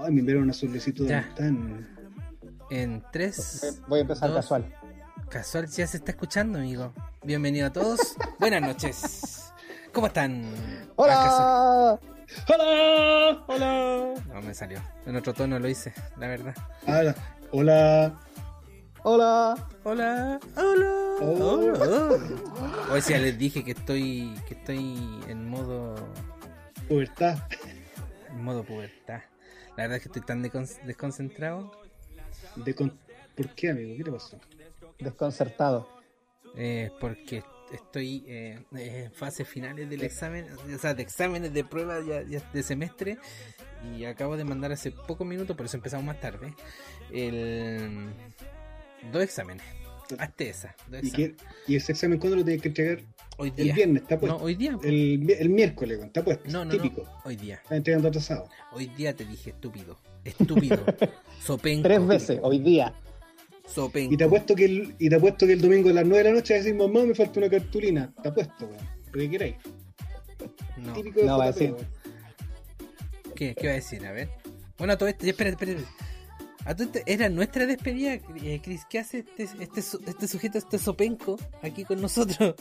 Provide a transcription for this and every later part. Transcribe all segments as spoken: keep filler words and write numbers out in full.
Ay, me enviaron una solicitud de Ya. amistad en... En tres. Voy a empezar dos, casual. Casual ya se está escuchando, amigo. Bienvenido a todos. Buenas noches. ¿Cómo están? Ah, ¡Hola! ¡Hola! ¡Hola! Casual. No me salió. En otro tono lo hice, la verdad. Hola. Hola. ¡Hola! Hola. Hola. Oh. Hola. Hoy sí ya les dije que estoy que estoy en modo Pubertad. en modo pubertad. La verdad es que estoy tan decon- desconcentrado. De con... ¿Por qué, amigo? ¿Qué te pasó? Desconcertado. Eh, porque estoy eh, en fases finales del examen, o sea, de exámenes de prueba ya, ya de semestre, y acabo de mandar hace pocos minutos, por eso empezamos más tarde, el... dos exámenes. Hazte esa. Dos ¿Y, exámenes. qué... ¿Y ese examen cuándo lo tienes que entregar? Hoy día. El viernes, está puesto. No, hoy día. El, mi- el miércoles, weón, está puesto. No, no, Típico. no. Hoy día. Está entregando atrasado. Hoy día te dije estúpido. Estúpido. Sopenco. Tres veces, hoy día. Sopenco. Y te apuesto que el, y te apuesto que el domingo a las nueve de la noche vas a decir, mamá, me falta una cartulina. Te apuesto, weón. Lo que queráis. No. Típico de No, va a J P, decir. weón. ¿Qué? ¿Qué va a decir? A ver. Bueno, a todo esto, espera, espera, espera. A todo esto, era nuestra despedida, eh, Chris. ¿Qué hace este, este, su- este sujeto, este sopenco, aquí con nosotros?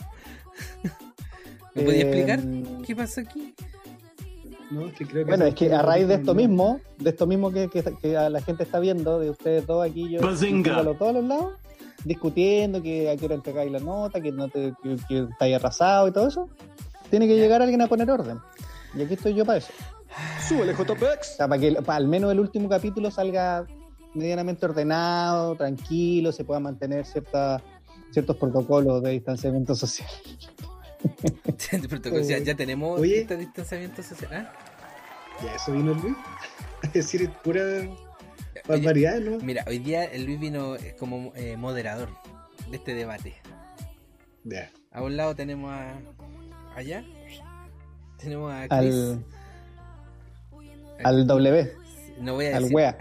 ¿Me podía Eh, explicar qué pasó aquí? No, es que creo que Bueno, hace es que poco a raíz de no- esto mismo, de esto mismo que, que, que a la gente está viendo, de ustedes dos aquí, yo Bazinga. a todos los lados, discutiendo que a qué hora entregáis la nota, que no te, que, que estáis arrasado y todo eso, tiene que llegar alguien a poner orden. Y aquí estoy yo para eso. Súbele, J P O X. sea, para que para al menos el último capítulo salga medianamente ordenado, tranquilo, se pueda mantener cierta, ciertos protocolos de distanciamiento social. Protocolo, ya, ya tenemos Oye. este distanciamiento social. ¿Ah? Ya, eso vino el Luis. Es decir, es pura Oye, barbaridad, ¿no? Mira, hoy día el Luis vino eh, como eh, moderador de este debate. Ya. A un lado tenemos a. Allá tenemos a Chris. Al, al W. No voy a al decir. wea.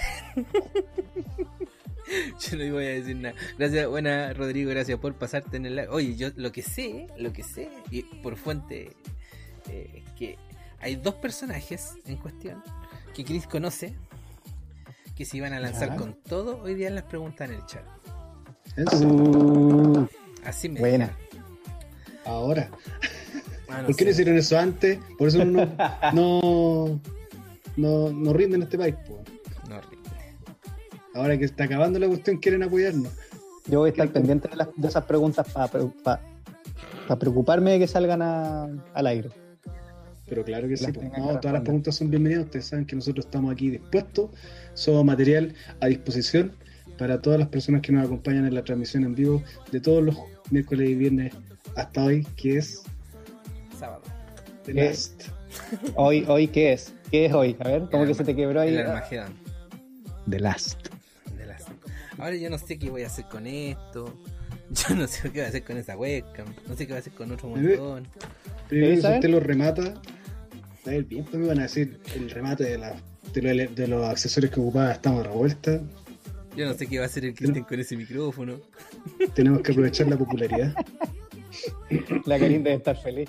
Yo no voy a decir nada. Gracias, buena Rodrigo, gracias por pasarte en el live. Oye, yo lo que sé, lo que sé, y por fuente, eh, que hay dos personajes en cuestión que Chris conoce, que se iban a lanzar Ya. con todo hoy día en las preguntas en el chat. ¿En serio? Uh, Así me Buena. dijeron. Ahora. Ah, no ¿Por qué sé. no hicieron eso antes? Por eso no, no, no, no rinden en este país, po. No, horrible. Ahora que está acabando la cuestión, quieren apoyarnos. yo voy a estar pendiente de, las- de esas preguntas para preocuparme de que salgan a- al aire. Pero claro que sí, Las po. tengan que No, todas las responder. preguntas son bienvenidas. Ustedes saben que nosotros estamos aquí dispuestos. Somos material a disposición para todas las personas que nos acompañan en la transmisión en vivo de todos los miércoles y viernes hasta hoy, que es Sábado. The ¿Qué? Last. Hoy, hoy ¿qué es? ¿Qué es hoy? A ver, ¿cómo El que se te quebró ahí? El Armagedón. The Last. De las- Ahora yo no sé qué voy a hacer con esto. Yo no sé qué voy a hacer con esa webcam. No sé qué voy a hacer con otro montón. Primero, si saber? usted lo remata, a ver, bien, pues me van a decir el remate de, la, de, lo- de los accesorios que ocupaba estamos a revuelta. Yo no sé qué va a hacer el Cristian con ese micrófono. Tenemos que aprovechar la popularidad. La Karin debe estar feliz.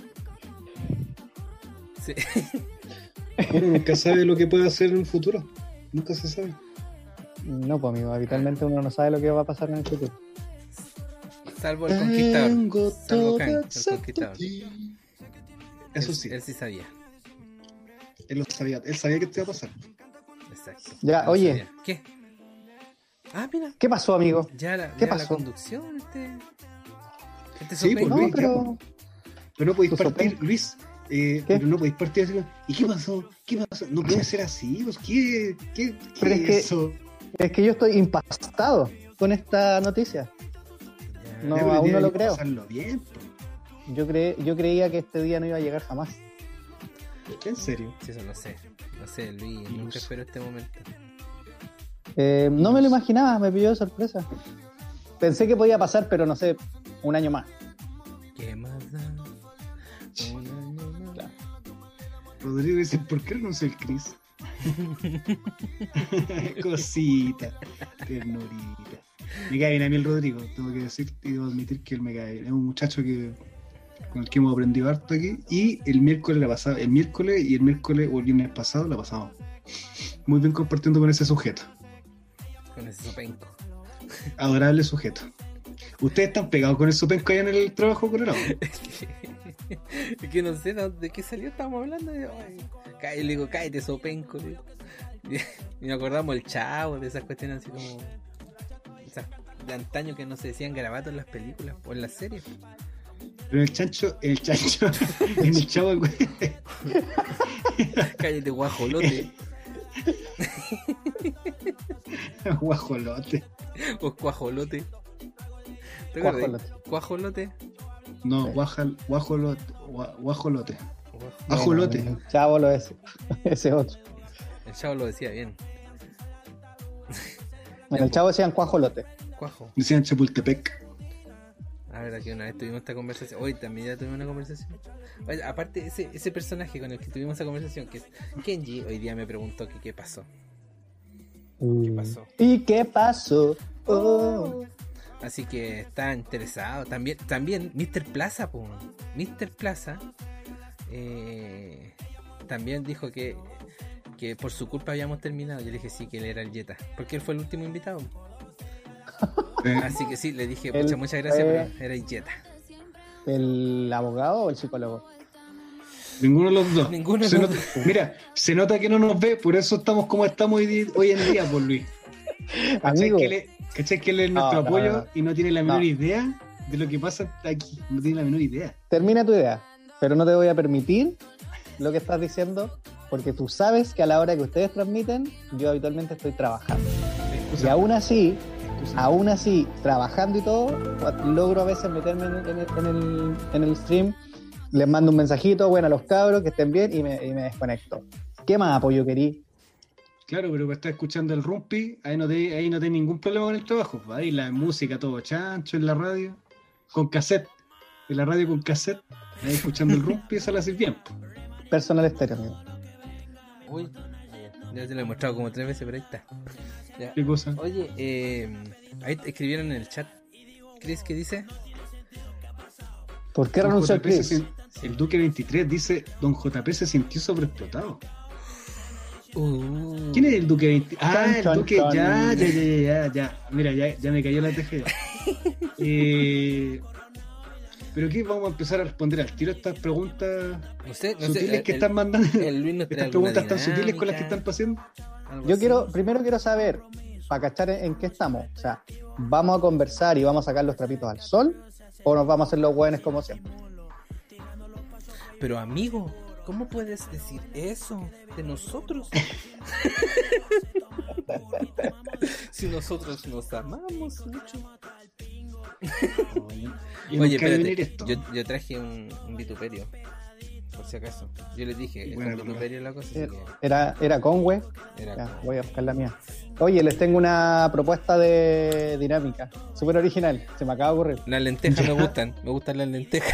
Sí. Uno nunca sabe lo que puede hacer en un futuro. Nunca se sabe. No, pues amigo, habitualmente uno no sabe lo que va a pasar en el futuro. Salvo el conquistador. Tengo Salvo todo Kang, el excepto conquistador. ti. Eso Él- sí, Él sí sabía. él lo sabía. Él sabía que te iba a pasar. Exacto. Ya, Él lo oye. sabía. ¿Qué? Ah, mira. ¿Qué pasó, amigo? Ya la, ¿Qué ya la pasó? conducción, este. Este Sí, sopenco. pues, No, Luis, pero Pero no podéis Tu partir, sopenco. Luis. Eh, ¿Qué? pero no podéis partir así. como, ¿Y qué pasó? ¿Qué pasó? No puede ser así. Pues, ¿Qué, qué, qué Pero es es que- eso? es que yo estoy impactado con esta noticia. Ya. No, Ya, pero aún tiene no lo que creo. pasarlo bien, pues. Yo, cre yo creía que este día no iba a llegar jamás. En serio. Sí, eso no sé. No sé, Luis. Nunca espero este momento. Eh, no me lo imaginaba, me pilló de sorpresa. Pensé que podía pasar, pero no sé, un año más. ¿Qué más da? Un año más. Rodrigo dice, ¿por qué no sé el Chris? Cosita, ternurita. Me cae bien a mí el Rodrigo, tengo que decir y debo admitir que él me cae bien. Es un muchacho que con el que hemos aprendido harto aquí, y el miércoles la pasaba, el miércoles y el miércoles o el viernes pasado la pasamos muy bien compartiendo con ese sujeto. Con ese sopenco. Adorable sujeto. ¿Ustedes están pegados con el sopenco allá en el trabajo, Colorado? Es que no sé de qué salió, estábamos hablando. Y yo, ay, cállate, le digo, cállate, sopenco. Le digo. Y nos acordamos el Chavo, de esas cuestiones así como. Esas de antaño que no se decían garabatos en las películas o en las series. Pero el chancho, el chancho, en el Chavo, güey. Cállate, guajolote. Guajolote. O cuajolote. ¿Te Cuajolote. acuerdas? Cuajolote. No, Sí. guajal, guajolote. gua- Guajolote. Guaj- Ajolote. Bueno, el Chavo lo es. Ese otro. El Chavo lo decía bien. En el Chavo decían cuajolote. Cuajo. Decían Chapultepec. A ver, aquí una vez tuvimos esta conversación. Hoy también ya tuvimos una conversación. Oye, aparte, ese, ese personaje con el que tuvimos esa conversación, que es Kenji, hoy día me preguntó que qué pasó. ¿Qué pasó? ¿Y qué pasó? Oh. Así que está interesado. También, también mister Plaza, po. mister Plaza eh, también dijo que, que por su culpa habíamos terminado. Yo le dije sí, que él era el Jetta, porque él fue el último invitado. Eh, Así que sí, le dije, Él pucha, muchas gracias, fue- pero era el Jetta. ¿El abogado o el psicólogo? Ninguno de los dos. Ninguno de Se los nota- Mira, se nota que no nos ve, por eso estamos como estamos hoy, di- hoy en día, por Luis. ¿Cachai Amigo, que, él es- ¿Cachai que él es No, nuestro no, apoyo no, no. y no tiene la menor No. idea de lo que pasa aquí? No tiene la menor idea. termina tu idea, pero no te voy a permitir lo que estás diciendo, porque tú sabes que a la hora que ustedes transmiten, yo habitualmente estoy trabajando. Y Excusa, aún así, excusa. aún así, trabajando y todo, logro a veces meterme en, en el, en el- en el stream, les mando un mensajito, bueno, a los cabros, que estén bien, y me, y me desconecto. ¿Qué más apoyo querí? Claro, pero para estar escuchando el rumpi, ahí no te, ahí no tenés ningún problema con el trabajo. Ahí la música todo chancho en la radio, con cassette, en la radio con cassette, ahí escuchando el rumpi, eso lo haces bien. Personal estéreo, amigo. Uy, ya te lo he mostrado como tres veces, pero ahí está. Ya. ¿Qué cosa? Oye, eh, ahí escribieron en el chat. Chris, ¿qué dice? ¿Por qué Don renunció J P se Chris? sien- El Duque veintitrés dice, Don J P se sintió sobreexplotado. Uh, ¿Quién es el Duque veintitrés? Ah, Chan, el chan, Duque, chan. ya, ya, ya, ya, ya. Mira, ya, ya me cayó la teja. eh, ¿Pero qué? Vamos a empezar a responder al tiro a estas preguntas No sé, no sé. sutiles el- que el- están mandando. el Luis nos trae Estas alguna preguntas tan sutiles con las que dinámica, están pasando. algo Yo así. quiero, primero quiero saber, para cachar en, en qué estamos. O sea, ¿vamos a conversar y vamos a sacar los trapitos al sol? ¿O nos vamos a hacer los hueones como siempre? Pero amigo, ¿cómo puedes decir eso de nosotros? Si nosotros nos amamos mucho. Y Oye, nunca debe venir espérate, esto. yo, yo traje un, un vituperio, por si acaso. Yo les dije, es Buena, un buena. vituperio la cosa, así Era, que era, era Conway. era Ya, como- voy a buscar la mía. Oye, les tengo una propuesta de dinámica. Súper original. Se me acaba de ocurrir. Las lentejas Ya. me gustan, me gustan las lentejas.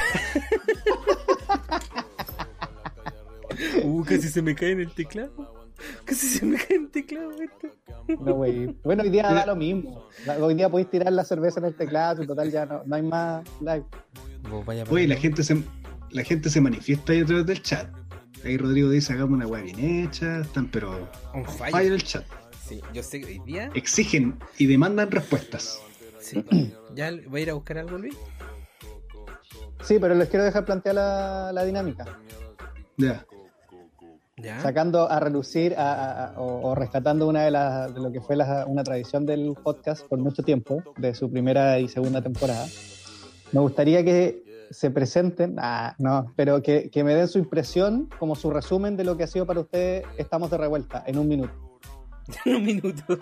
Uh, casi se me cae en el teclado. Casi se me cae en el teclado esto. No, güey. Bueno, hoy día da lo mismo. Hoy día podéis tirar la cerveza en el teclado y total ya no, no hay más live. Vos vaya Oye, la para- gente se, la gente se manifiesta ahí a través del chat. Ahí Rodrigo dice, hagamos una weá bien hecha. Están pero On fire fire. el chat. Sí, yo sé que hoy día. Exigen y demandan respuestas. Sí. ¿Ya voy a ir a buscar algo, Luis? Sí, pero les quiero dejar plantear la, la dinámica. Ya. ¿Ya? Sacando a relucir a- a- a- o, o rescatando una de las de lo que fue la- una tradición del podcast por mucho tiempo, de su primera y segunda temporada. Me gustaría que se presenten, ah, no, pero que, que me den su impresión, como su resumen de lo que ha sido para ustedes Estamos de Revuelta, en un minuto. En un minuto.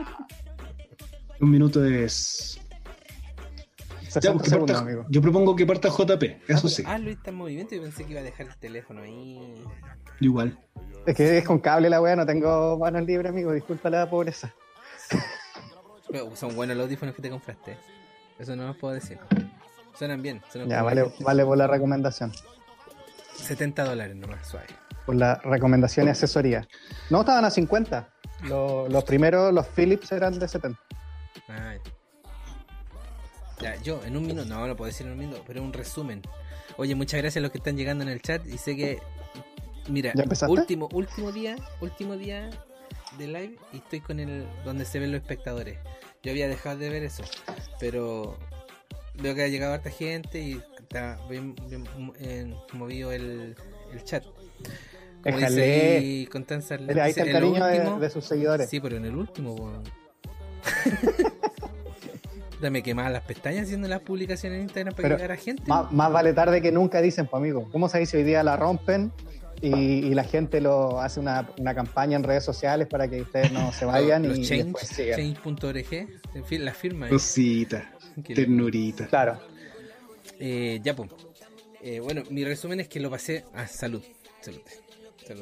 Un minuto es. Ya, sesenta pues, que segundos, parta- amigo. yo propongo que parta J P, eso sí. Ah, Luis está en movimiento y pensé que iba a dejar el teléfono ahí. Igual. Es que es con cable la wea, no tengo manos libres, amigo, disculpa la pobreza. Pero son buenos los audífonos que te compraste. Eso no os puedo decir. Suenan bien. Suenan Ya, como vale, la gente. vale por la recomendación. setenta dólares nomás, suave. Por la recomendación y asesoría. No, estaban a cincuenta. Los, los primeros, los Philips, eran de setenta. Ah, ya. Ya, yo en un minuto, no, no puedo decir en un minuto, pero un resumen. Oye, muchas gracias a los que están llegando en el chat. Y sé que, mira, ¿Ya empezaste? último, último día, último día de live y estoy con el donde se ven los espectadores. Yo había dejado de ver eso, pero veo que ha llegado harta gente y está bien, bien eh, movido el, el chat. Como Déjale. dice ahí Constanza Arlette, Mira, ahí está el en lo cariño de, último- de sus seguidores. Sí, pero en el último, weón. Dame quemadas las pestañas haciendo las publicaciones en Instagram para Pero que llegara gente. Más, más vale tarde que nunca, dicen, pues amigo. ¿Cómo se dice? Hoy día la rompen y, y la gente lo hace una, una campaña en redes sociales para que ustedes no se vayan los y, y change, después sigan. change punto org, en fin, la firma. eh. Cosita, Que- ternurita. Claro. Eh, ya, pues. Eh, bueno, mi resumen es que lo pasé a salud. Salud. Salud.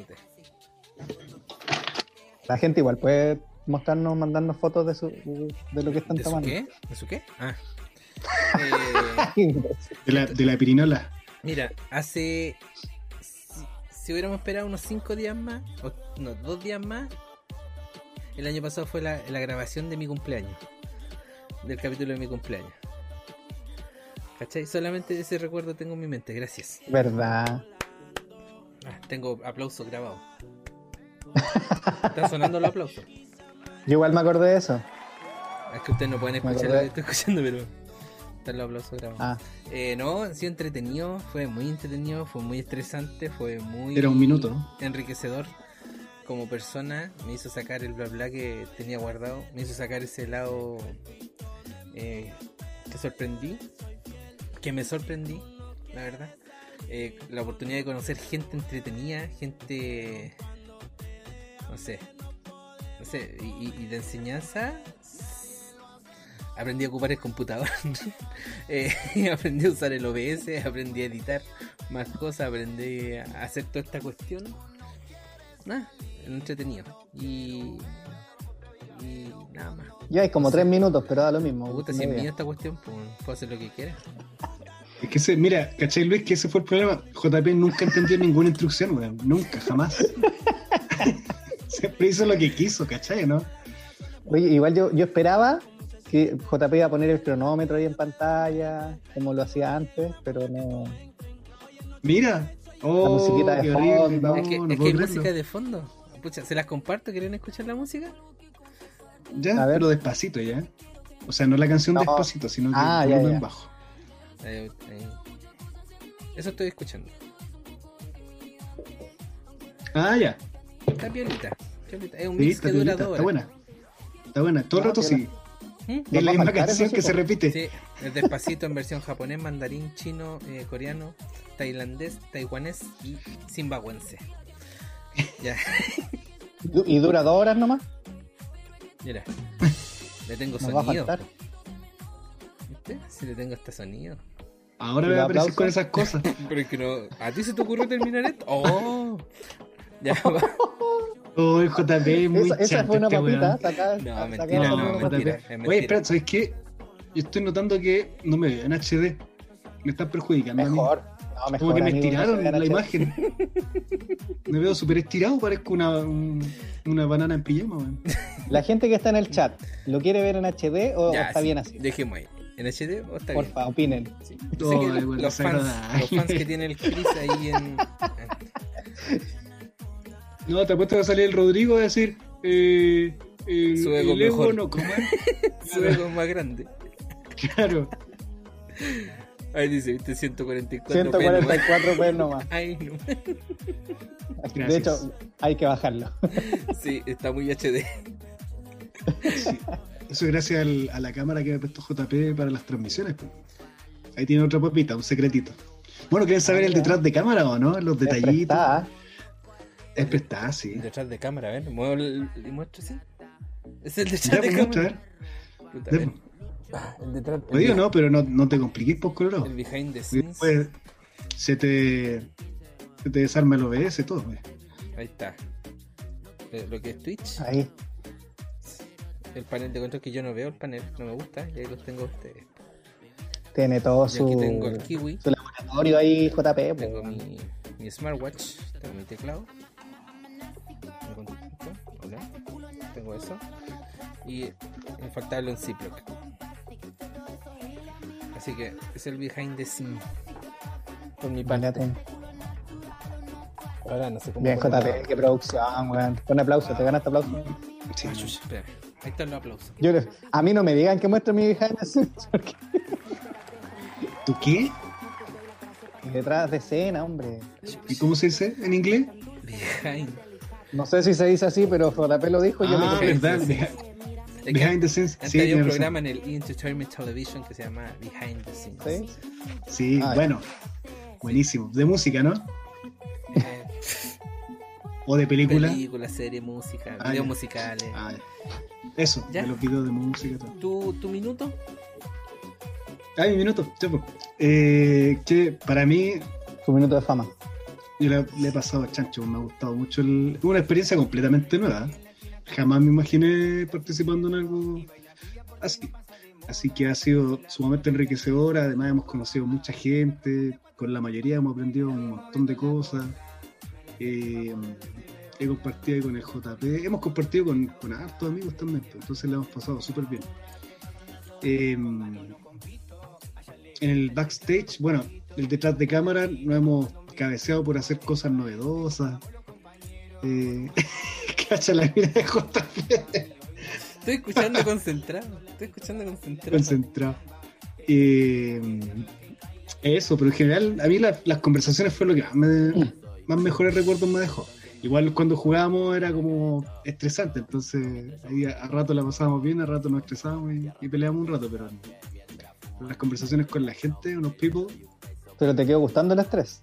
La gente igual puede mostrarnos, mandarnos fotos de, su, de lo que están ¿De su tomando. qué? ¿De su qué? Ah. Eh, De la, de la pirinola. mira, hace. Si, si hubiéramos esperado unos cinco días más, o no, dos días más, el año pasado fue la, la grabación de mi cumpleaños. Del capítulo de mi cumpleaños. ¿Cachai? Solamente ese recuerdo tengo en mi mente, gracias. ¿Verdad? Ah, tengo aplausos grabados. Están sonando los aplausos. Yo igual me acordé de eso. Es que ustedes no pueden Me escuchar lo acordé. que estoy escuchando, pero están los aplausos grabados. Ah, Eh, no, ha sido entretenido, fue muy entretenido, fue muy estresante, fue muy Era un minuto, ¿no? enriquecedor como persona. Me hizo sacar el bla bla que tenía guardado, me hizo sacar ese lado eh, que sorprendí, que me sorprendí, la verdad. Eh, la oportunidad de conocer gente entretenida, gente, no sé, no sé, y, y- y de enseñanza. Aprendí a ocupar el computador, eh, aprendí a usar el O B S, aprendí a editar más cosas, aprendí a hacer toda esta cuestión. Nada, entretenido. Y, y nada más. ya hay como tres minutos, pero da lo mismo. Me gusta una si es idea. mía esta cuestión, pues puedo hacer lo que quiera. Es que ese, mira, ¿cachai, Luis? Que ese fue el problema. J P nunca entendió ninguna instrucción, weón. Nunca, jamás. Siempre hizo lo que quiso, ¿cachai? ¿No? Oye, igual yo, yo esperaba que J P iba a poner el cronómetro ahí en pantalla, como lo hacía antes, pero no. Mira. Oh, musiquita de qué horrible. fondo. No, es que, no es que puedo hay creerlo. música de fondo. Pucha, ¿se las comparto? ¿Quieren escuchar la música? Ya, A ver. pero despacito ya. O sea, no la canción No. despacito, sino que Ah, ya, volumen ya. bajo. Ahí- ahí. Eso estoy escuchando. Ah, ya. Está piolita, piolita. Es un Sí, mix está, que dura piolita, dos está horas. buena. Está buena. Todo el Ah, rato piola. sí. ¿Mm? Es Nos la va a misma faltar canción eso, que sí, se po. repite. Sí, es despacito en versión japonés, mandarín, chino, eh, coreano, tailandés, taiwanés y zimbabuense. Ya, Du- Y dura dos horas nomás. mira. Le tengo Nos va a sonido. faltar. ¿Viste? Si le tengo este sonido. Ahora ¿Y me va a los aparecer aplausos? con esas cosas. Pero es que no. ¿A ti se te ocurrió terminar esto? ¡Oh! Ya va. Oh, el J P es muy Esa, esa chato fue una este papita, weón. sacada. No, sacada mentira, de No, no, una J P. mentira, papita. es Oye, mentira. espera, ¿sabes qué? Yo estoy notando que no me veo en H D. Me están perjudicando. a mí. Mejor. No, mejor. Como que me amigo, no estiraron se vean la H D. imagen. Me veo súper estirado, parezco una, un- una banana en pijama, weón. La gente que está en el chat, ¿lo quiere ver en H D o Ya, está sí, bien así? Dejemos ahí. ¿En H D o está bien? Porfa, opinen. Sí. Yo Oh, sé que ay, bueno, los, fans, desagradable. los fans que tiene el Chris ahí en. No, te apuesto que va a salir el Rodrigo a decir. Eh, el, Su ego el ego mejor. no, ¿cómo es? Su ego es más grande. Claro. Ahí dice, viste, ciento cuarenta y cuatro. ciento cuarenta y cuatro P nomás. Ay, no. Gracias. De hecho, hay que bajarlo. Sí, está muy H D. Sí. Eso es gracias al- a la cámara que me ha puesto J P para las transmisiones. Pues. Ahí tiene otra papita, un secretito. Bueno, ¿quieren saber el detrás de cámara o no? Los Es detallitos. prestada. Es prestada, sí. Detrás de cámara, a ver, muevo el, y muestro así. Es el Ya, detrás de pues, muestra, a cámara. ver. Puta, Ya, a ver. pues. Ah, el detrás. Lo digo, no, pero no, no te compliques por colorado. El behind the Y scenes. después se te, se te desarma el O B S, todo. Pues. Ahí está. Eh, Lo que es Twitch. Ahí. El panel de control que yo no veo, el panel, no me gusta. Y ahí los tengo a ustedes. Tiene todo Y aquí su, tengo el kiwi. su laboratorio ahí, J P. po. Tengo mi, mi smartwatch, tengo mi teclado, tengo un poquito, hola, tengo eso y me faltaba el Ziploc. Así que es el behind the scene. Por mi Vale, parte. atento. Ahora no sé cómo. Bien, cómo- J P, qué producción, weón. Un aplauso, te ganaste aplauso. Sí, Ah, chucha, espera. Ahí están los aplausos. Yo, le- a mí no me digan que muestre mi behind the scenes, porque ¿tú qué? detrás de escena, hombre. ¿Y cómo se dice en inglés? Behind. No sé si se dice así, pero J P lo dijo y yo Ah, le verdad. sí, sí. behi- Es que Behind the scenes. antes Sí, había un tienes razón. programa en el E! Entertainment Television que se llama Behind the Scenes. ¿Sí? Sí, Ah, bueno. Buenísimo. De música, ¿no? Eh, O de película. películas, series, música, Ah, videos ya. musicales. Ah, eso, ¿Ya? de los videos de música y todo. ¿Tu, ¿Tu minuto? Ay, un minuto, ya, pues. Eh, que para mí, Su minuto de fama. yo le, le he pasado a chancho, me ha gustado mucho. El, es una experiencia completamente nueva. Jamás me imaginé participando en algo así. Así que ha sido sumamente enriquecedora. Además, hemos conocido mucha gente. Con la mayoría hemos aprendido un montón de cosas. Eh, he compartido ahí con el J P. Hemos compartido con, con hartos amigos también. pues, Entonces le hemos pasado súper bien. Eh, en el backstage, bueno, el detrás de cámara nos hemos cabeceado por hacer cosas novedosas. Eh, cacha la mira de J P. Estoy escuchando concentrado. Estoy escuchando concentrado. Concentrado. Eh, eso, pero en general, a mí la- las conversaciones fue lo que más, me- más mejores recuerdos me dejó. Igual cuando jugábamos era como estresante, entonces ahí a, a rato la pasábamos bien, a rato nos estresábamos y, y peleábamos un rato, pero las conversaciones con la gente, unos people, Pero te quedó gustando el estrés.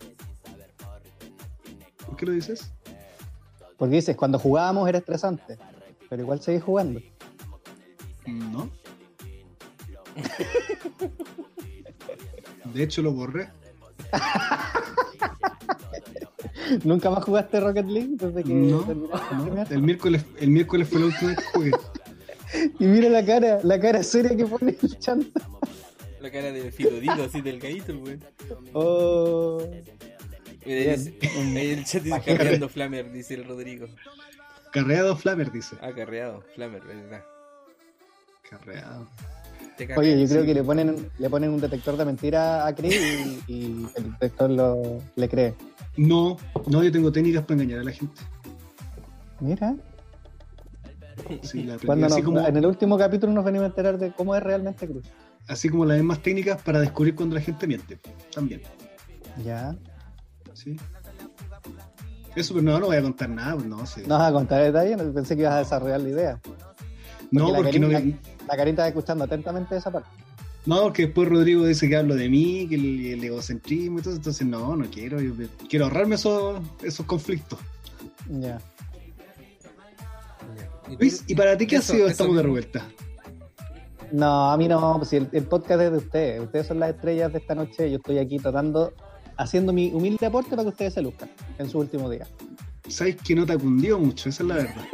¿por qué lo dices? Porque dices, cuando jugábamos era estresante. Pero igual seguís jugando. No. De hecho lo borré. ¿Nunca más jugaste Rocket League desde que No, terminaste? no. El miércoles, el miércoles fue la última vez que jugué. Y mira la cara, la cara seria que pone el chanta. La cara de Fidodito, así delgadito, el weón. Oh. Mira, Bien. dice- ahí el chat dice Imagínate. carreando Flamer, dice el Rodrigo. Carreado Flamer, dice. Ah, carreado, Flamer, verdad. Carreado. Te cago. Oye, yo creo Sí. que le ponen, le ponen un detector de mentira a Chris y, y el detector lo, le cree. No, no, yo tengo técnicas para engañar a la gente. Mira, Sí, la aprendí. cuando así, nos- como, en el último capítulo nos venimos a enterar de cómo es realmente Cruz. así como las mismas técnicas para descubrir cuando la gente miente. También. Ya. ¿Sí? Eso, pero no, no voy a contar nada. pues, No, sí. ¿No vas a contar detalles? No, pensé que ibas a desarrollar la idea. no, la porque no, Karina- La carita está escuchando atentamente esa parte. no, porque después Rodrigo dice que hablo de mí, que el, el egocentrismo y todo. Entonces, no, no quiero. Yo quiero ahorrarme esos, esos conflictos. Ya. ¿Y tú? Luis, ¿y para ti qué Eso- ha sido eso Estamos de mismo. Revuelta? No, a mí no, pues si el, el podcast es de ustedes. Ustedes son las estrellas de esta noche. Yo estoy aquí tratando, haciendo mi humilde aporte para que ustedes se luzcan en su último día. Sabes que no te ha cundido mucho, esa es la verdad.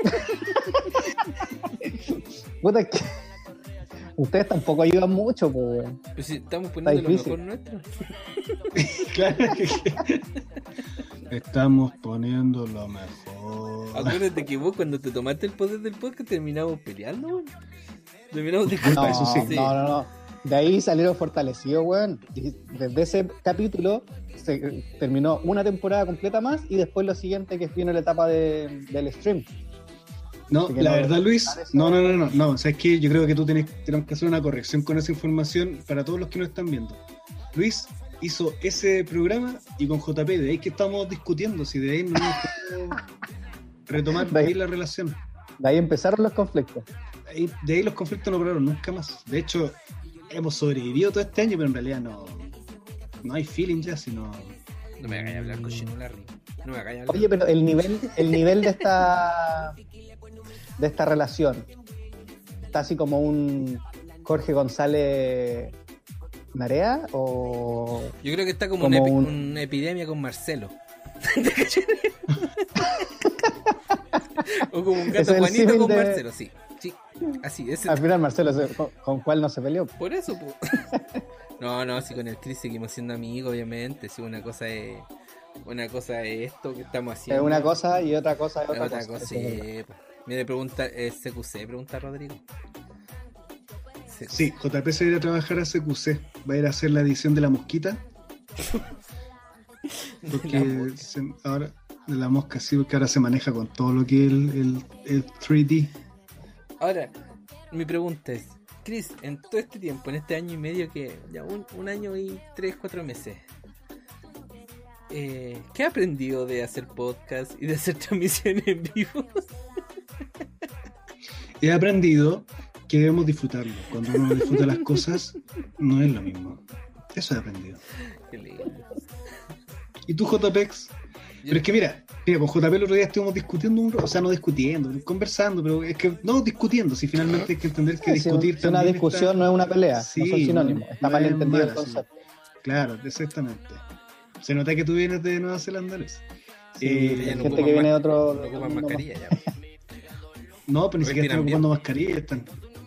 Puta, es que ustedes tampoco ayudan mucho, pues. Pues si estamos poniendo lo difícil. mejor nuestro. Claro que estamos poniendo lo mejor. Acuérdate que vos cuando te tomaste el poder del podcast terminamos peleando, weón. Terminamos de No, eso sí. no, no, no. De ahí salieron fortalecidos, weón. Y desde ese capítulo se terminó una temporada completa más y después lo siguiente que vino la etapa de- del stream. No, Así que la no, verdad, Luis, eso- no, no, no, no, no, o sea, es que yo creo que tú tienes, tenemos que hacer una corrección con esa información para todos los que nos están viendo. Luis hizo ese programa y con J P, de ahí que estamos discutiendo, si de ahí no hemos podido retomar De ahí- ahí la relación. De ahí empezaron los conflictos. Ahí- de ahí los conflictos no pararon nunca más. De hecho, hemos sobrevivido todo este año, pero en realidad no, no hay feeling ya, sino... No me hagáis hablar cochino Larry. No me hagáis hablar. Oye, pero el nivel, el nivel de esta de esta relación está así como un Jorge González Narea o Yo creo que está como, como una, epi- un- una epidemia con Marcelo. O como un Es gato el Juanito símil con de- Marcelo, sí. Sí, así, ese. al final Marcelo se- con, con cuál no se peleó. Por eso, po. No, no, sí, con el Chris seguimos siendo amigos, obviamente. Sí, una cosa es. Una cosa es esto que estamos Es haciendo. una cosa y otra cosa es Es otra, otra cosa. cosa, Eso es verdad. sí, po. Mire, pregunta, eh, C Q C, pregunta Rodrigo. C Q C. Sí, J P se va a ir a trabajar a C Q C, va a ir a hacer la edición de La Mosquita. Porque La mosca. se- ahora, la mosca sí, porque ahora se maneja con todo lo que es el, el, el tres D. Ahora, mi pregunta es, Chris, en todo este tiempo, en este año y medio que, ya un, un año y tres, cuatro meses, eh, ¿qué ha aprendido de hacer podcast y de hacer transmisiones en vivo? He aprendido que debemos disfrutarlo. Cuando uno disfruta las cosas, no es lo mismo. Eso he aprendido. Qué lindo. ¿Y tú, J P E X? Pero es que mira, mira, con J P el otro día estuvimos discutiendo, un, o sea, no discutiendo, conversando, pero es que no discutiendo, si finalmente hay que entender que Si discutir si una también discusión está- no es una pelea, Sí, no son sinónimos. no- Está no mal es entendido el mala, sí. concepto. Claro, exactamente. Se nota que tú vienes de Nueva Zelanda, Alex. Sí, Eh, Ya no gente ocupan que viene de mas- otro- no de ocupan otro mundo mascarilla ya. no, pero ni siquiera están Respiran bien. ocupando mascarilla, están.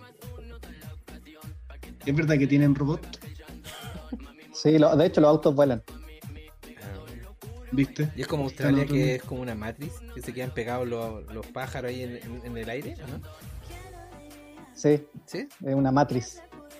Es verdad que tienen robot, Sí, lo- de hecho los autos vuelan. ¿viste? Y es como Están Australia, otro- que es como una matriz, que se quedan pegados los, los pájaros ahí en, en- en el aire, ¿o no? Sí, ¿Sí? es una matriz.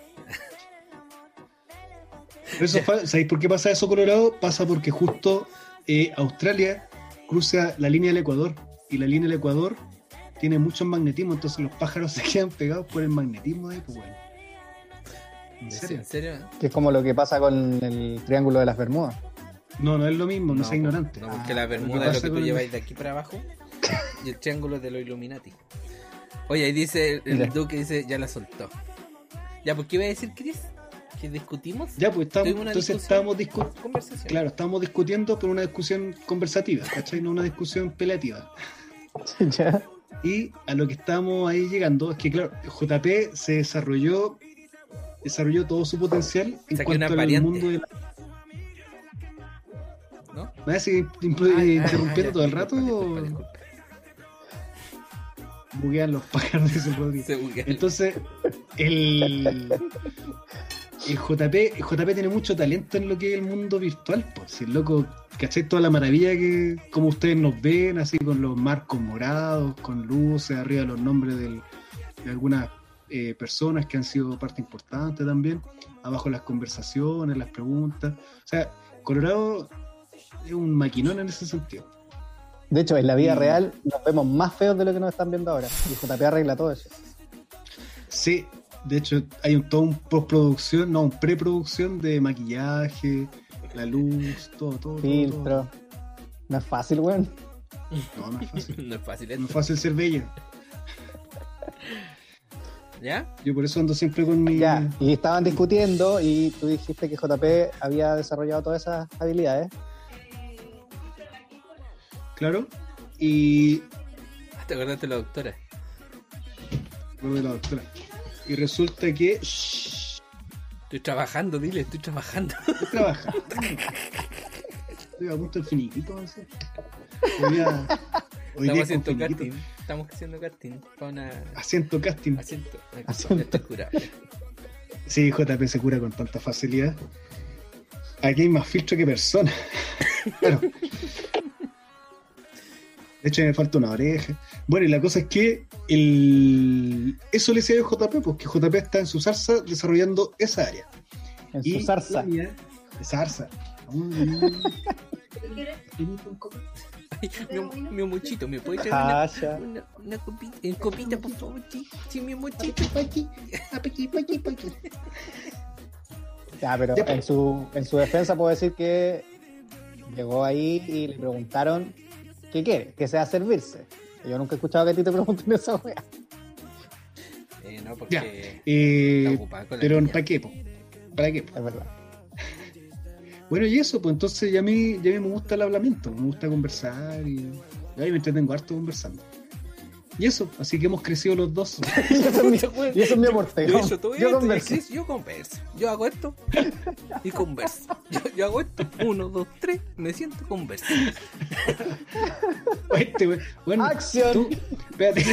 Pero eso fa- ¿sabéis por qué pasa eso, Colorado? Pasa porque justo eh, Australia cruza la línea del Ecuador y la línea del Ecuador tiene mucho magnetismo, entonces los pájaros se quedan pegados por el magnetismo de pues, bueno. ¿En serio? ¿En serio? Que es como lo que pasa con el Triángulo de las Bermudas. No, no es lo mismo, no, sea pues, ignorante. No, porque Ah, la lo que bermuda es lo pasa que tú con el- lleváis de aquí para abajo y el triángulo es de los Illuminati. Oye, ahí dice el Ya. Duque, dice, ya la soltó. Ya, pues, ¿qué iba a decir, Chris? ¿Que discutimos? Ya, pues estamos, Tuvimos una entonces discusión. estábamos discutiendo. Conversación. Claro, estamos discutiendo por una discusión conversativa, ¿cachai? No una discusión peleativa. Ya. Y a lo que estamos ahí llegando es que, claro, J P se desarrolló desarrolló todo su potencial en Saqué cuanto una al variante. mundo de la... ¿No? ¿Me vas a seguir imp- Ah, ah, interrumpiendo ah, todo el ya, rato disculpa, o disculpa, disculpa. buguean los pájaros de ese Rodrigo? Se buguea. Entonces, el, el J P, el J P tiene mucho talento en lo que es el mundo virtual, pues. Si el loco, ¿cachai? Toda la maravilla que, como ustedes nos ven, así con los marcos morados, con luces, arriba los nombres del- de algunas eh, personas que han sido parte importante también, abajo las conversaciones, las preguntas. O sea, Colorado es un maquinón en ese sentido. De hecho, en la vida Y- real nos vemos más feos de lo que nos están viendo ahora. Y J P arregla todo eso. Sí, de hecho hay un todo un postproducción, no, un preproducción de maquillaje, la luz, todo, todo, todo, Filtro. todo. No es fácil, weón. No, no es fácil. No es fácil No esto. es fácil ser bello. ¿Ya? Yo por eso ando siempre con mi... Ya, y estaban discutiendo y tú dijiste que J P había desarrollado todas esas habilidades. Claro. Y... ¿Te acordaste de la doctora? Vuelve la doctora. Y resulta que... Shh, Estoy trabajando, dile, estoy trabajando. ¿qué trabaja? Estoy a punto del finiquito, no sé. Hoy día... Hoy Estamos día con haciendo finiquito. casting. Estamos haciendo casting para una. Asiento casting. Asiento. Asiento. Esto es curable. Sí, J P se cura con tanta facilidad. Aquí hay más filtro que persona. Bueno. De hecho, me falta una oreja. Bueno, y la cosa es que el... eso le decía a J P, porque J P está en su salsa desarrollando esa área. En Y su zarza. la mía, zarza. Ay, mi, mi mochito, ¿me puede traer Cacha. una, una, una copita, en copita, por favor? Sí, sí, mi mochito. Ya, pero Ya, pues. en su, en su defensa puedo decir que llegó ahí y le preguntaron qué quiere, que sea servirse. Yo nunca he escuchado que a ti te pregunten esa wea. Eh, no, Ya. porque Eh, está ocupada con la pero niña. ¿para qué? po? ¿Para qué? po? Es verdad. Bueno, y eso, pues entonces ya a mí, ya a mí me gusta el hablamiento, me gusta conversar y, y ahí me entretengo harto conversando. Y eso, así que hemos crecido los dos. y eso es mi, y eso es mi aporte. Yo, Yo, eso, todo yo esto, converso. Chris, yo converso. Yo hago esto y converso. Yo, yo hago esto, uno, dos, tres, me siento y converso. Este, we- bueno, ¡Acción! tú, espérate.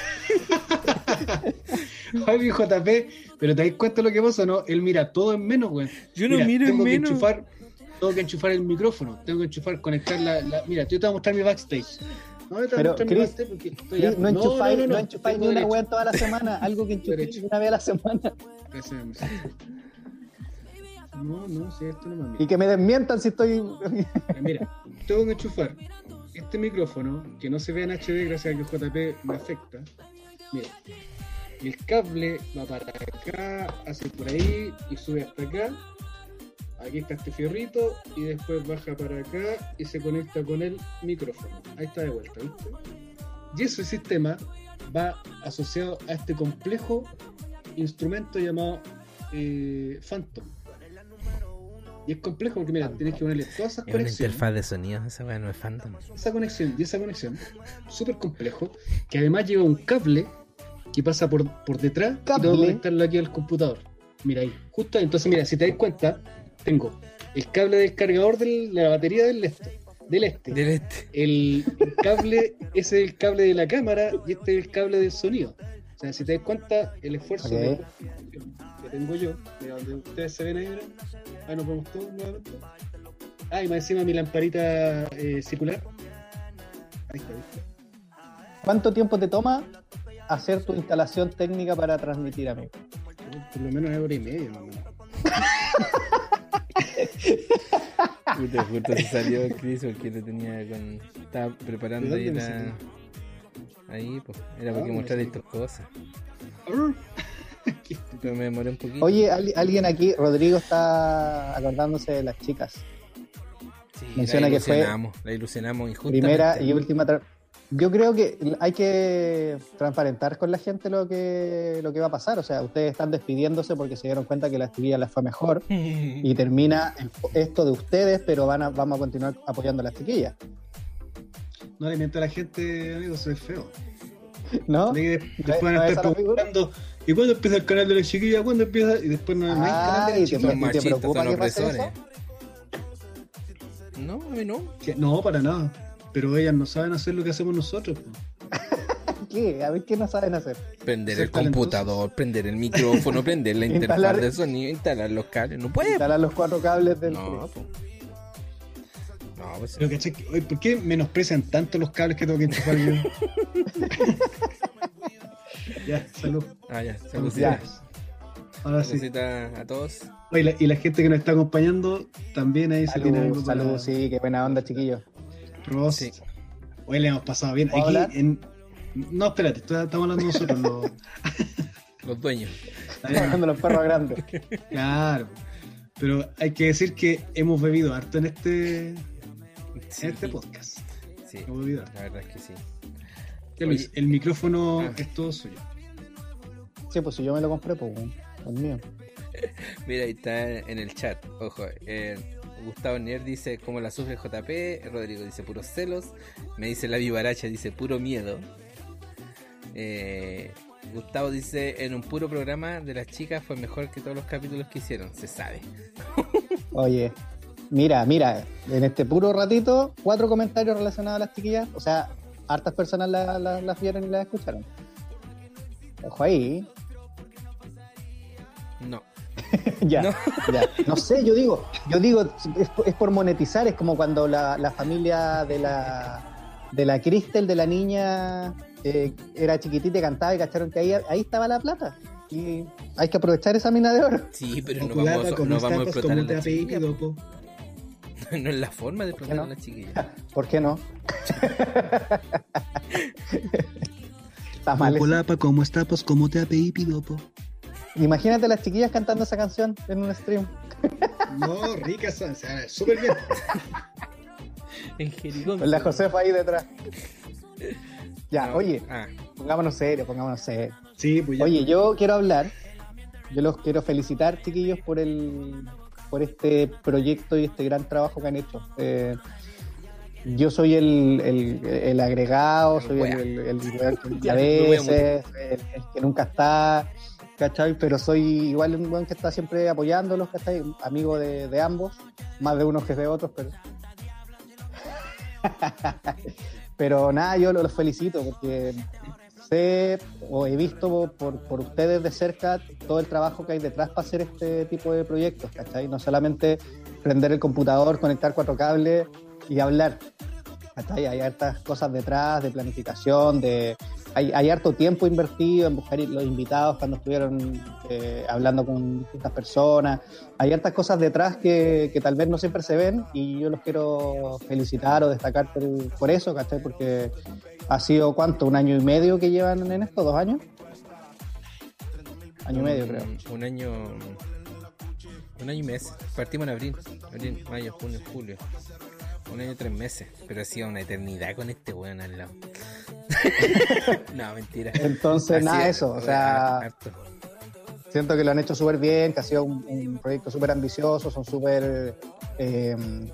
Oye, J P, pero te das cuenta de lo que pasa, ¿no? Él mira todo en menos, güey. Yo no miro en tengo que menos. enchufar, tengo que enchufar el micrófono, tengo que enchufar, conectar la, la- mira, yo te voy a mostrar mi backstage. No, yo te voy a Pero, mostrar mi Chris, backstage porque estoy Chris, a- no enchufáis no, no, no, no, enchufáis tengo ni una derecho. wea en toda la semana. Algo que enchufáis Derecho. una vez a la semana. Gracias, No, no, si esto no me mira. Y que me desmientan si estoy... Mira, tengo que enchufar este micrófono, que no se ve en H D gracias a que J P me afecta. Mira, y el cable va para acá, hace por ahí y sube hasta acá. Aquí está este fierrito y después baja para acá y se conecta con el micrófono. Ahí está de vuelta, ¿viste? Y ese sistema va asociado a este complejo instrumento llamado eh, Phantom. Y es complejo porque, mira, tienes que ponerle todas esas Es una conexiones. interfaz de sonido, esa weá no es Phantom. Esa conexión y esa conexión, súper complejo, que además lleva un cable que pasa por, por detrás y ¿Cable? tengo que conectarlo aquí al computador. Mira ahí, justo ahí. Entonces, mira, si te das cuenta, tengo el cable del cargador del- de la batería del este, del este. Del este. El, el cable, ese es el cable de la cámara y este es el cable del sonido. O sea, si te das cuenta, el esfuerzo Ok. de- que tengo yo, mira, donde ustedes se ven ahí, mira. Ah, nos vemos todos nuevamente. Ah, y más encima mi lamparita eh, circular. Ahí está, ¿viste? ¿Cuánto tiempo te toma hacer tu instalación técnica para transmitir, amigo? Por lo menos es hora y media, más o menos. Puta, justo se salió Chris porque lo tenía con. Estaba preparando ¿De ahí dónde la. me Ahí, pues. Era Ah, porque me mostrarle salió. estas cosas. Pero me demoré un poquito. Oye, al- alguien aquí, Rodrigo, está acordándose de las chicas. Sí, menciona la que fue ilusionamos, la ilusionamos injustamente. Primera y última. tra- Yo creo que hay que transparentar con la gente lo que, lo que va a pasar. O sea, ustedes están despidiéndose porque se dieron cuenta que la actividad les fue mejor y termina el- esto de ustedes, pero van a, vamos a continuar apoyando a las chiquillas, No alimenta a la gente, amigo, eso es feo. ¿no? De que de- después van ¿No a es estar esa la figura? preguntando, ¿y cuándo empieza el canal de la chiquilla? ¿Cuándo empieza? Y después no, no hay Ah, canal de y la te, chiquilla. Son ¿y te machistas, preocupa son que pase opresores. eso? No, a mí no. Que- No, para nada. Pero ellas no saben hacer lo que hacemos nosotros. Po. ¿Qué? A ver qué no saben hacer. Prender Ser el computador, prender el micrófono, prender la interfaz Instalar- de sonido, instalar los cables. No puede. Instalar los cuatro cables del. No, po. No, pues. Pero ¿cachai? Oye, ¿por qué menosprecian tanto los cables que tengo que enchufar yo? Ya, salud. Ah, ya, Ya. saludcitas. Ahora sí. Saludcitas a todos. Oye, la- y la gente que nos está acompañando también ahí se tiene Salud, algo para... salud, sí, qué buena onda, chiquillos. Prost. Sí. Hoy le hemos pasado bien. ¿Puedo Aquí hablar? en... No, espérate, estoy- estamos hablando nosotros. Los... Los dueños. Hablando de los perros grandes. Claro. Pero hay que decir que hemos bebido harto en este, Sí, en este podcast. sí, Hemos bebido. la verdad es que sí. Ya, Luis, Oye. el micrófono Ah. es todo suyo. Sí, pues si yo me lo compré, pues, el mío. Mira, ahí está en el chat. Ojo, eh, Gustavo Nier dice cómo la sufre J P. Rodrigo dice puros celos. Me dice la vivaracha, dice puro miedo. Eh, Gustavo dice en un puro programa de las chicas fue mejor que todos los capítulos que hicieron. Se sabe. Oye, mira, mira, en este puro ratito, cuatro comentarios relacionados a las chiquillas. O sea, hartas personas las la, las vieron y las escucharon. Ojo ahí. No. ya, No. ya. No sé, yo digo, yo digo, es, es por monetizar, es como cuando la, la familia de la de la Cristel, de la niña, eh, era chiquitita y cantaba y cacharon que ahí, ahí estaba la plata. Y hay que aprovechar esa mina de oro. Sí, pero no Oculata, vamos, como no vamos a estás, explotar a como te la chiquilla. apellido, po. No es la forma de explotar no? a la chiquilla. ¿Por qué no? Está mal eso. Oculapa, ¿cómo estás? Pues, ¿cómo te apellido, po? Imagínate las chiquillas cantando esa canción en un stream. No, rica esa, o sea, súper bien. En Jericón. Con la Josefa ahí detrás. Ya, No, oye, Ah, pongámonos serios, pongámonos serios. Sí, pues ya. Oye, yo quiero hablar, yo los quiero felicitar, chiquillos, por el por este proyecto y este gran trabajo que han hecho. Eh, yo soy el, el, el agregado, El soy el, wea. el, el weón que Ya, a me voy a veces, el, el que nunca está, ¿cachai? Pero soy igual un weón que está siempre apoyándolos, ¿cachai? Amigo de, de ambos, más de unos que de otros, pero... pero nada, yo los felicito porque sé o he visto por, por ustedes de cerca todo el trabajo que hay detrás para hacer este tipo de proyectos, ¿cachai? No solamente prender el computador, conectar cuatro cables y hablar, ¿cachai? Hay hartas cosas detrás de planificación, de hay, hay harto tiempo invertido en buscar los invitados cuando estuvieron eh, hablando con distintas personas. Hay hartas cosas detrás que, que tal vez no siempre se ven y yo los quiero felicitar o destacar por, por eso, ¿cachai? Porque ha sido, ¿cuánto? ¿Un año y medio que llevan en esto? ¿Dos años? Año y medio, creo. Un año... Un año y mes. Partimos en abril. Abril, mayo, junio, julio. Un año y tres meses. Pero ha sido una eternidad con este weón al lado. No, mentira. Entonces, Así nada, es, eso. O sea, harto. siento que lo han hecho súper bien, que ha sido un, un proyecto súper ambicioso, son súper eh,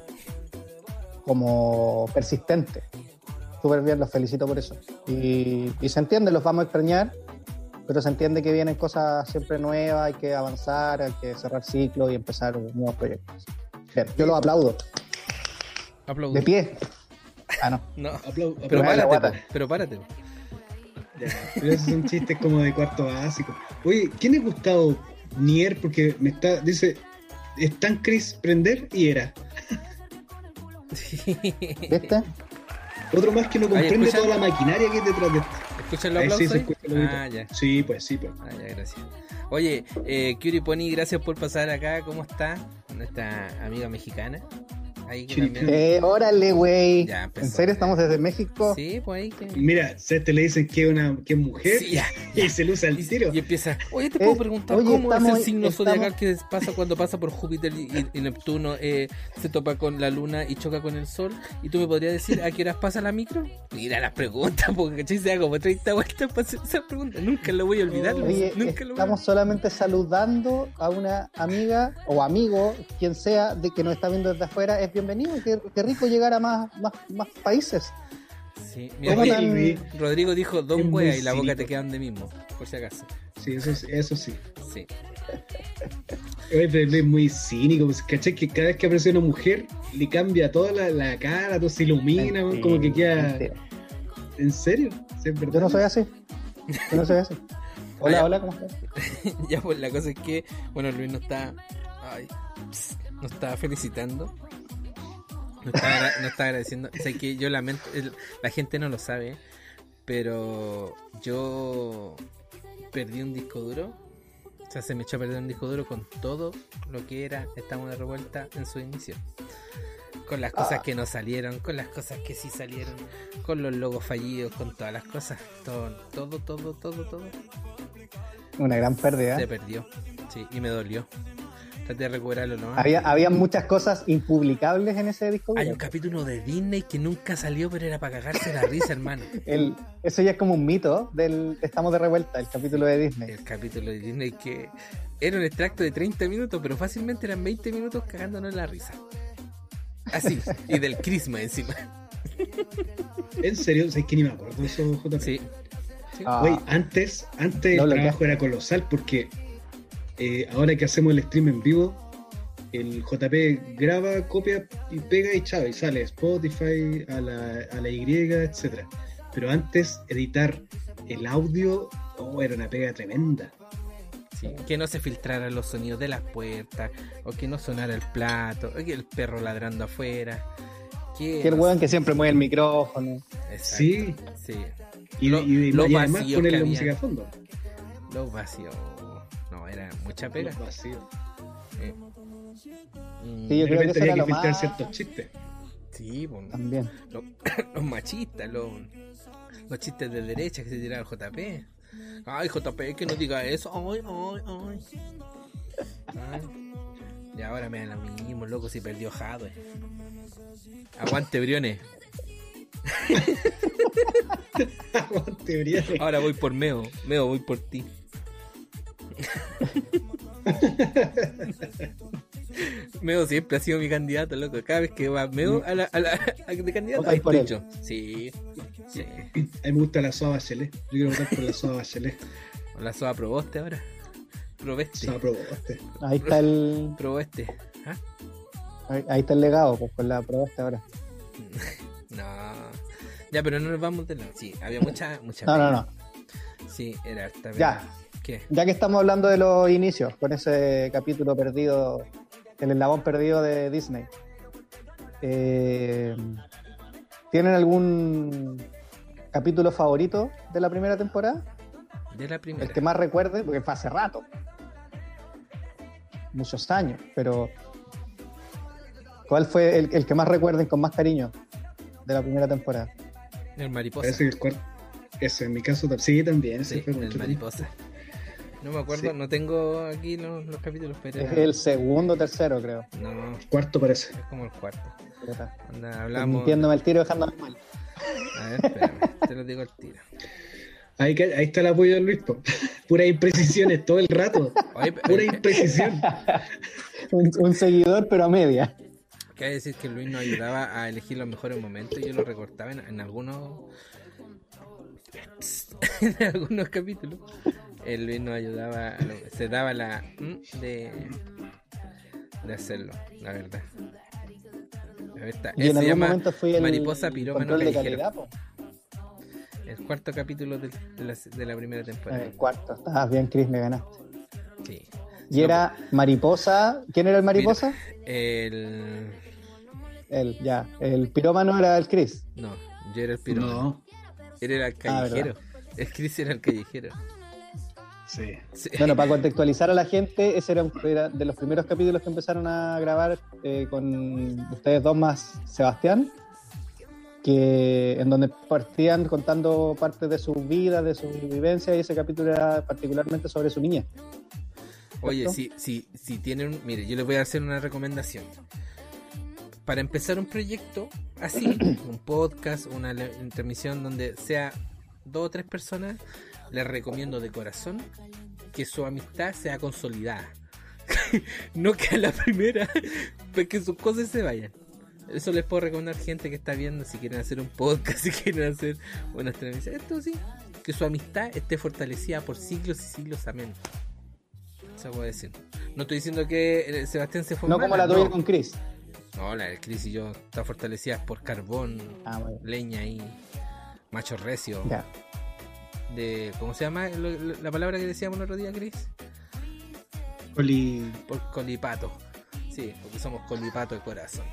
como persistentes. Súper bien, los felicito por eso. Y, y se entiende, los vamos a extrañar, pero se entiende que vienen cosas siempre nuevas, hay que avanzar, hay que cerrar ciclos y empezar nuevos proyectos. Bien, yo los aplaudo. Aplaudo. De pie. Ah, no. No, Aplau- pero Aplaudo. párate, Guata. po, pero párate. Ya, pero esos son chistes como de cuarto básico. Oye, ¿quién es Gustavo Nier? Porque me está, dice, están Chris prender y era. ¿Viste? Otro más que no comprende escucha. toda la maquinaria que hay detrás de esto. ¿Escuchan los Ahí sí aplausos? se ahí? escucha lo bonito. Ah, ya. Sí, pues sí, pues. Ah, ya, gracias. Oye, eh, Curie Pony, gracias por pasar acá. ¿Cómo está nuestra amiga mexicana? Ahí que Chiripio. también... Eh, órale, güey. Ya empezó. ¿En serio estamos desde México? Sí, pues ahí que... Mira, se te le dicen que es una que es mujer Sí, ya, y se le usa el Y, tiro. y empieza, oye, te Eh, puedo preguntar oye, cómo estamos- es el signo estamos- zodiacal que pasa cuando pasa por Júpiter y, y Neptuno eh, se topa con la luna y choca con el sol. ¿Y tú me podrías decir a qué horas pasa la micro? Mira las preguntas, porque ¿cachai? Se da como treinta vueltas para hacer esas preguntas. Nunca lo voy a olvidar. Oye, nunca lo voy a estamos solamente saludando a una amiga o amigo, quien sea, de que nos está viendo desde afuera. Es bienvenido. Qué, qué rico llegar a más, más, más países. Sí, mira, ¿Cómo oye, tan- Sí, Rodrigo dijo Es don muy wea y la boca cínico. te queda donde mismo, por si acaso. sí, eso, sí, eso sí. Sí. Oye, pero es muy cínico, pues, ¿cachai? Que cada vez que aparece una mujer le cambia toda la, la cara, todo se ilumina, Mentira, como que queda. mentira. ¿En serio? ¿Sí, es verdad? Yo no soy así. Yo no soy así. Hola, Vaya. hola, ¿cómo estás? Ya, pues la cosa es que, bueno, Luis nos está, ay, pss, nos está felicitando, nos está, agra- nos está agradeciendo. O sea, que yo lamento, el- la gente no lo sabe, pero yo perdí un disco duro. O sea, se me echó a perder un disco duro con todo lo que era Estamos de Revuelta en su inicio. Con las cosas Ah. que no salieron, con las cosas que sí salieron, con los logos fallidos, con todas las cosas. Todo, todo, todo, todo, todo. Una gran pérdida. Se perdió, sí, y me dolió. Traté de recuperarlo nomás. Había, había muchas cosas impublicables en ese disco. Hay duro. un capítulo de Disney que nunca salió, pero era para cagarse la risa, hermano. El, eso ya es como un mito del Estamos de Revuelta, el capítulo de Disney. El capítulo de Disney que era un extracto de treinta minutos, pero fácilmente eran veinte minutos cagándonos la risa. Así, y del crisma encima. ¿En serio? ¿Sabes que ni me acuerdo de eso, J P? Sí. Sí. Ah, Oye, antes, antes No el lo trabajo era colosal porque eh, ahora que hacemos el stream en vivo, el J P graba, copia y pega y chao, y sale a Spotify, a la, a la Y, etcétera. Pero antes editar el audio, oh, era una pega tremenda. Sí, que no se filtraran los sonidos de las puertas, o que no sonara el plato, o que el perro ladrando afuera. Que, que el weón que siempre mueve el micrófono. Exacto, Sí. sí. Y, Lo- y- y los además vacíos poner que la había. música a fondo. Los vacíos. No, era mucha pega. Los vacíos. Eh. Mm, Sí, yo De creo que repente eso había era que lo filtrar más- ciertos chistes. Sí, pues, También. los, los machistas, los, los chistes de derecha que se tiraba el J P. Ay, J P, que no diga eso. Ay, ay, ay. Ay. Y ahora me da lo mismo, loco, si perdió Jadwe. Aguante, Briones. Teoría de- Ahora voy por Meo. Meo, voy por ti. Meo siempre ha sido mi candidato, loco. Cada vez que va Meo a la, a la a- de candidato, Votáis ahí por estoy él. yo. Sí, sí. A mí me gusta la soda Bachelet. Yo quiero votar por la soda Bachelet. O la soda proboste ahora. Probeste. Soda Proboste. Ahí está el, Probeste. ¿Ah? ahí, ahí está el legado, pues con la probaste ahora. No. Ya, pero no nos vamos de lado. Sí, había mucha, mucha. No, no, pena. no. Sí, era harta. Ya. pena. ¿Qué? Ya que estamos hablando de los inicios, con ese capítulo perdido, el eslabón perdido de Disney, eh, ¿tienen algún capítulo favorito de la primera temporada. De la primera. El que más recuerde, porque fue hace rato. Muchos años, pero ¿cuál fue el, el que más recuerden con más cariño de la primera temporada? El mariposa. Parece que el cuarto. Ese en mi caso sí también. Ese Sí, fue el mucho mariposa. No me acuerdo, Sí. no tengo aquí los, los capítulos, pero Es era- el segundo o tercero, creo. no, Cuarto parece. es como el cuarto. Puta. Anda, hablamos. Mintiéndome el tiro, dejándome mal. A ver, espérame, te lo digo al tiro. Ahí, ca- ahí está el apoyo de Luis, po. Puras imprecisiones todo el rato. Oye, Pura eh, imprecisión. Un, un seguidor, pero a media. Cabe decir que Luis nos ayudaba a elegir los mejores momentos y yo lo recortaba en, en algunos en algunos capítulos. El Luis nos ayudaba, a lo- se daba la mm, de de hacerlo, la verdad. A ver, está. Y Él en se algún llama momento fui el Mariposa Pirómano control de Callejero. calidad, po. El cuarto capítulo de, de la, de la primera En temporada. el cuarto. Estabas bien, Chris, me ganaste. Sí. Y era Mariposa. ¿Quién era el Mariposa? El Él, ya. El pirómano era el Chris. no, yo era el pirómano. No. Él era el Ah, callejero. el Chris era el callejero. Sí. Sí. Bueno, para contextualizar a la gente, ese era, era de los primeros capítulos que empezaron a grabar eh, con ustedes dos más Sebastián, que en donde partían contando parte de su vida, de su vivencia, y ese capítulo era particularmente sobre su niña. Oye, si, si, si tienen, mire, yo les voy a hacer una recomendación. Para empezar un proyecto así, un podcast, una le- transmisión donde sea dos o tres personas, les recomiendo de corazón que su amistad sea consolidada. No que a la primera, pues que sus cosas se vayan. Eso les puedo recomendar, gente que está viendo, si quieren hacer un podcast, si quieren hacer una transmisión. Esto sí, que su amistad esté fortalecida por siglos y siglos. Amén. Eso puedo decir. No estoy diciendo que eh, Sebastián se fue No mala, como la tuya no. con Chris. No, la de Chris y yo está fortalecida por carbón, Ah, bueno. leña y macho recio. Ya. De, ¿cómo se llama lo- lo- la palabra que decíamos el otro día, Chris? Coli. Por colipato. Sí, porque somos colipato de corazón.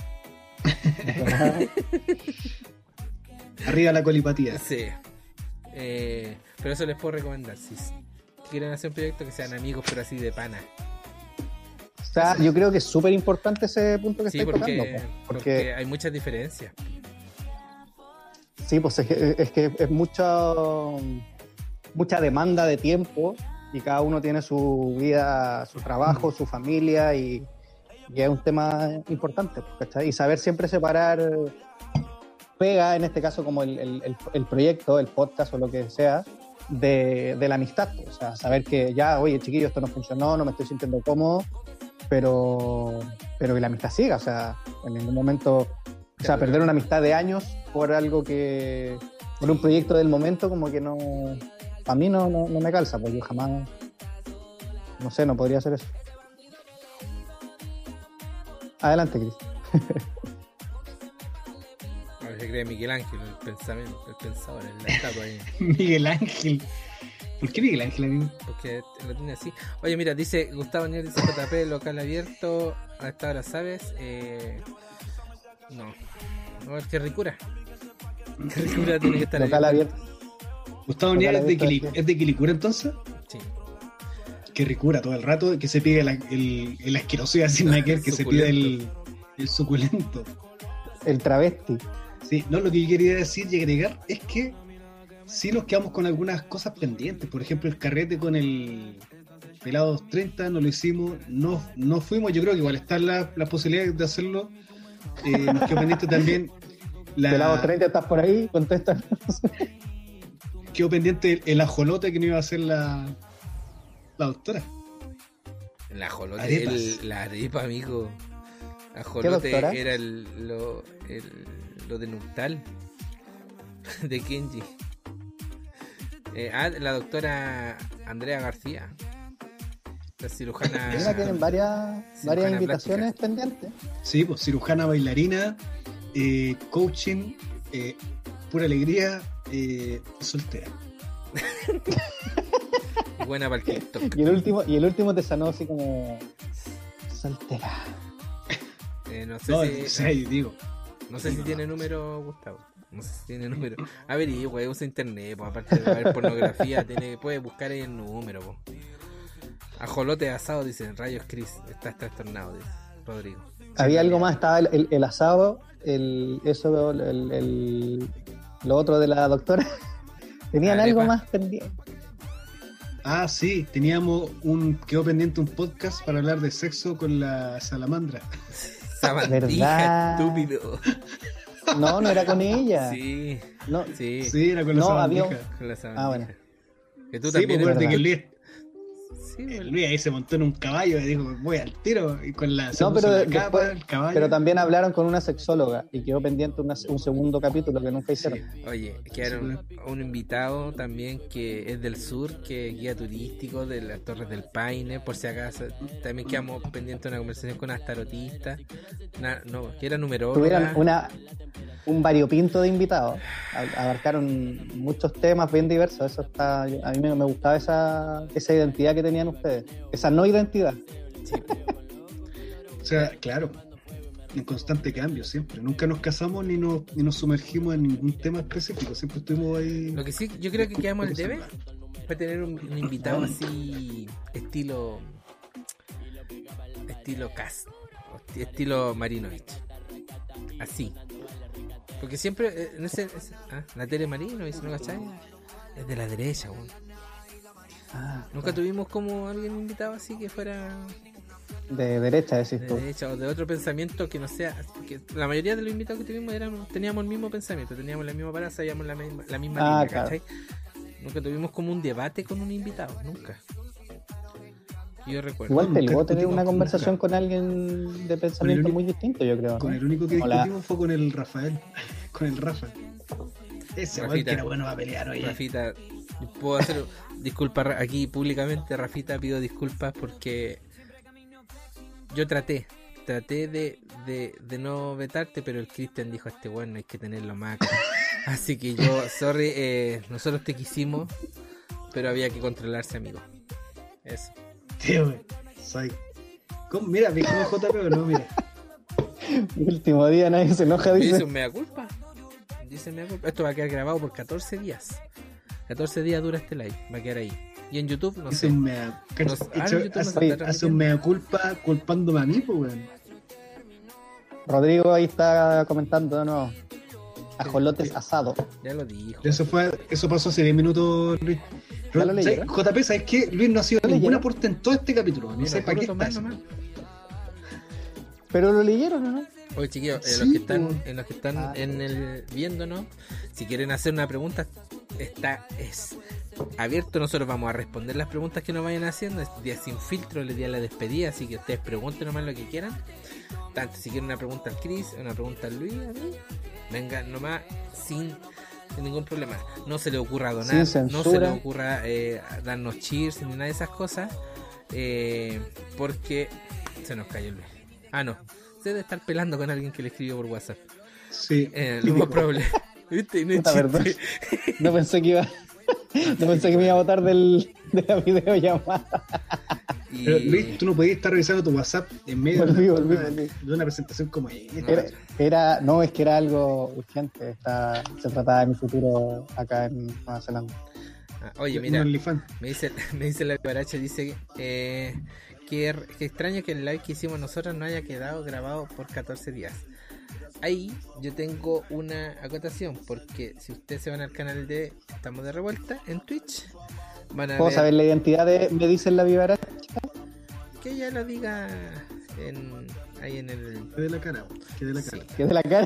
Arriba la colipatía. Sí. Eh, pero eso les puedo recomendar. Si s- quieren hacer un proyecto, que sean amigos, pero así de pana. O sea, yo creo que es súper importante ese punto que Sí, estáis porque, tocando. po, porque Porque, hay muchas diferencias. sí, pues es que es, que es mucho, mucha demanda de tiempo y cada uno tiene su vida, su trabajo, su familia y, y es un tema importante, ¿cachai? Y saber siempre separar pega, en este caso como el, el- el- el proyecto, el podcast o lo que sea, de, de la amistad. O sea, saber que ya, oye, chiquillo, esto no funcionó, no me estoy sintiendo cómodo, pero, pero que la amistad siga. O sea, en ningún momento, o sea, perder una amistad de años por algo que, por un proyecto del momento, como que no, a mí no, no, no me calza, porque yo jamás, no sé, no podría hacer eso. Adelante, Cris. A ver, se cree Miguel Ángel, el pensamiento, el pensador, el la estatua ahí. Miguel Ángel. ¿Por qué Miguel Ángel, amigo? Porque lo tiene así. Oye, mira, dice Gustavo Nier, dice J P, local abierto. A esta hora, ¿sabes? Eh, no. No, es que ricura. Que ricura tiene que estar Local abierto. abierto. Gustavo Local Nieves es de, abierto Quili- aquí. es de Quilicura entonces. Sí. Que ricura todo el rato, que se pide la, el, el asquerosidad sin nada que ver, que se pide el, el suculento. El travesti. Sí, no, lo que yo quería decir y agregar es que sí nos quedamos con algunas cosas pendientes. Por ejemplo, el carrete con el Pelados treinta no lo hicimos, no, no fuimos. Yo creo que igual está la, la posibilidad de hacerlo. Eh, nos quedó pendiente también la, Pelado treinta, ¿estás por ahí? Contesta. quedó pendiente el, el ajolote que no iba a hacer la, la doctora. La jolote, Arepas. el- la arepa, amigo. La doctora? jolote era el, lo, el, lo de Nuctal. De Kenji. Eh, ah, la doctora Andrea García. La cirujana. Mira, tienen varias, Sí, varias buena invitaciones pendientes. Sí, pues cirujana, bailarina, eh, coaching, eh, pura alegría, eh, soltera. Y buena para el TikTok. Y el último, y el último te sanó así como soltera. Eh, no sé No, si, o sea, yo digo, no sé si tiene número, Gustavo. No sé si tiene número. A ver, y güey, usa internet, pues, aparte de ver pornografía, tiene, puede buscar ahí el número, pues. Ajolote asado, dicen, rayos Chris, estás trastornado, dice Rodrigo. Había algo más, estaba el, el, el asado, el, eso, el, el, lo otro de la doctora. Tenían algo más pendiente. Ah, sí, teníamos un, quedó pendiente un podcast para hablar de sexo con la salamandra. Sabandija, estúpido. No, no era con ella. Sí, no, sí, sí era con la no, sabandija. Había... Con la sabandija. Ah, bueno. Que tú sí, también pues, eres que Luis, sí, el Luis ahí se montó en un caballo y dijo, voy al tiro, y con la, no, pero, la después, capa, el caballo. Pero también hablaron con una sexóloga y quedó pendiente una, un segundo capítulo que nunca hicieron. Sí. Oye, quedaron sí. un invitado también que es del sur, que es guía turístico de las Torres del Paine, por si acaso. También quedamos pendientes de una conversación con unas tarotistas, una, no, que era numeróloga. Tuvieron una, un variopinto de invitados, abarcaron muchos temas bien diversos. Eso está, a mí me, me gustaba esa, esa identidad que tenían ustedes, esa no identidad. Sí. O sea, claro, en constante cambio siempre. Nunca nos casamos ni nos, ni nos sumergimos en ningún tema específico. Siempre estuvimos ahí. Lo que sí, yo creo que quedamos al debe fue tener un, un invitado así, estilo, estilo cast, estilo Marinovich, así. Porque siempre, en ese, ese ah, la Tere Marinovich, ¿no cachai? Es de la derecha, weón. Ah, Nunca claro. tuvimos como alguien invitado así que fuera de derecha, decís de tú. derecha o de otro pensamiento que no sea, porque la mayoría de los invitados que tuvimos éramos, teníamos el mismo pensamiento, teníamos la misma parada, sabíamos la misma, la misma ah, línea, claro. ¿cachai? Nunca tuvimos como un debate con un invitado, nunca. Yo recuerdo. Igual te luego tener una conversación nunca. Con alguien de pensamiento único, muy distinto, yo creo. Con ¿no? el único que Hola. discutimos fue con el Rafael, con el Rafa. Ese güey que era bueno a pelear, oye. Rafita, puedo hacer disculpas aquí públicamente, Rafita, pido disculpas porque yo traté, traté de, de, de no vetarte, pero el Cristian dijo, este bueno, hay que tenerlo más acá. Así que yo, sorry, eh, nosotros te quisimos, pero había que controlarse, amigo. Eso. Tío, güey, soy... ¿Cómo? Mira, ¿ves como J P o no? Mira. Último día nadie se enoja, dice. Dice un mea culpa. Dice mea culpa. Esto va a quedar grabado por catorce días. catorce días dura este live, va a quedar ahí. Y en YouTube, no Hice sé. Un mea... No, hecho, ah, en YouTube no hace, se hace un mea culpa culpándome a mí, pues, weón. Rodrigo ahí está comentando de nuevo. Ajolotes asado. Ya lo dijo. Eso fue, eso pasó hace diez minutos, Luis. ¿Ya lo leyeron? J P, ¿sabes qué? Luis no ha sido ningún aporte en todo este capítulo. No sé para qué está eso. Pero lo leyeron, ¿o no? Oye, chiquillos, eh, Sí, los que están, pues. en los que están Ah, en el viéndonos, si quieren hacer una pregunta, está es abierto. Nosotros vamos a responder las preguntas que nos vayan haciendo. Este día sin filtro, el día de la despedida, así que ustedes pregunten nomás lo que quieran. Tanto si quieren una pregunta al Chris, una pregunta al Luis, a mí, vengan nomás sin, sin ningún problema. No se le ocurra donar, no se le ocurra eh, darnos cheers ni nada de esas cosas, eh, porque se nos cayó el Luis. Ah, no. Se debe estar pelando con alguien que le escribió por WhatsApp. Sí. Eh, lo más probable. ¿Viste? No, Puta, verdad. No pensé que iba. No pensé que me iba a botar del, de la videollamada. Y... Pero, Luis, tú no podías estar revisando tu WhatsApp en medio Volví, de, volví, una, volví. de una presentación como esta. Era, era, no, es que era algo urgente. Está, se trataba de mi futuro acá en Nueva Zelanda. Ah, oye, mira, Un me dice, me dice la Baracha, dice eh, que, que extraño que el live que hicimos nosotros no haya quedado grabado por catorce días. Ahí yo tengo una acotación, porque si ustedes se van al canal de Estamos de Revuelta en Twitch, van a ¿Puedo ver... saber la identidad de me dicen la vivaracha? Que ella lo diga en, ahí en el... Que de la cara, que de la cara. Que es de la cara.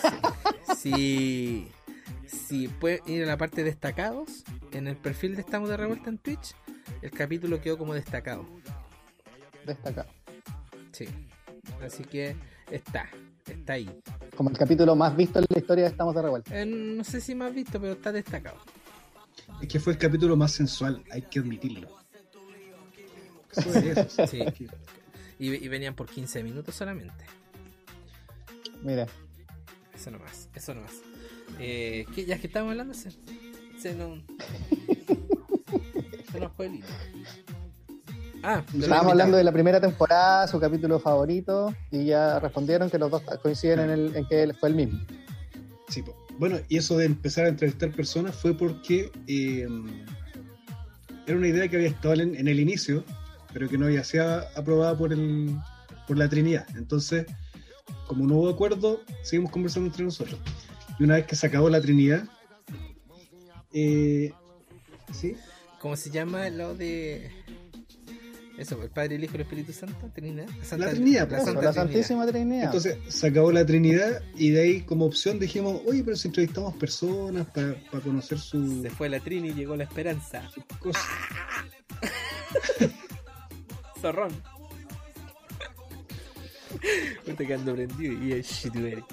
Si, si pueden ir a la parte de destacados, en el perfil de Estamos de Revuelta en Twitch, el capítulo quedó como destacado. Destacado. Sí, así que está, está ahí. Como el capítulo más visto en la historia de Estamos de Revuelta. Eh, no sé si más visto, pero está destacado. Es que fue el capítulo más sensual, hay que admitirlo. Eso es eso. Sí. Y, y venían por quince minutos solamente. Mira. Eso nomás, eso nomás. Eh, ¿qué, ya que estamos hablando, se, se nos... se nos fue el hilo. Ah, estábamos hablando de la primera temporada, su capítulo favorito, y ya respondieron que los dos coinciden en, el, en que él fue el mismo. Sí, po. Bueno, y eso de empezar a entrevistar personas fue porque eh, era una idea que había estado en, en el inicio, pero que no había sido aprobada por el por la Trinidad. Entonces, como no hubo acuerdo, seguimos conversando entre nosotros. Y una vez que se acabó la Trinidad, eh, ¿sí? ¿Cómo se llama lo de eso? ¿El Padre, el Hijo y el Espíritu Santo? ¿Trinidad? La Trinidad, La, pues, Santa la Santísima Trinidad. Entonces se acabó la Trinidad y de ahí como opción dijimos, oye, pero si entrevistamos personas para pa conocer su... Se fue la Trini y llegó la esperanza. Cosa. Zorrón. Me estoy quedando prendido y es shit,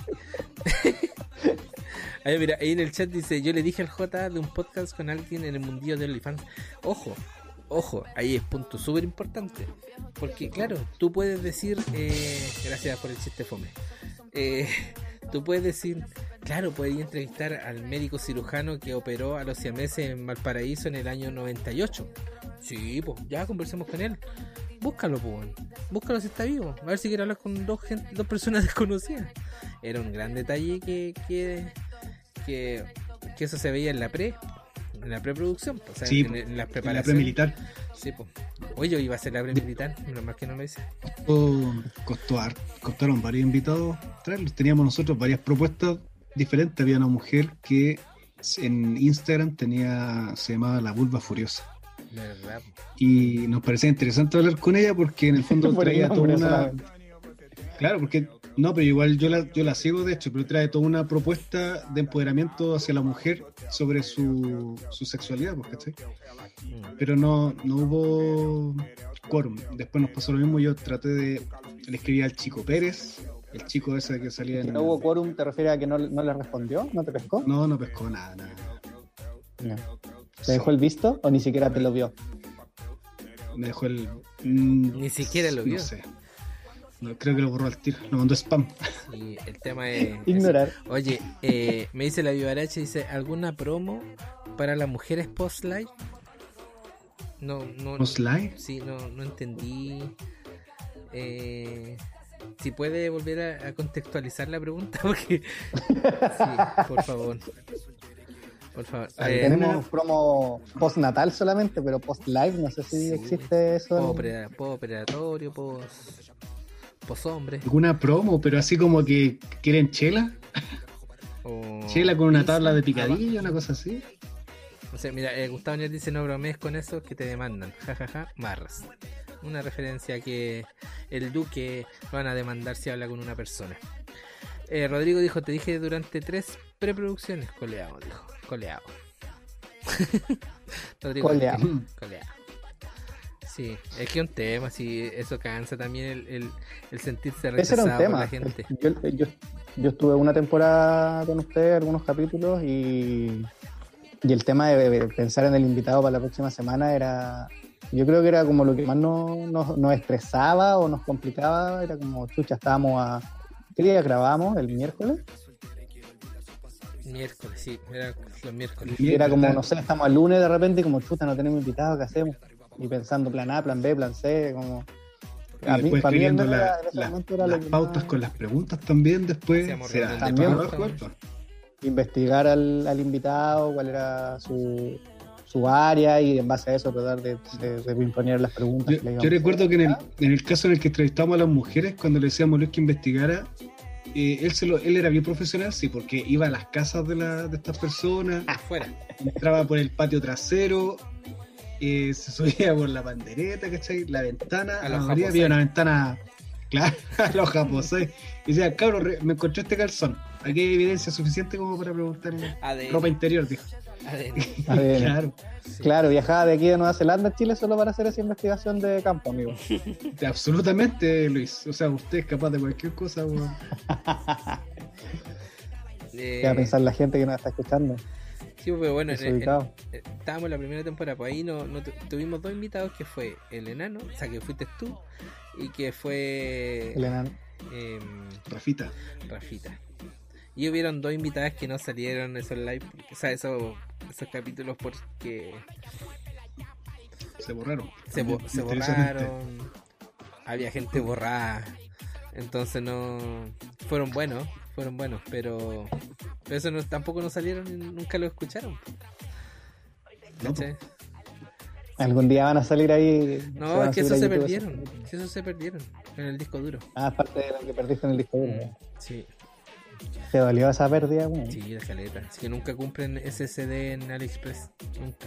ahí, mira, ahí en el chat dice, yo le dije al J de un podcast con alguien en el mundillo de OnlyFans. Ojo, ojo, ahí es punto súper importante. Porque claro, tú puedes decir, eh, gracias por el chiste fome, eh, tú puedes decir, claro, podría entrevistar al médico cirujano que operó a los siameses en Valparaíso en el año noventa y ocho. Sí, pues ya conversemos con él. Búscalo, pues. Búscalo si está vivo. A ver si quiere hablar con dos, gente, dos personas desconocidas. Era un gran detalle que, que, que, que eso se veía en la pre, en la preproducción, pues, o sea, sí, en, en las preparaciones. La pre-militar. Sí, pues. Oye, iba a ser la pre-militar, menos mal que no lo hice. Costó, costó, costaron varios invitados traerlos. Teníamos nosotros varias propuestas diferentes. Había una mujer que en Instagram tenía, se llamaba La Vulva Furiosa. ¿Verdad? Y nos parecía interesante hablar con ella porque en el fondo traía toda una... Claro, porque... No, pero igual yo la, yo la sigo de hecho, pero trae toda una propuesta de empoderamiento hacia la mujer sobre su, su sexualidad, pues, ¿cachai? Mm. Pero no, no hubo quórum. Después nos pasó lo mismo, yo traté de... Le escribí al Chico Pérez, el chico ese que salía en... ¿No hubo quórum? ¿Te refieres a que no, no le respondió? ¿No te pescó? No, no pescó nada, nada. No. ¿Te dejó el visto o ni siquiera te lo vio? Me dejó el... Mm, ni siquiera lo vio. No sé. No, creo que lo borró al tiro, lo mandó spam. Sí, el tema es... Ignorar. Es, oye, eh, me dice la Vivaracha, dice, ¿alguna promo para las mujeres post-live? No, no... ¿Post-live? Sí, no, no entendí. Eh, si puede volver a, a contextualizar la pregunta, porque... Sí, por favor. Por favor. Eh, tenemos promo post-natal solamente, pero post-live, no sé si sí, existe eso. Post-operatorio, post... post-hombre. ¿Alguna promo, pero así como que quieren chela? O... Chela con una pizza, tabla de picadillo, una cosa así. O sea, mira, eh, Gustavo Ñer dice, no bromees con eso que te demandan. Jajaja, ja, ja, marras. Una referencia que el Duque lo van a demandar si habla con una persona. Eh, Rodrigo dijo, te dije durante tres preproducciones, coleado, dijo. Coleado. Rodrigo, coleado. Coleado. Sí, es que un tema, sí, eso cansa también el, el, el sentirse rechazado Ese era un tema. Por la gente. Yo, yo, yo estuve una temporada con usted, algunos capítulos, y, y el tema de pensar en el invitado para la próxima semana era, yo creo que era como lo que más nos, nos, nos estresaba o nos complicaba, era como, chucha, estábamos a... ¿Qué día grabamos? ¿El miércoles? Miércoles, sí, era los miércoles. Y era como, no sé, estamos al lunes de repente y como, chuta, no tenemos invitados, ¿qué hacemos? Y pensando plan A, plan B, plan C, como... Y a después mí, escribiendo la, la, las pautas más... con las preguntas también después. Se da, también investigar al, al invitado, cuál era su, su área y en base a eso tratar de, de, de imponer las preguntas. Yo, yo recuerdo que en el, en el caso en el que entrevistamos a las mujeres, cuando le decíamos a Luis que investigara, eh, él, se lo, él era bien profesional, sí, porque iba a las casas de, la, de estas personas, afuera, entraba por el patio trasero, eh, se subía por la pandereta, ¿cachai? La ventana, a la mayoría había una ventana, claro, a los japoneses, y decía, cabrón, me encontré este calzón, aquí hay evidencia suficiente como para preguntarle A D N. Ropa interior, dijo. A D N. Claro. Sí. Claro, viajaba de aquí de Nueva Zelanda a Chile solo para hacer esa investigación de campo, amigo. Absolutamente, Luis. O sea, usted es capaz de cualquier cosa. ¿Qué va a pensar la gente que nos está escuchando? Sí, pero bueno, en, en, en, estábamos en la primera temporada, pues ahí no, no tuvimos dos invitados, que fue el enano, o sea, que fuiste tú, y que fue... El enano. Eh, Rafita. Rafita. Y hubieron dos invitadas que no salieron esos live, o sea, esos, esos capítulos porque... Se borraron. Se, bo- se borraron, había gente borrada, entonces no... Fueron buenos, fueron buenos, pero, pero eso no, tampoco nos salieron y nunca lo escucharon. No, ¿Cachai? Algún día van a salir ahí. se No, van es a que subir eso a se YouTube perdieron. esos- Que eso se perdieron en el disco duro. Ah, es parte de lo que perdiste en el disco duro. ¿no? Sí, ¿Te dolió esa pérdida, weón? sí, la caleta. Así que nunca cumplen S S D en AliExpress. Nunca.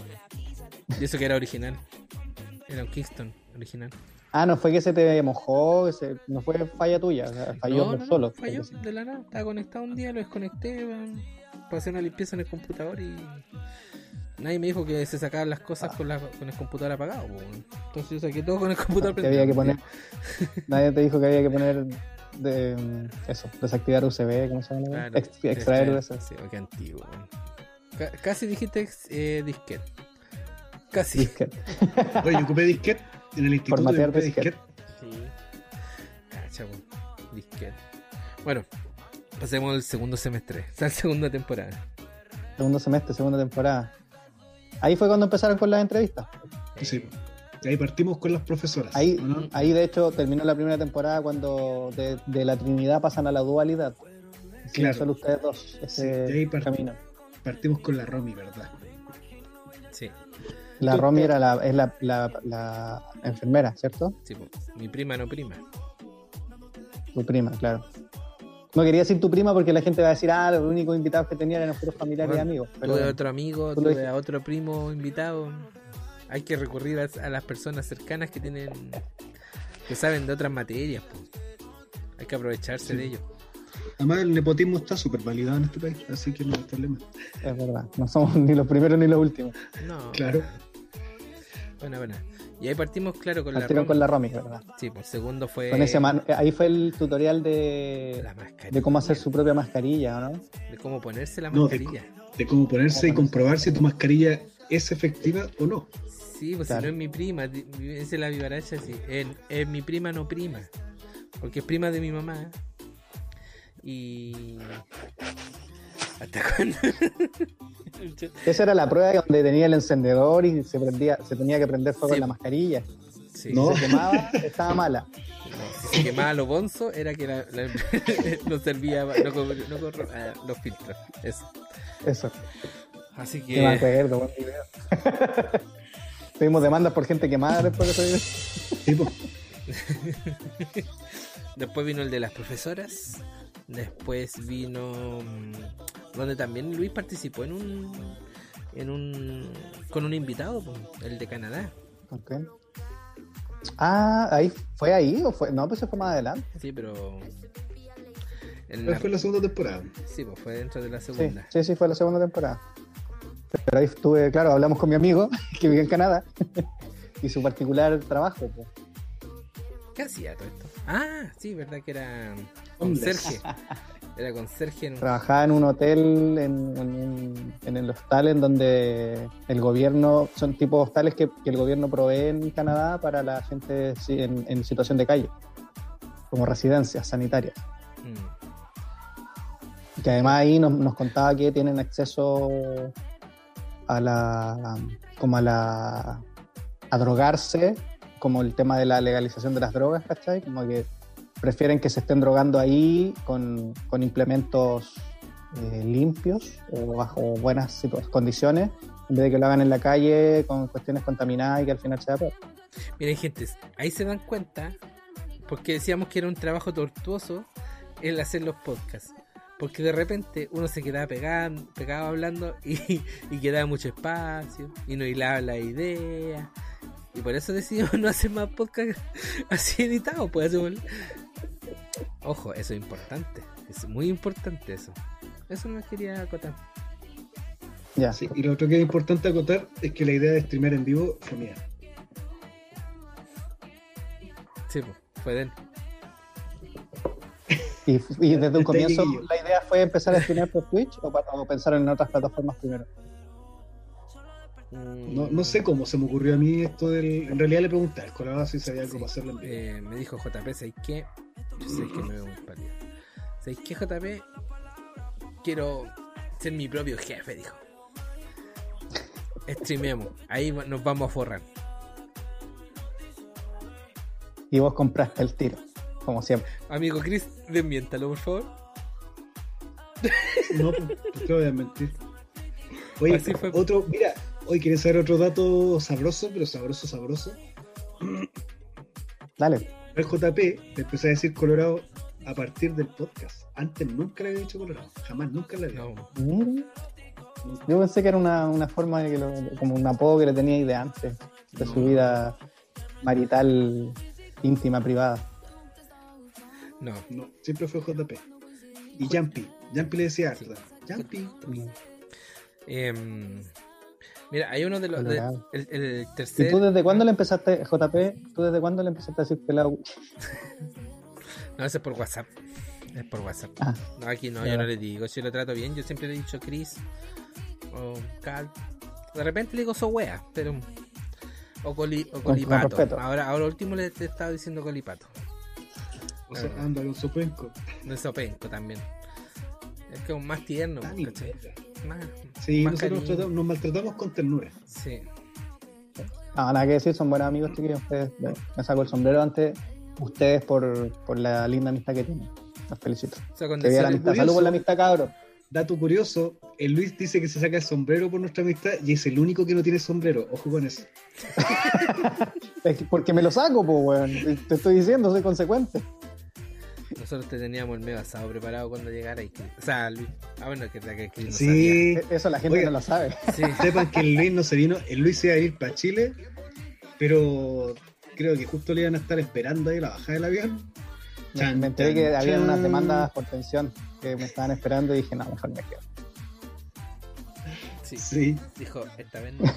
Y eso que era original. Era un Kingston original. Ah, no fue que se te mojó, que se- no fue falla tuya, o sea, falló no, por no, solo. no, falló de la nada. Estaba conectado un día, lo desconecté, weón, para hacer una limpieza en el computador y nadie me dijo que se sacaban las cosas Ah. con, la, con el computador apagado, weón. Entonces yo saqué todo con el computador Que había que poner, nadie te dijo que había que poner de mm, eso, desactivar U S B, ¿cómo se llama? Claro, Ex- extraer U S B. Sí, qué antiguo, weón. Ca- casi dijiste ex- eh, disquete. Casi. Disquete. Oye, yo ocupé disquete en el instituto. Formatear Yo ocupé disquete. disquete. Sí. Cacha, weón. Disquete. Bueno, pasemos al segundo semestre. O sea, la segunda temporada. Segundo semestre, segunda temporada. Ahí fue cuando empezaron con las entrevistas. Sí. Y ahí partimos con las profesoras. Ahí, ¿o no? ahí de hecho terminó la primera temporada cuando de, de la Trinidad pasan a la dualidad. Sí, Claro. solo ustedes dos ese Sí, de ahí part- camino. Partimos con la Romy, ¿verdad? Sí, La Tú- Romy era la, es la, la, la enfermera, ¿cierto? sí, po. Mi prima no prima. Tu prima, claro. No quería decir tu prima porque la gente va a decir, ah, los únicos invitados que tenían eran puros familiares y Bueno, amigos. Pero Tuve otro amigo, tú lo tuve dijiste. a otro primo invitado. Hay que recurrir a, a las personas cercanas que tienen, que saben de otras materias, po. Hay que aprovecharse Sí. de ellos. Además, el nepotismo está súper validado en este país, así que no hay problema. es verdad, no somos ni los primeros ni los últimos. No. Claro. Buena, buena. Y ahí partimos, claro, con Partieron la con Romy. la Romy, ¿verdad? Sí, pues segundo fue Con ese man- ahí fue el tutorial de, la mascarilla. de cómo hacer su propia mascarilla, ¿o ¿no? De cómo ponerse la No, de, mascarilla. de cómo ponerse y comprobar si tu mascarilla es efectiva o no. Sí, pues Claro. si no es mi prima, di- esa es la vivaracha, sí. Es, es mi prima, no prima. Porque es prima de mi mamá. Y. ¿Hasta cuándo? Esa era la prueba donde tenía el encendedor y se prendía, se tenía que prender fuego Sí. en la mascarilla. Sí. No. Se quemaba, estaba mala. No, si se quemaba lo bonzo, era que la, la- no servía, no, co- no corro- ah, los filtros. Eso. Eso. Así Que me que. acuerdo, buen video. Tuvimos demandas por gente quemada después de ese video. Sí, po. Después vino el de las profesoras. Después vino. mm, Donde también Luis participó en un. En un. Con un invitado, pues, el de Canadá. Ok. Ah, ahí fue ahí o fue. No, pues se fue más adelante. Sí, pero. en Pero la- fue la segunda temporada. Sí, pues fue dentro de la Sí, segunda. sí, sí, fue la segunda temporada. Pero ahí estuve, claro, hablamos con mi amigo que vive en Canadá y su particular trabajo. Pues. ¿Qué hacía todo esto? Ah, sí, verdad que era Hombres. conserje. Era conserje en un... Trabajaba en un hotel, en, en, un- en el hostal en donde el gobierno, son tipos hostales que, que el gobierno provee en Canadá para la gente sí, en, en situación de calle, como residencias sanitarias. Mm, Que además ahí nos, nos contaba que tienen acceso a la como a la a drogarse, como el tema de la legalización de las drogas, ¿cachai? Como que prefieren que se estén drogando ahí con, con implementos eh, limpios o bajo buenas situ- condiciones, en vez de que lo hagan en la calle con cuestiones contaminadas y que al final sea peor. Miren, gente, ahí se dan cuenta, porque decíamos que era un trabajo tortuoso el hacer los podcasts. Porque de repente uno se quedaba pegado, pegado hablando y, y quedaba mucho espacio y no hilaba la idea. Y por eso decidimos no hacer más podcasts así editados. Pues hacemos... Ojo, eso es importante. Es muy importante eso. Eso no me quería acotar. Ya. Sí, y lo otro que es importante acotar es que la idea de streamear en vivo fue mía. Sí, pues, fue de él. Y, y desde un Este comienzo chiquillo. la idea fue empezar a streamear por Twitch o, pa- o pensar en otras plataformas primero. Mm, No, no sé cómo se me ocurrió a mí esto del. En realidad le pregunté al colado si sabía cómo hacerlo en vivo. eh, me dijo J P, ¿sabes qué? Yo sé que me veo muy pálido. ¿Sabes qué, J P? Quiero ser mi propio jefe, dijo. Streamemos, ahí va- nos vamos a forrar. Y vos compraste el tiro, como siempre. Amigo Chris, desmiéntalo, por favor. No, pues te voy a mentir. Oye, Así fue. otro, mira, hoy quieres saber otro dato sabroso, pero sabroso, sabroso. Dale. El J P le empezó a decir Colorado a partir del podcast. Antes nunca le había dicho Colorado, jamás, nunca le había. No, Mira. Yo pensé que era una, una forma de que lo, como un apodo que le tenía ahí de antes, de No. su vida marital, íntima, privada. no. No, siempre fue J P. Y Jumpy, Jumpy le decía Sí. harto. Jumpy. Em, mira, hay uno de los. De, Colorado. el, el ¿Y tercer. tú desde cuándo le empezaste, J P, tú desde cuándo le empezaste a decir pelado? No, ese es por WhatsApp. Es por WhatsApp. Ah, No, aquí no, ya. yo no le digo. Si lo trato bien, yo siempre le he dicho Chris o Cal. De repente le digo so wea, pero. O, coli, o con colipato. respeto. Ahora, ahora último le he estado diciendo colipato. O sea, Ah. anda con su penco. No es sopenco también. Es como más tierno, Tan ¿cachai? idiota. Más, Sí, más nosotros cariño. nos, tratamos- nos maltratamos con ternura. Sí. no, nada que decir, son buenos amigos, chiquillos. Ustedes, me saco el sombrero ante ustedes por, por la linda amistad que tienen. Los felicito. O sea, con Que viva la decir- amistad. curioso. Salud por la amistad, cabrón. Dato curioso, el Luis dice que se saca el sombrero por nuestra amistad y es el único que no tiene sombrero. Ojo con eso. Es que- porque me lo saco, pues, weón. Te estoy diciendo, soy consecuente. nosotros te teníamos el medio asado preparado cuando llegara y Chris- o sea, Luis. Ah, bueno, que, que Chris no Sí, E- Eso la gente Oiga. no lo sabe. sabía. Sí. sepan que el Luis no se vino, el Luis se iba a ir para Chile, pero creo que justo le iban a estar esperando ahí a la bajada del avión. Me, Chan, me enteré chan, que había chan. unas demandas por pensión que me estaban esperando y dije, no, mejor me quedo. Sí. Sí. Dijo, esta vez no.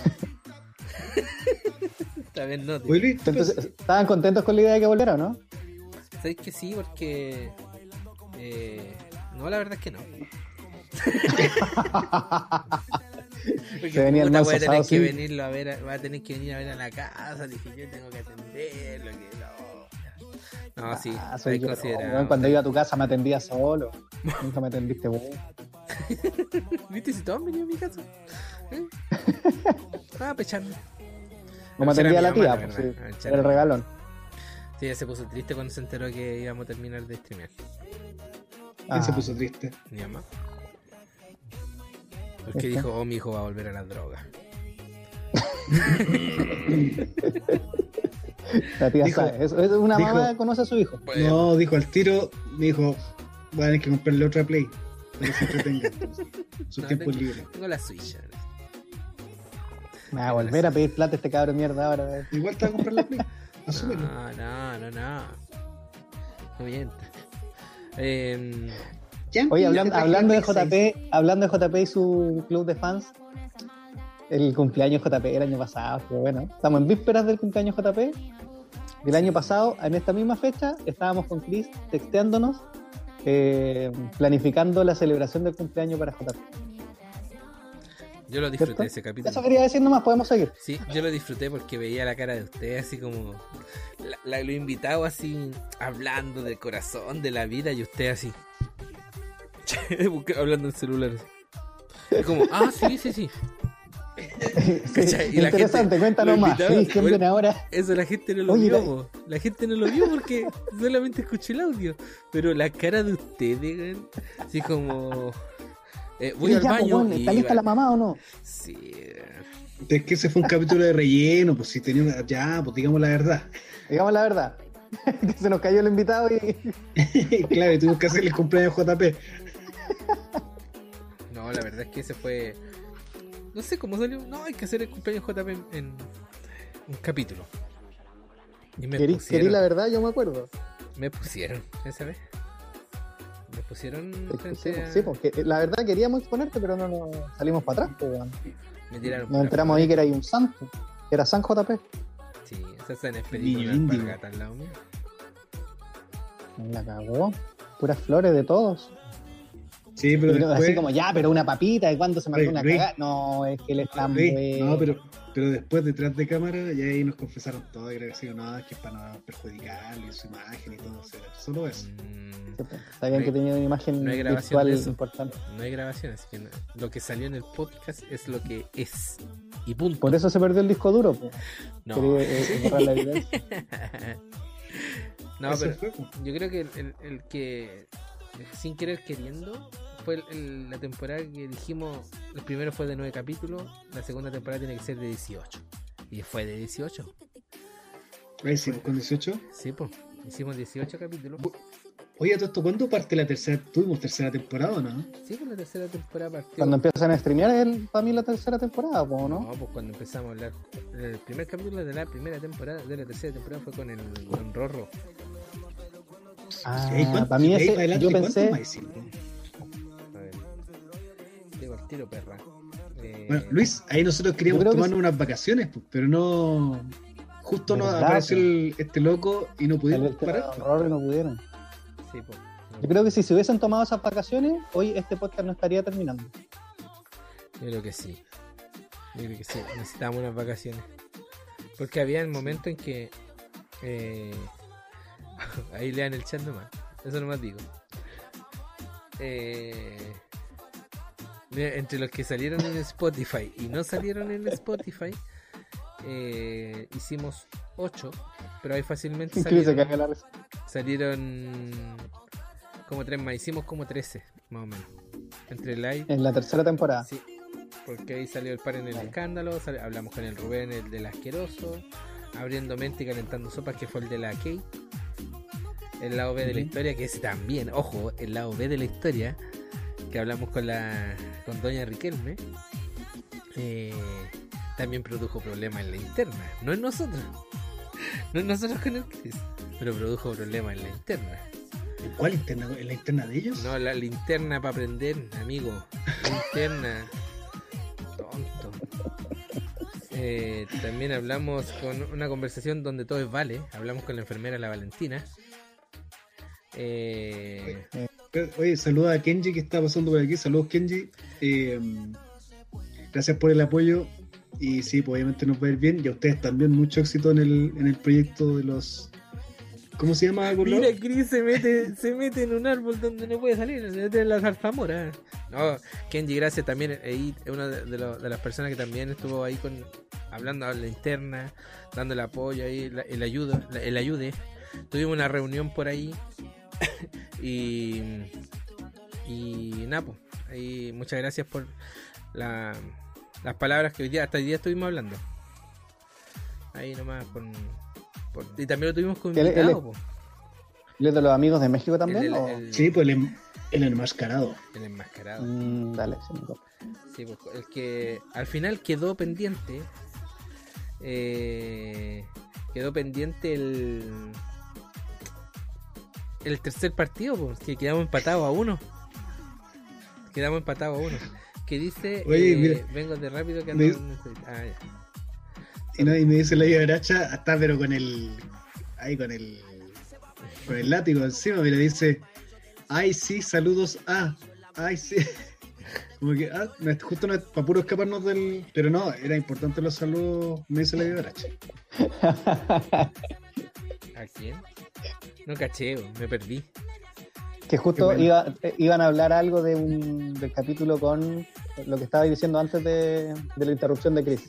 esta vez no, tío. Oye, Luis, ¿qué Entonces, pasa? ¿estaban contentos con la idea de que volviera o no? ¿Sabéis que sí? Porque. Eh, no, la verdad es que no. Porque Se venía el puta, manso voy a tener asado, que sí. venirlo a ver, a- voy a tener que venir a ver a la casa. Dije, yo tengo que atenderlo, que no. No, sí, Ah, soy hay yo, considerado. weón, cuando iba a tu casa me atendías solo. Nunca me atendiste vos. ¿Viste si todos han venido a mi casa? ¿Eh? Ah, pechando. O me Esa era atendía la mi tía, mamá, pues, la sí, verdad. Esa era era el mi- regalón. Sí, ella se puso triste cuando se enteró que íbamos a terminar de streamear. ¿Quién se Ah. puso triste? Mi mamá. Porque ¿Viste? dijo, oh, mi hijo va a volver a las drogas. La tía Dijo- sabe. Es, es una dijo- mamá que conoce a su hijo. No, dijo al tiro, me dijo, voy a tener que comprarle otra Play. Para que se entretenga. Sus No, tiempos tengo- libres. Tengo la Switch. Me va a volver a pedir plata este cabrón de mierda ahora. eh. Igual te va a comprar la Play. Asúmelo. No, no, no, no. No mientas. Eh, Jumpy, Oye, ya hablando, traje hablando la de Play J seis. P, hablando de J P y su club de fans, el cumpleaños J P el año pasado, pero bueno, estamos en vísperas del cumpleaños J P. El año pasado, en esta misma fecha, estábamos con Chris texteándonos, eh, planificando la celebración del cumpleaños para J P. yo lo disfruté ¿Cierto? ese capítulo. Eso quería decir nomás, podemos seguir. Sí, yo lo disfruté porque veía la cara de usted así como la, la- lo invitaba así hablando del corazón, de la vida y usted así hablando en celular. así. Es como, ah, sí, sí, sí. Sí, ¿Cachai? Y la interesante, gente cuéntanos lo más. invitaba, Sí, ¿quién bueno, viene ahora? Eso la gente no lo Oye, vio, la- po. La gente no lo vio porque solamente escuché el audio. Pero la cara de ustedes, weón, así como eh, voy Sí, al ya, pues, baño bueno, y ¿está lista la mamá o no? sí, Es que ese fue un capítulo de relleno, pues si tenía una... Ya, pues digamos la verdad. Digamos la verdad. Que se nos cayó el invitado y. Claro, y tuvimos que hacerle el cumpleaños a J P. no, la verdad es que ese fue no sé cómo salió. No, hay que hacer el cumpleaños J P en, en un capítulo. Y me ¿Querí, pusieron, querí la verdad? Yo me acuerdo. me pusieron esa vez. Me pusieron Sí, frente a... sí, porque la verdad queríamos exponerte, pero no nos salimos para atrás. Pues, weón. me tiraron Nos pura enteramos ahí que era ahí un santo. Que era San J P. Sí, esa se han expedido Niño una índigo. alpargata al lado mío. La cagó. Puras flores de todos. Sí, pero Y no, después... así como, ya, pero una papita, ¿y cuándo se mandó Oye, una Luis. cagada? No, es que él es tan Sí, bueno. no, pero, pero después detrás de cámara ya ahí nos confesaron todo, y creo que sí, no, es que es para no perjudicarle su imagen y todo, o sea, solo eso. Mm, Sí, pues, sabían que tenía una imagen no hay grabación virtual de eso. importante. no hay grabación, así que no- lo que salió en el podcast es lo que es. Y punto. Por eso se perdió el disco duro. Pues. No, Quería eh, borrar la evidencia. no Eso pero fue, pues. yo creo que el, el- el que sin querer queriendo fue el- el- la temporada que dijimos, el primero fue de nueve capítulos, la segunda temporada tiene que ser de dieciocho. Y fue de dieciocho. Ahí sí, con dieciocho. Sí, pues, hicimos dieciocho capítulos. Oye, todo esto, ¿cuándo parte la tercera? ¿Tuvimos tercera temporada o no? Sí, pues la tercera temporada partió. Cuando empiezan a streamear es para mí la tercera temporada, ¿o No, no? pues cuando empezamos a hablar. El primer capítulo de la primera temporada, de la tercera temporada fue con el con Rorro. Ah, Sí, ¿cuánto- para mí de ahí ese, para adelante, yo ¿cuánto pensé, más hicimos? A ver. Digo el tiro, perra. Eh, Bueno, Luis, ahí nosotros queríamos creo que tomarnos sí. unas vacaciones, pues, pero no. Justo nos ¿Verdad, apareció po? el- este loco y no salió pudimos el tema de parar. pues. horror y no pudieron. Sí, pues. Yo creo que si se hubiesen tomado esas vacaciones, hoy este podcast no estaría terminando. Yo creo que sí. Yo creo que sí. Necesitábamos unas vacaciones. Porque había el momento en que. Eh... Ahí lean el chat nomás. Eso nomás digo. Eh... Mira, entre los que salieron en Spotify y no salieron en Spotify, eh, hicimos ocho. Pero ahí fácilmente Que se salieron, caiga la risa. salieron como tres más. Hicimos como trece, más o menos. Entre live. En la tercera temporada. Sí, porque ahí salió el par en el Vale. escándalo, sal- hablamos con el Rubén, el del asqueroso, abriendo mente y calentando sopas, que fue el de la Kate, el lado B de la Ujú. historia, que ese también, ojo, el lado B de la historia, que hablamos con la con Doña Riquelme, eh, también produjo problemas en la interna, no en nosotros, no en nosotros con el Chris, pero produjo problemas en la interna. ¿En cuál interna? ¿En la interna de ellos? No, la linterna para aprender, amigo. Linterna. Tonto. Eh, también hablamos con una conversación donde todo es vale. Hablamos con la enfermera, la Valentina. Eh, Oye, saluda a Kenji que está pasando por aquí. Saludos, Kenji. Eh, gracias por el apoyo. Y sí, pues obviamente nos va a ir bien. Y a ustedes también mucho éxito en el, en el proyecto de los... ¿Cómo se llama? Gordo? Mira, Chris se mete, se mete en un árbol donde no puede salir, se mete en la zarzamora. No, Kenji, gracias también. Ahí es una de, de, lo- de las personas que también estuvo ahí con hablando a la interna, dando el apoyo ahí, la- el ayuda, la- el ayude. Tuvimos una reunión por ahí y y nada, pues, ahí muchas gracias por la, las palabras que hoy día, hasta hoy día estuvimos hablando. Ahí nomás con por- y también lo tuvimos con Él- él invitado, es- pues. ¿Y es de los amigos de México también? El, o? el- Sí, pues el, em- el enmascarado. el enmascarado. Mm, dale, sí, me acuerdo. Sí, pues, el que al final quedó pendiente. eh, quedó pendiente el. El tercer partido, pues, que quedamos empatados a uno. Quedamos empatados a uno. Que dice. Oye, eh, mira. vengo de rápido que Me- ando en este- ah, ya. Y, no, y me dice la derecha, está pero con el... Ahí con el... Con el látigo encima, me le dice... Ay, sí, saludos a... Ay, sí. Como que, ah, no, es- justo no es para puro escaparnos del... Pero no, era importante los saludos, me dice la derecha. ¿A quién? No caché, bo, me perdí. Que justo Qué bueno. iba- eh, iban a hablar algo de un, del capítulo con lo que estaba diciendo antes de, de la interrupción de Chris.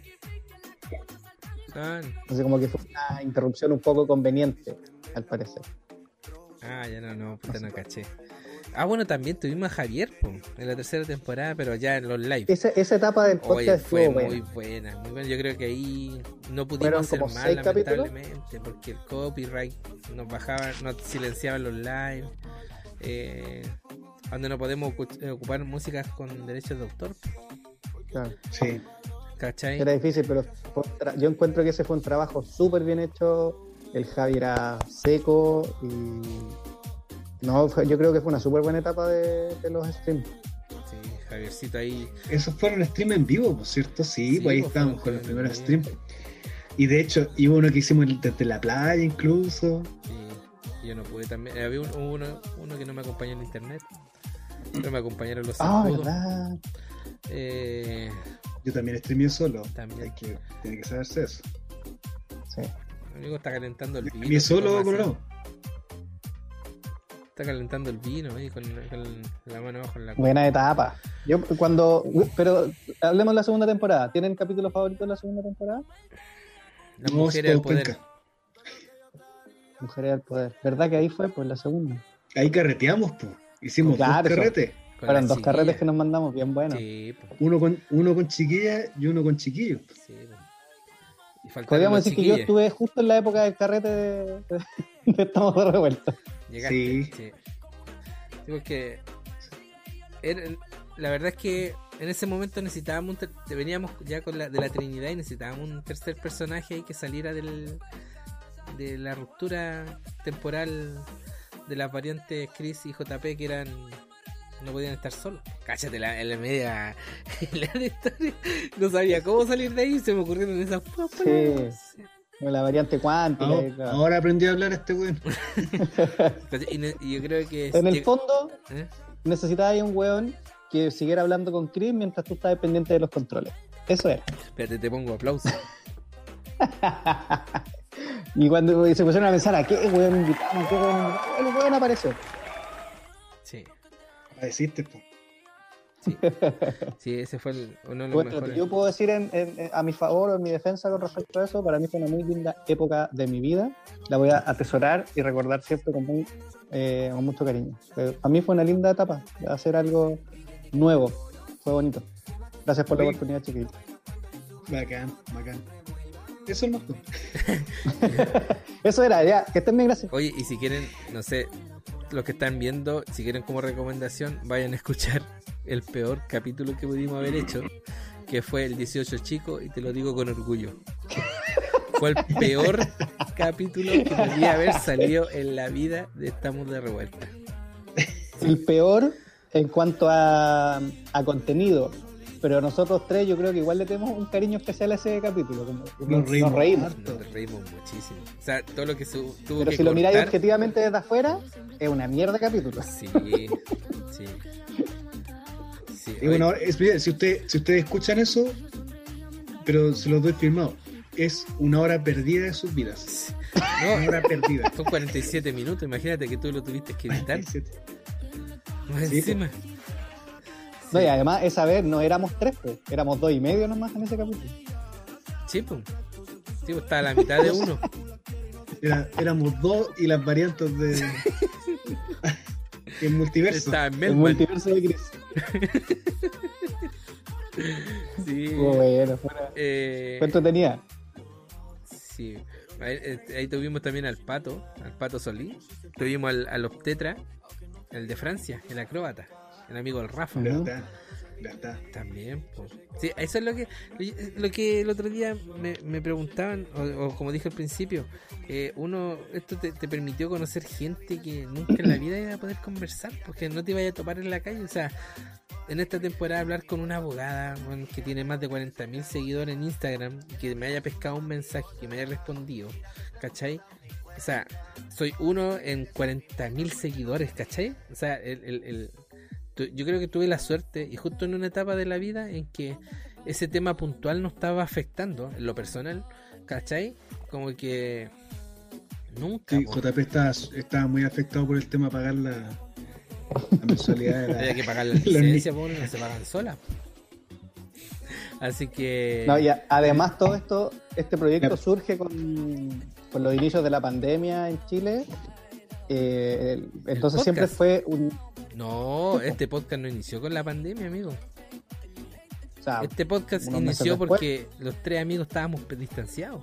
Ah, Entonces como que fue una interrupción un poco conveniente, al parecer. ah, ya no, no, puta, no caché. Ah, bueno, también tuvimos a Javier, po, en la tercera temporada, pero ya en los live. Esa, esa etapa del Oye, podcast fue estuvo muy buena. buena, muy buena. Yo creo que ahí no pudimos Fueron hacer como más, seis capítulos. lamentablemente, porque el copyright nos bajaba, nos silenciaba los live. Eh, donde no podemos ocu- eh, ocupar músicas con derechos de autor, Claro. Sí. ¿cachai? Era difícil, pero fue un tra- yo encuentro que ese fue un trabajo súper bien hecho. El Javi era seco y no, fue- yo creo que fue una súper buena etapa de, de los streams. Sí, Javiercito ahí. Esos fueron stream en vivo, por cierto, sí, Sí, pues ahí pues, estábamos con fueron los primeros en streams. vivo. Y de hecho, hubo uno que hicimos desde la playa incluso. Y yo no pude también. Había un- uno, uno que no me acompañó en internet, pero me acompañaron los Ah, zancudos. verdad. Eh, Yo también streamé solo. También. Hay que, tiene que saberse eso. Sí. el amigo está calentando el vino. ¿Y solo, toma así. Colorado? Está calentando el vino ahí con, con la mano abajo en la Buena etapa. Yo cuando, pero hablemos de la segunda temporada. ¿Tienen capítulo favorito de la segunda temporada? Las No, mujeres todo al poder. penca. Mujeres al poder. ¿Verdad que ahí fue? Pues la segunda. Ahí carreteamos, pues. Hicimos Claro, dos eso. carretes. Con Fueron las dos carretes chiquillas. que nos mandamos bien buenos. Sí, po, Uno con, uno con chiquilla y uno con chiquillo. sí, po. Y faltaron Podríamos los decir que yo chiquillos. estuve justo en la época del carrete de, de- de Estamos de Revuelta. Llegaste, Sí. sí. Sí, porque era- la verdad es que en ese momento necesitábamos un ter- veníamos ya con la de la Trinidad y necesitábamos un tercer personaje ahí que saliera del de la ruptura temporal de las variantes Chris y J P que eran no podían estar solos. Cállate la, en la media la de historia. No sabía cómo salir de ahí, se me ocurrieron esas Sí. La variante cuántica. y Ahora, claro. ahora aprendí a hablar este weón. y, ne- y yo creo que En el lleg- fondo, ¿eh? necesitaba un weón que siguiera hablando con Chris mientras tú estabas pendiente de los controles. Eso era. Espérate, te pongo aplauso. Y cuando se pusieron a pensar a qué weón invitamos, qué weón invitamos, el weón apareció. Sí. Padeciste, po. Sí, ese fue el- uno de los Bueno, lo mejores. que yo puedo decir en- en- en- a mi favor o en mi defensa con respecto a eso, para mí fue una muy linda época de mi vida. La voy a atesorar y recordar siempre con, muy, eh, con mucho cariño. Eh, para mí fue una linda etapa de hacer algo nuevo. Fue bonito. Gracias por la Oye. oportunidad, chiquillos. Bacán, bacán. Eso es más. Eso era, ya. Que estén bien, gracias. Oye, y si quieren, no sé, los que están viendo, si quieren como recomendación, vayan a escuchar el peor capítulo que pudimos haber hecho, que fue el dieciocho chico, y te lo digo con orgullo. Fue el peor capítulo que podía haber salido en la vida de Estamos de Revuelta. El peor en cuanto a, a contenido. Pero nosotros tres yo creo que igual le tenemos un cariño especial a ese capítulo. Como- Nos reímos reímos. harto. Nos reímos muchísimo. O sea, todo lo que su- tuvo Pero que si lo miráis cortar- objetivamente desde afuera, es una mierda de capítulo. Sí, sí. Sí, Y bueno, ahora, es- si, usted, si ustedes escuchan eso, pero se los doy firmado, es una hora perdida de sus vidas. Una no, hora perdida. son cuarenta y siete minutos, imagínate que tú lo tuviste que editar. Más Sí, encima. No, y además esa vez no éramos tres, pues, éramos dos y medio nomás en ese capítulo. Sí, pues. Sí, pues estaba a la mitad de uno. Era- éramos dos y las variantes de. El multiverso. Estaba en El Melbourne. multiverso de Chris. Sí. Bueno, fuera. Eh, ¿Cuánto tenía? sí. Ahí, eh, ahí tuvimos también al Pato, al Pato Solí. Tuvimos al, al Obstetra, el de Francia, el acróbata, el amigo del Rafa. Ya está. Ya está. También, pues. Sí, eso es lo que lo que el otro día me, me preguntaban, o, o como dije al principio, eh, uno, esto te, te permitió conocer gente que nunca en la vida iba a poder conversar, porque no te iba a topar en la calle. O sea, en esta temporada hablar con una abogada, bueno, que tiene más de cuarenta mil seguidores en Instagram, y que me haya pescado un mensaje, que me haya respondido, ¿cachai? O sea, soy uno en cuarenta mil seguidores, ¿cachai? O sea, el, el, el tu- yo creo que tuve la suerte, y justo en una etapa de la vida en que ese tema puntual no estaba afectando en lo personal, ¿cachai? Como que nunca, Sí, po. J P estaba, estaba muy afectado por el tema de pagar la, la mensualidad de la- Había que pagar la Los licencia, po, no se pagan solas. Así que No, y a- además todo esto, este proyecto Ya. surge con, con los inicios de la pandemia en Chile. Eh, el- entonces podcast. siempre fue un... no, este podcast no inició con la pandemia, amigo. O sea, Este podcast unos meses inició después. porque los tres amigos estábamos distanciados.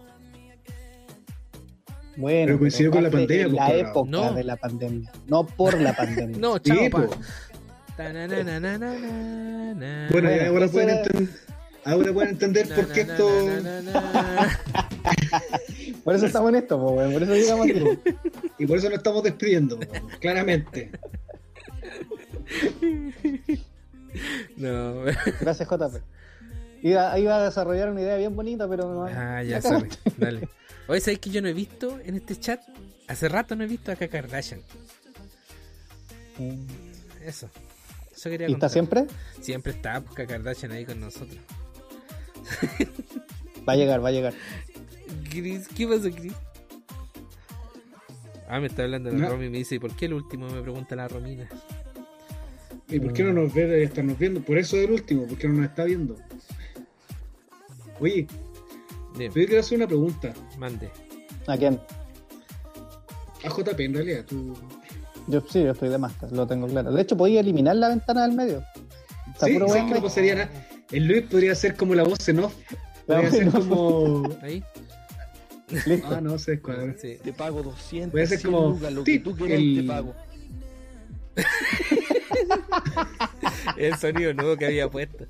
bueno, Pero coincidió con la parte pandemia, en pues, la cabrón. época No. de la pandemia, no por la pandemia. No, Sí, chao, pa. po. Ta-na-na-na-na-na-na. Bueno, y Bueno, ahora ese pueden, era- enten- ahora pueden entender por qué esto. Na-na-na-na-na-na. Por eso estamos en esto, po, weón, por eso llegamos aquí. Y por eso nos estamos despidiendo, claramente. No. Gracias, J P. Iba, iba a desarrollar una idea bien bonita, pero no. Ah, ya la sorry. cagaste. Dale. Oye, ¿sabes que yo no he visto en este chat? Hace rato no he visto a K Kardashian. Eso. Eso quería ¿Y está contar. siempre? Siempre está pues, K Kardashian ahí con nosotros. Va a llegar, va a llegar. Chris, ¿qué pasó, Chris? Ah, me está hablando la No. Romy y me dice, ¿y por qué el último? Me pregunta la Romina. ¿Y por qué no nos ve de estarnos viendo? Por eso es el último, porque no nos está viendo. Oye, Bien, yo quiero hacer una pregunta mande. ¿A quién? a J P en realidad. Tú, Yo sí, yo estoy de más, lo tengo claro. De hecho, podía eliminar la ventana del medio. Está Sí, puro sí, weón, que no me- pasaría nada. El Luis podría ser como la voz en off. Podría ser como. Ahí. Listo. Ah, no sé cuál. Sí. Te pago doscientos, Puede ser cien como lucas, lo que tit, tú quieras el- te pago. El sonido nuevo que había puesto.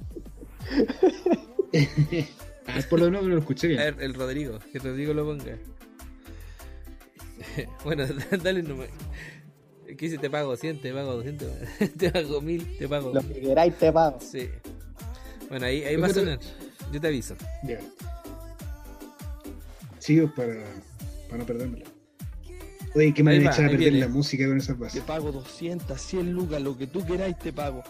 Ah, por lo menos no lo escuché bien. El, el Rodrigo, que Rodrigo lo ponga. Bueno, dale nomás. ¿Qué dice? Te pago cien, te pago doscientos, te pago mil, te pago. Lo que queráis te pago. Sí. Bueno, ahí, ahí va a sonar. Yo te aviso. Ya. Sí, para, para no perdérmela. Oye, qué Ahí manera va, echar a ahí perder viene. la música con esas Te bases. pago doscientos, cien lucas, lo que tú queráis te pago.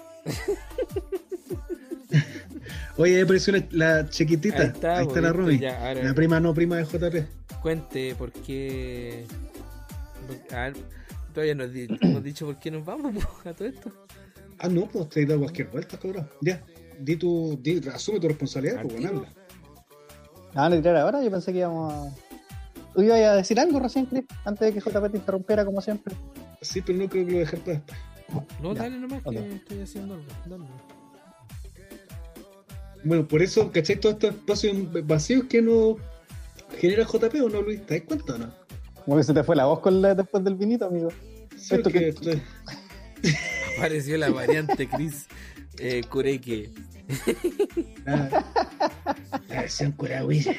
Oye, ahí apareció la, la chiquitita. Ahí Ahí está, está, pues, la viste, Rumi. ya, ahora- La prima no, prima de J P. Cuente por qué. por- A ver, todavía no di- hemos dicho por qué nos vamos po, a todo esto. Ah, no, pues te he dado cualquier vuelta, cabrón. Ya. Di tu. Di, asume tu responsabilidad, pues, ¿Al tiro? bueno, habla. Ah, ¿no tirar ahora? Yo pensé que íbamos a... ¿Tú ibas a decir algo recién, Chris? Antes de que J P te interrumpiera, como siempre. Sí, pero no creo que lo dejar para después. No, Ya, dale nomás ok. que estoy haciendo algo. Dale. Bueno, por eso, ¿cachai? Todos estos espacios vacíos que no genera J P o no, Luis. ¿Te das cuenta o no? Como que se te fue la voz con la- después del vinito, amigo. Sí, Esto que que- estoy- Apareció la variante Chris eh, Cureque. La, la versión curagüilla.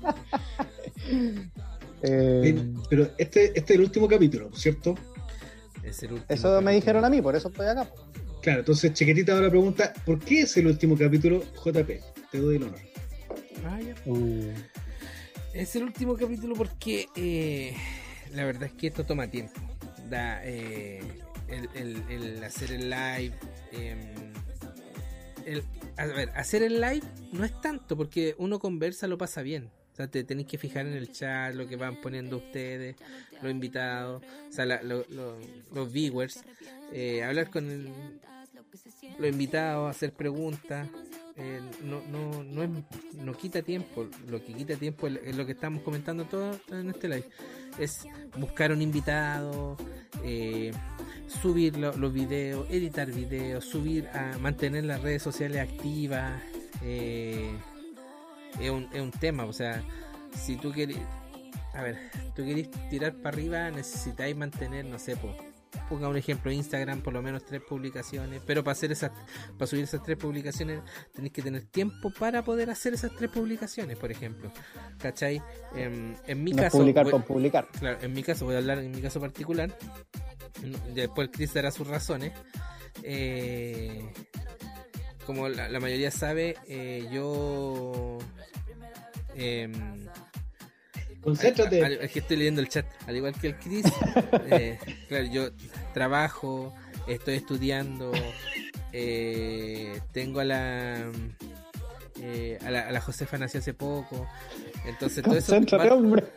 Eh, Bien, pero este, este es el último capítulo, ¿cierto? Es el último eso me capítulo. dijeron a mí, por eso estoy acá. Claro, entonces Chiquitita ahora pregunta, ¿por qué es el último capítulo, J P? Te doy el honor. Ah, ya. Uh, Es el último capítulo porque eh, la verdad es que esto toma tiempo. Da, eh, el, el- el hacer el live. eh, el, a ver, hacer el live no es tanto porque uno conversa, lo pasa bien. O sea, te tenéis que fijar en el chat, lo que van poniendo ustedes, los invitados, o sea, la- lo- lo- los viewers. eh, hablar con el- los invitados, hacer preguntas. eh, no, no, no, es, no quita tiempo. Lo que quita tiempo es, es lo que estamos comentando todos en este live. Es buscar un invitado, eh, subir lo- los videos, editar videos, subir a mantener las redes sociales activas. eh, es, un, es un tema, o sea, si tú quieres, a ver, tú querés tirar para arriba, necesitáis mantener, no sé, po, ponga un ejemplo, Instagram, por lo menos tres publicaciones, pero para hacer esas, para subir esas tres publicaciones tenéis que tener tiempo para poder hacer esas tres publicaciones, por ejemplo, ¿cachai? En, en mi no es caso, publicar voy- por publicar. claro, en mi caso, voy a hablar en mi caso particular, no, después Chris dará sus razones. eh, como la, la mayoría sabe, eh, yo em, Concéntrate. al- al- es que estoy leyendo el chat, al igual que el Chris, eh, claro, yo trabajo, estoy estudiando, eh, tengo a la, eh, a la a la Josefa nació hace poco, entonces todo eso Concéntrate, va- hombre.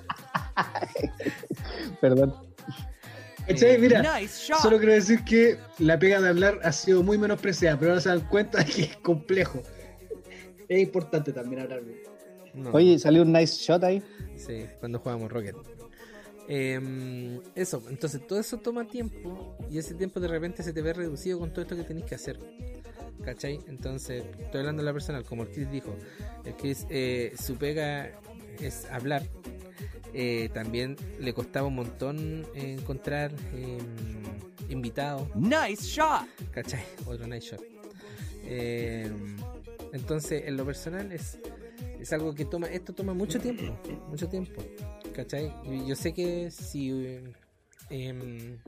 Perdón. ¿Cachai? Mira, Nice shot. solo quiero decir que la pega de hablar ha sido muy menospreciada, pero ahora se dan cuenta que es complejo. Es importante también hablar bien. no. Oye, salió un nice shot ahí. Sí, cuando jugábamos Rocket. Em, eso, entonces todo eso toma tiempo y ese tiempo de repente se te ve reducido con todo esto que tenés que hacer. ¿Cachai? Entonces, estoy hablando de la personal, como el Chris dijo. El Chris, eh, su pega es hablar. Eh, también le costaba un montón eh, encontrar em, invitados. Nice shot. ¿Cachai? Otro nice shot. Eh, entonces, en lo personal es, es algo que toma, esto toma mucho tiempo, mucho tiempo, ¿cachai? Y yo sé que si eh, em,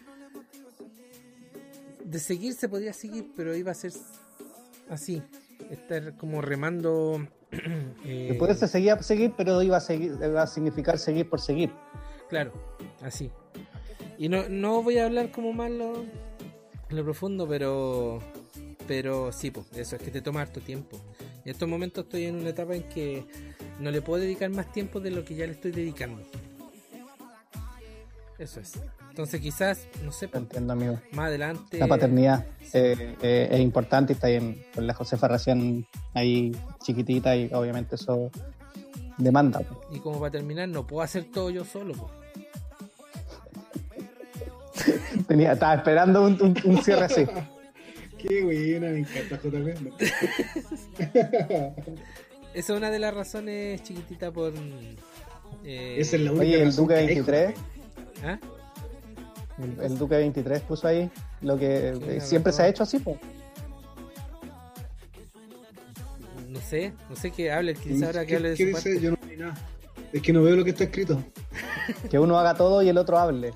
de seguir se podría seguir, pero iba a ser así, estar como remando. eh, Que pudiese seguir, seguir, pero iba a, seguir, iba a significar seguir por seguir. Claro, así. Y no, no voy a hablar como más lo, lo profundo, pero pero sí, pues, eso es que te toma harto tiempo. En estos momentos estoy en una etapa en que no le puedo dedicar más tiempo de lo que ya le estoy dedicando. Eso es. Entonces quizás, no sé, Lo pues, entiendo, amigo. más adelante... La paternidad eh, eh, es importante y está ahí en, con la Josefa recién ahí chiquitita y obviamente eso demanda. Pues. Y como para terminar, no puedo hacer todo yo solo, pues. Tenía, estaba esperando un, un, un cierre así. Qué buena, me encanta J P. Esa es una de las razones, chiquitita, por... Eh... Esa es la única Oye, el razón Duque que hay, veintitrés, ¿Ah? el, el Duque veintitrés puso ahí lo que Sí, eh, siempre se ha hecho así, pues. No sé, no sé qué hable, quizás ¿Qué, ahora que hable de ¿qué su dice? parte. Yo no vi nada. Es que no veo lo que está escrito. Que uno haga todo y el otro hable.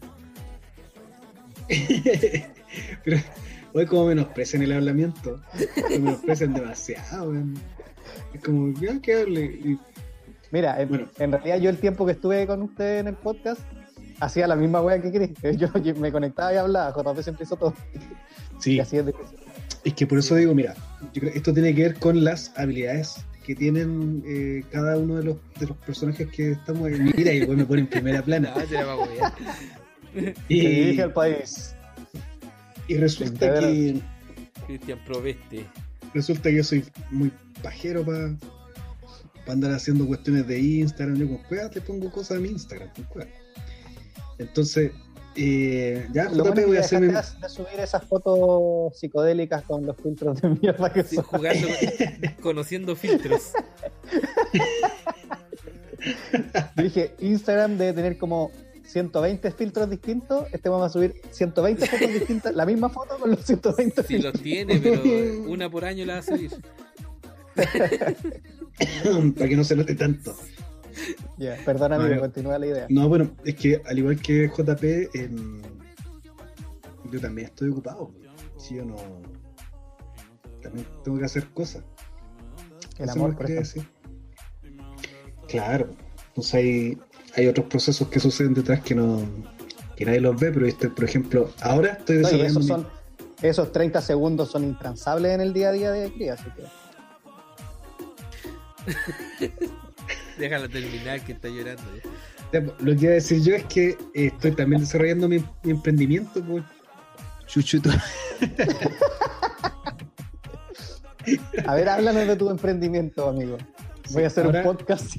Pero hoy como menosprecian el hablamiento. Lo menosprecian demasiado, weón. Es como, ya que hable. Y, Mira, en, Bueno. en realidad yo el tiempo que estuve con usted en el podcast hacía la misma wea que Chris. Yo, yo me conectaba y hablaba, J P siempre hizo todo. sí, Y así es difícil. es que por eso digo, mira, yo creo que esto tiene que ver con las habilidades que tienen eh, cada uno de los, de los personajes que estamos. Mira, y después me pone en primera plana. Ah, se la va a mover. Se Y, dirige al país. y resulta que Cristian Proveste. resulta que yo soy muy pajero para andar haciendo cuestiones de Instagram. Yo con cueva te pongo cosas en mi Instagram, con cueva. Entonces, eh, ya Lo J bueno P es voy que a hacerme. dejaste de subir esas fotos psicodélicas con los filtros de mierda que Sí, son. jugando, conociendo filtros. Yo dije, Instagram debe tener como ciento veinte filtros distintos. Este vamos a subir ciento veinte fotos distintas, la misma foto con los ciento veinte Sí filtros. los tiene, pero una por año la va a subir. Para que no se note tanto. Ya, perdón amigo, Bueno. continúa la idea. No, bueno, es que al igual que J P, em, yo también estoy ocupado. Si yo no. También tengo que hacer cosas. El Eso amor, me por quería ejemplo. decir. Claro. Entonces hay, hay otros procesos que suceden detrás que no que nadie los ve, pero este, por ejemplo, ahora estoy No, y desarrollando. esos, mi- son, esos treinta segundos son intransables en el día a día de cría, así que Déjala terminar, que está llorando. ya. Ya, Lo que iba a decir yo es que eh, estoy también desarrollando mi, mi emprendimiento, pues. Chuchuto. a ver, háblanos de tu emprendimiento, amigo. Voy a hacer Ahora- un podcast.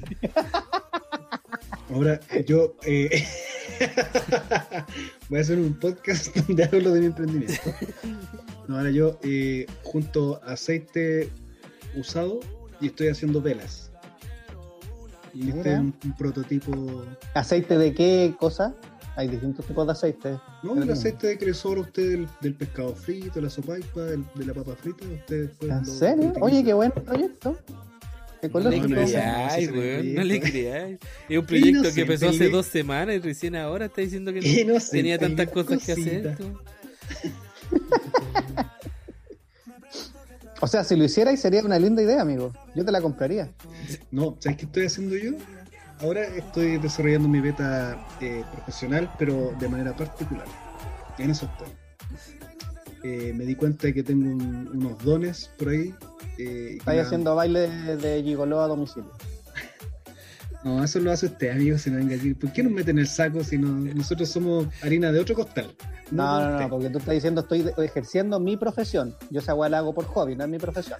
Ahora yo eh, voy a hacer un podcast donde hablo de mi emprendimiento. No, ahora yo eh, junto aceite usado y estoy haciendo velas. Y este Mira. es un, un prototipo. ¿Aceite de qué cosa? Hay distintos tipos de aceite. No, el aceite de cresor, usted del, del pescado frito, la sopaipa, del- de la papa frita, usted pues, ¿En lo- serio? lo utiliza. Oye, qué buen proyecto. No le Ecológico. no, ese- creáis, ese no es weón. el No le proyecto. creáis. Es un proyecto que Inocente, empezó hace le- dos semanas y recién ahora está diciendo que no Inocente, tenía tantas le- cosas que hacer. cosita. tú. O sea, si lo hicierais sería una linda idea, amigo. Yo te la compraría. No, ¿sabes qué estoy haciendo yo? Ahora estoy desarrollando mi beta eh, profesional, pero de manera particular. En eso estoy. Eh, me di cuenta de que tengo un- unos dones por ahí. Eh, que Estáis me- haciendo baile de, de gigoló a domicilio. No, eso lo hace usted, amigo, si no venga aquí. ¿Por qué nos meten en el saco si no, nosotros somos harina de otro costal? No, no, no, usted. porque tú estás diciendo estoy de- ejerciendo mi profesión. Yo esa weá la hago por hobby, no es mi profesión.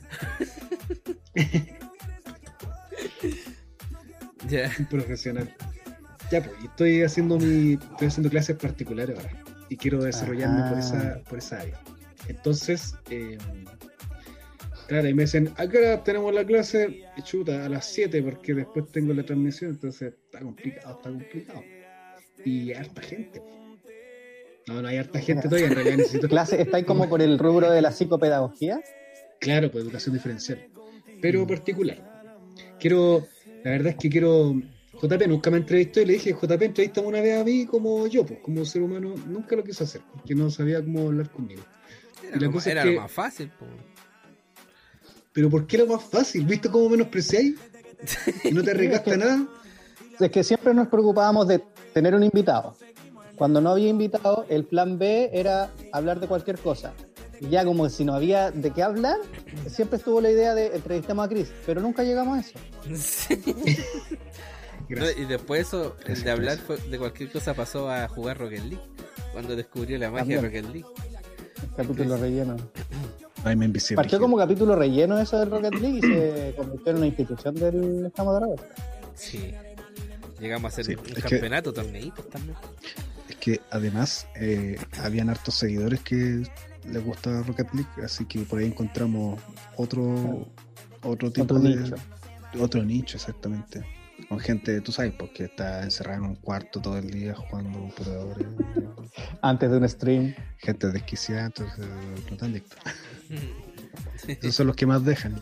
Ya. Un profesional. Ya, pues, y estoy haciendo mi, estoy haciendo clases particulares ahora. Y quiero desarrollarme Ajá. por esa, por esa área. Entonces, eh, claro, y me dicen, ¿a qué hora tenemos la clase? Y chuta, a las siete, porque después tengo la transmisión, entonces está complicado, está complicado. Y hay harta gente. No, no hay harta gente todavía, en realidad necesito. Clase, ¿estáis como por el rubro de la psicopedagogía? Claro, pues educación diferencial, pero particular. Quiero, la verdad es que quiero. J P nunca me entrevistó y le dije, J P, entrevistame una vez a mí como yo, pues, como ser humano. Nunca lo quiso hacer, porque no sabía cómo hablar conmigo. Era, Y la lo, cosa era es lo que- más fácil, po. Pero ¿por qué lo más fácil? ¿Viste cómo menospreciáis? Y no te recasta nada. Es que siempre nos preocupábamos de tener un invitado. Cuando no había invitado, el plan B era hablar de cualquier cosa. Y ya como si no había de qué hablar, siempre estuvo la idea de entrevistemos a Chris, pero nunca llegamos a eso. Sí. No, Gracias. y después eso, el Gracias, de hablar gracias. fue- de cualquier cosa pasó a jugar Rocket League. Cuando descubrió la magia de También. Rocket League. Capítulo relleno. Ay, me envicié. Partió como capítulo relleno eso del Rocket League y se convirtió en una institución del Estamos de Aragón. Sí. Llegamos a hacer Sí, un es que- campeonato, torneitos también. Es porque además eh, habían hartos seguidores que les gustaba Rocket League, así que por ahí encontramos otro otro tipo Otro de nicho. otro nicho, exactamente. Con gente, tú sabes, porque está encerrada en un cuarto todo el día jugando computadores, Antes de un stream. gente desquiciada, entonces no tan adictos. Esos son los que más dejan.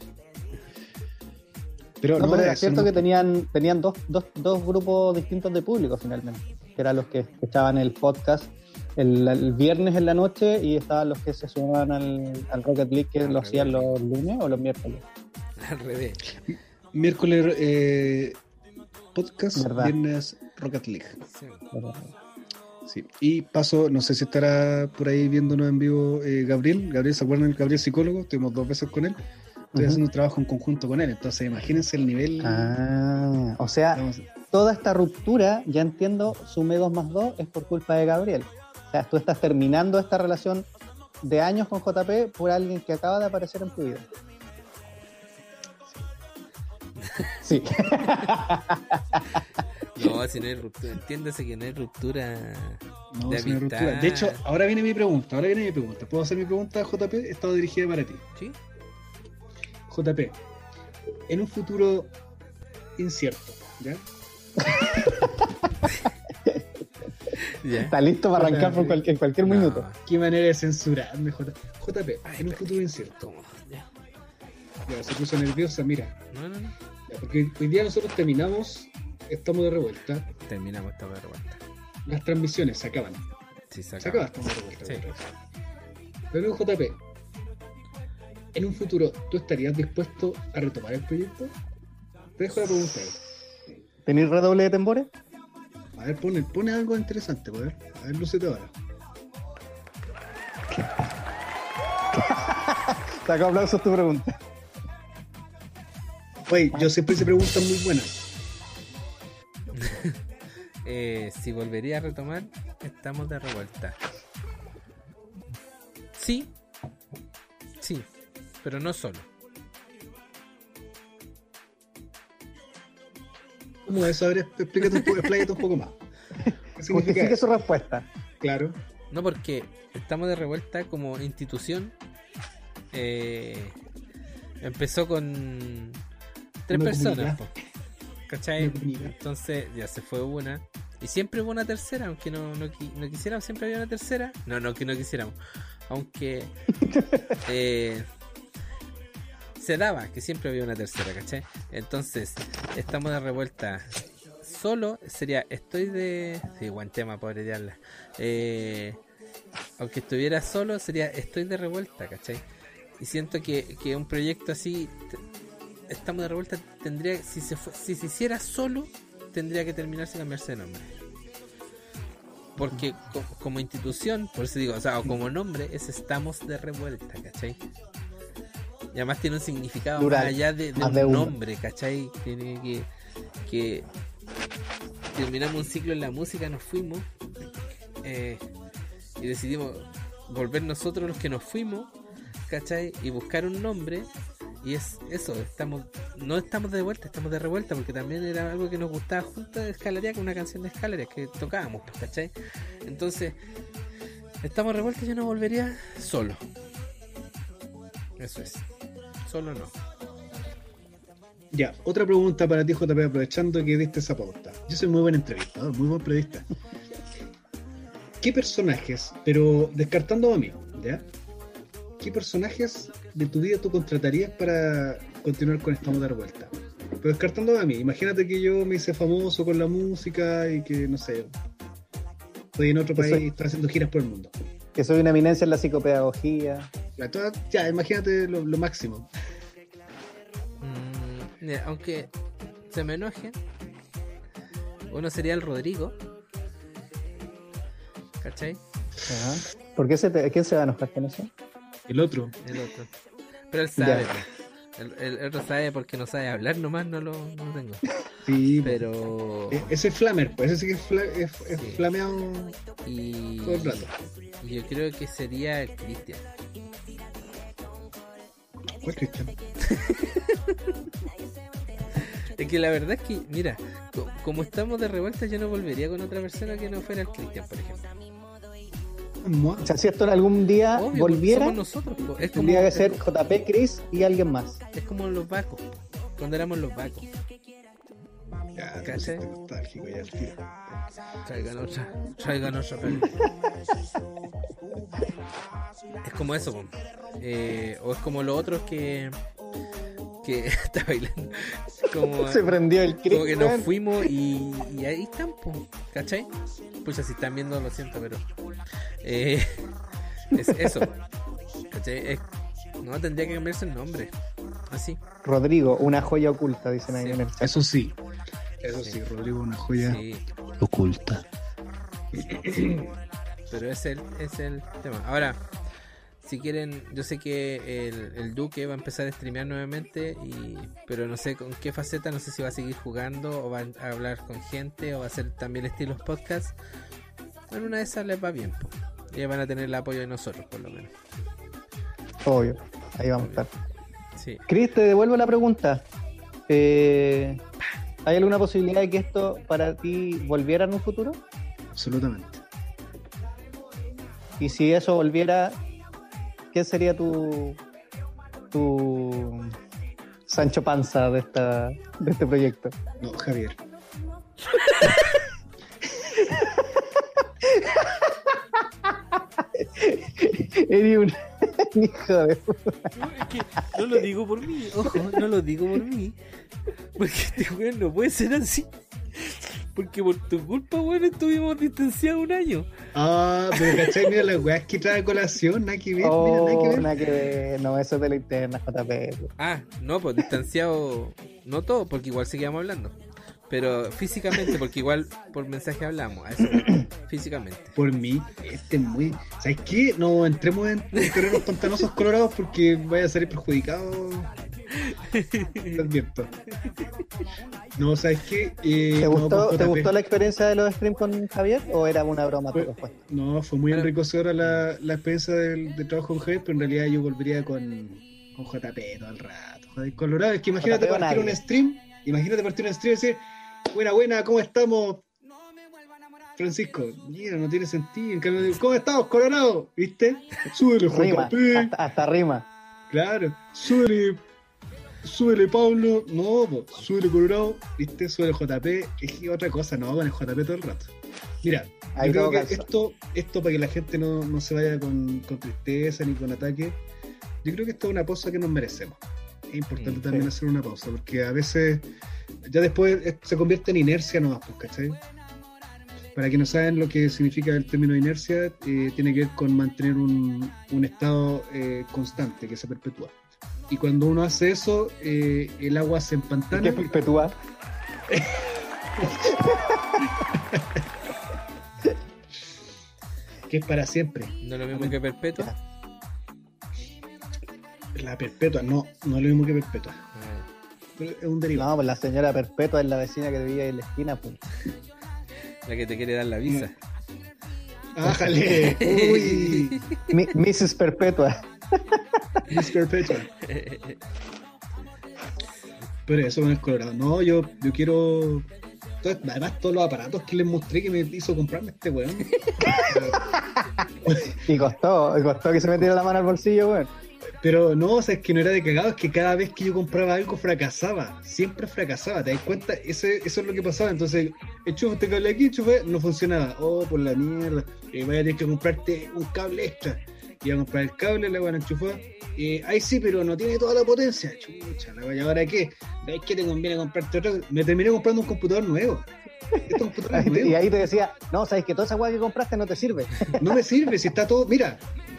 Pero No, no, pero era eso cierto no- que tenían, tenían dos, dos, dos grupos distintos de público finalmente, que eran los que escuchaban el podcast el, el viernes en la noche y estaban los que se sumaban al, al Rocket League, que lo hacían los lunes o los miércoles. Al revés. miércoles eh, podcast, Verdad. viernes Rocket League. Sí. Sí. Y paso, no sé si estará por ahí viéndonos en vivo eh, Gabriel. Gabriel, ¿se acuerdan del Gabriel psicólogo? Estuvimos dos veces con él. Estoy Ujú. haciendo un trabajo en conjunto con él, entonces imagínense el nivel. Ah, o sea, Vamos- toda esta ruptura, ya entiendo, sumé dos más dos es por culpa de Gabriel. O sea, tú estás terminando esta relación de años con J P por alguien que acaba de aparecer en tu vida. Sí. No, si no hay ruptura, entiéndase que no hay ruptura No, de es una amistad. ruptura. De hecho, ahora viene mi pregunta. Ahora viene mi pregunta. ¿Puedo hacer mi pregunta, J P? Estaba dirigida para ti. ¿Sí? J P, en un futuro incierto, ¿ya? Ya. Está listo para arrancar por cualquier, en cualquier No. minuto. ¿Qué manera de censurarme, J P? J P, Ay, en un pero- futuro incierto. ¿Cómo? Ya. Ya, se puso nerviosa, mira. No, no, no. Ya, porque hoy día nosotros terminamos, estamos de revuelta. Terminamos esta revuelta. Las transmisiones se acaban. Sí, se Se acaba. acaba, estamos de revuelta. Sí. otra vez. Pero no, J P, en un futuro, ¿tú estarías dispuesto a retomar el proyecto? Te dejo la pregunta ahí. ¿Tenéis redoble de tambores? A ver, pone, pone algo interesante, poder. A ver, lúcete ahora. Saco aplausos tu pregunta. Oye, yo siempre hice preguntas muy buenas. Eh, si volvería a retomar, estamos de revuelta. Sí, sí, pero no solo. ¿Cómo es? A ver, explícate un poco, expláyate un poco más. ¿Qué significa Justifique eso? su respuesta. Claro. No, porque estamos de revuelta como institución. Eh, empezó con tres Una personas, comunidad. po, ¿cachai? Una comunidad. Entonces ya se fue una. Y siempre hubo una tercera, aunque no, no, qui- no quisiéramos, siempre había una tercera. No, no que no quisiéramos. Aunque eh, se daba que siempre había una tercera, ¿cachai? Entonces, estamos de revuelta. Solo sería, estoy de... Sí, buen tema, pobre diabla. Eh, aunque estuviera solo, sería, estoy de revuelta, ¿cachai? Y siento que, que un proyecto así, te- estamos de revuelta, tendría, si se, fue- si se hiciera solo, tendría que terminarse y cambiarse de nombre. Porque co- como institución, por eso digo, o sea, o como nombre, es estamos de revuelta, ¿cachai? Y además tiene un significado Plural, más allá de, de más un de uno. nombre, ¿cachai? Tiene que, que terminamos un ciclo en la música, nos fuimos eh, y decidimos volver nosotros los que nos fuimos, ¿cachai? Y buscar un nombre. Y es eso, estamos no estamos de vuelta, estamos de revuelta, porque también era algo que nos gustaba junto de Escalaria, con una canción de Escalaria que tocábamos, pues, ¿cachai? Entonces, estamos revueltos y yo no volvería solo. Eso es. Solo no. Ya, otra pregunta para ti, J P, aprovechando que diste esa pauta. Yo soy muy buen entrevistador, muy buen periodista. ¿Qué personajes, pero descartando a mí, ¿ya? ¿Qué personajes de tu vida tú contratarías para continuar con Estamos de Revuelta? Pero descartando a mí, imagínate que yo me hice famoso con la música y que, no sé, estoy en otro Que país, soy- estoy haciendo giras por el mundo. Que soy una eminencia en la psicopedagogía. Ya, toda- ya, imagínate lo, lo máximo. Mm, mira, aunque se me enoje, uno sería el Rodrigo, ¿cachai? Ajá. ¿Por qué se te, ¿Quién se va a enojar con eso? El otro. El otro. Pero él sabe, Ya. pues. el, el, el otro sabe porque no sabe hablar nomás, no lo, no lo tengo. Sí, Pero... e- ese es flamer, pues ese sí que es, fla- es- es Sí. flameado Y... todo el rato. y yo creo que sería el Cristian. ¿Cuál Cristian? Es que la verdad es que, mira, co- como estamos de revuelta, yo no volvería con otra persona que no fuera el Cristian, por ejemplo. Mua. O sea, si esto algún día Obvio, volviera, somos nosotros, po. Es como, tendría que ser J P, Chris y alguien más. es como los vacos, cuando éramos los vacos. Ya, te ¿Cachai? pusiste nostálgico ya al tiro. Traigan otra, traigan otra peli. Es como eso, po. Eh, o es como los otros que que está bailando. Como, Se prendió el Chris. como que nos weón. fuimos y, y ahí están, po, ¿cachai? Pues si están viendo, lo siento, pero eh, es eso, ¿cachai? Es, no, tendría que cambiarse el nombre, así. Rodrigo, una joya oculta, dicen ahí Sí. en el chat. Eso sí. Eso Sí. sí, Rodrigo, una joya Sí, oculta. pero es el, es el tema. Ahora, si quieren, yo sé que el, el Duque va a empezar a streamear nuevamente, y pero no sé con qué faceta, no sé si va a seguir jugando o va a hablar con gente o va a hacer también estilos podcast. En una de esas les va bien, po. Ya van a tener el apoyo de nosotros, por lo menos. Obvio, ahí vamos a estar. Sí. Chris, te devuelvo la pregunta. Eh, ¿Hay alguna posibilidad de que esto para ti volviera en un futuro? Absolutamente. Y si eso volviera, ¿qué sería tu tu Sancho Panza de esta de este proyecto? No, Javier. Eres un hijo de... No, es que no lo digo por mí, ojo, no lo digo por mí. Porque este weón no puede ser así. Porque por tu culpa, weón, estuvimos distanciados un año. Ah, pero cachai, mira las weas que trae a colación, nada que ver, mira, nada que Oh, ver. nada que ver. No, eso es de la interna, J P. Ah, no, pues distanciado, no todo, porque igual seguíamos hablando. Pero físicamente, porque igual por mensaje hablamos, a eso, físicamente. Por mí, este es muy. ¿Sabes qué? No entremos en, en terrenos pantanosos colorados porque vaya a salir perjudicado. Te advierto. No, ¿sabes qué? Eh, ¿Te no, gustó, con ¿Te J P. gustó la experiencia de los streams con Javier o era una broma tu Fue- respuesta? No, fue muy Pero- enriquecedora la, la experiencia del, de trabajo con Javier, pero en realidad yo volvería con, con J P todo el rato. Joder, colorado, es que imagínate J P o partir un nadie. stream, imagínate partir un stream y decir, buena, buena, ¿cómo estamos? Francisco, mira, no tiene sentido. En cambio, ¿cómo estamos, Colorado? ¿Viste? Súbele, Rima, J P. hasta, hasta rima. Claro, súbele, súbele, Pablo. No, po, súbele, Colorado. ¿Viste? Súbele, J P. Es que otra cosa, no, con el J P todo el rato. Mira, Ahí yo creo todo que calza. esto, esto para que la gente no, no se vaya con, con tristeza ni con ataque, yo creo que esto es una pausa que nos merecemos. Es importante Sí, también sí. hacer una pausa, porque a veces ya después esto se convierte en inercia nomás, pues, ¿cachai? Para quienes no saben lo que significa el término inercia, eh, tiene que ver con mantener un, un estado eh, constante que se perpetúa. Y cuando uno hace eso, eh, el agua se empantana. ¿Qué perpetúa? Que es para siempre. No es lo mismo que perpetuo. La perpetua, no, no es lo mismo que perpetua. Ah, Pero es un derivado. No, pues la señora Perpetua es la vecina que vivía ahí en la esquina, pues. la que te quiere dar la visa. ¡Ájale! ¡Uy! Mi- missus Perpetua. Miss Perpetua. Pero eso con el Colorado. No, yo, yo quiero. todo- Además, todos los aparatos que les mostré que me hizo comprarme este weón. Y costó, y costó que se metiera la mano al bolsillo, weón. Pero no, o sea, es que no era de cagado, es que cada vez que yo compraba algo fracasaba. Siempre fracasaba, ¿te das cuenta? Ese, eso es lo que pasaba. Entonces, enchufa este cable aquí, enchufa, no funcionaba. Oh, por la mierda. Eh, vaya a tener que comprarte un cable extra. Iba a comprar el cable, la van a enchufar. Eh, ay, sí, pero no tiene toda la potencia. Chucha, la vaya, ¿ahora qué? ¿Sabes qué te conviene comprarte otro? Me terminé comprando un computador nuevo. Este computador es Y nuevo. ahí te decía, no, sabes que toda esa weá que compraste no te sirve. No me sirve, si está todo. Mira.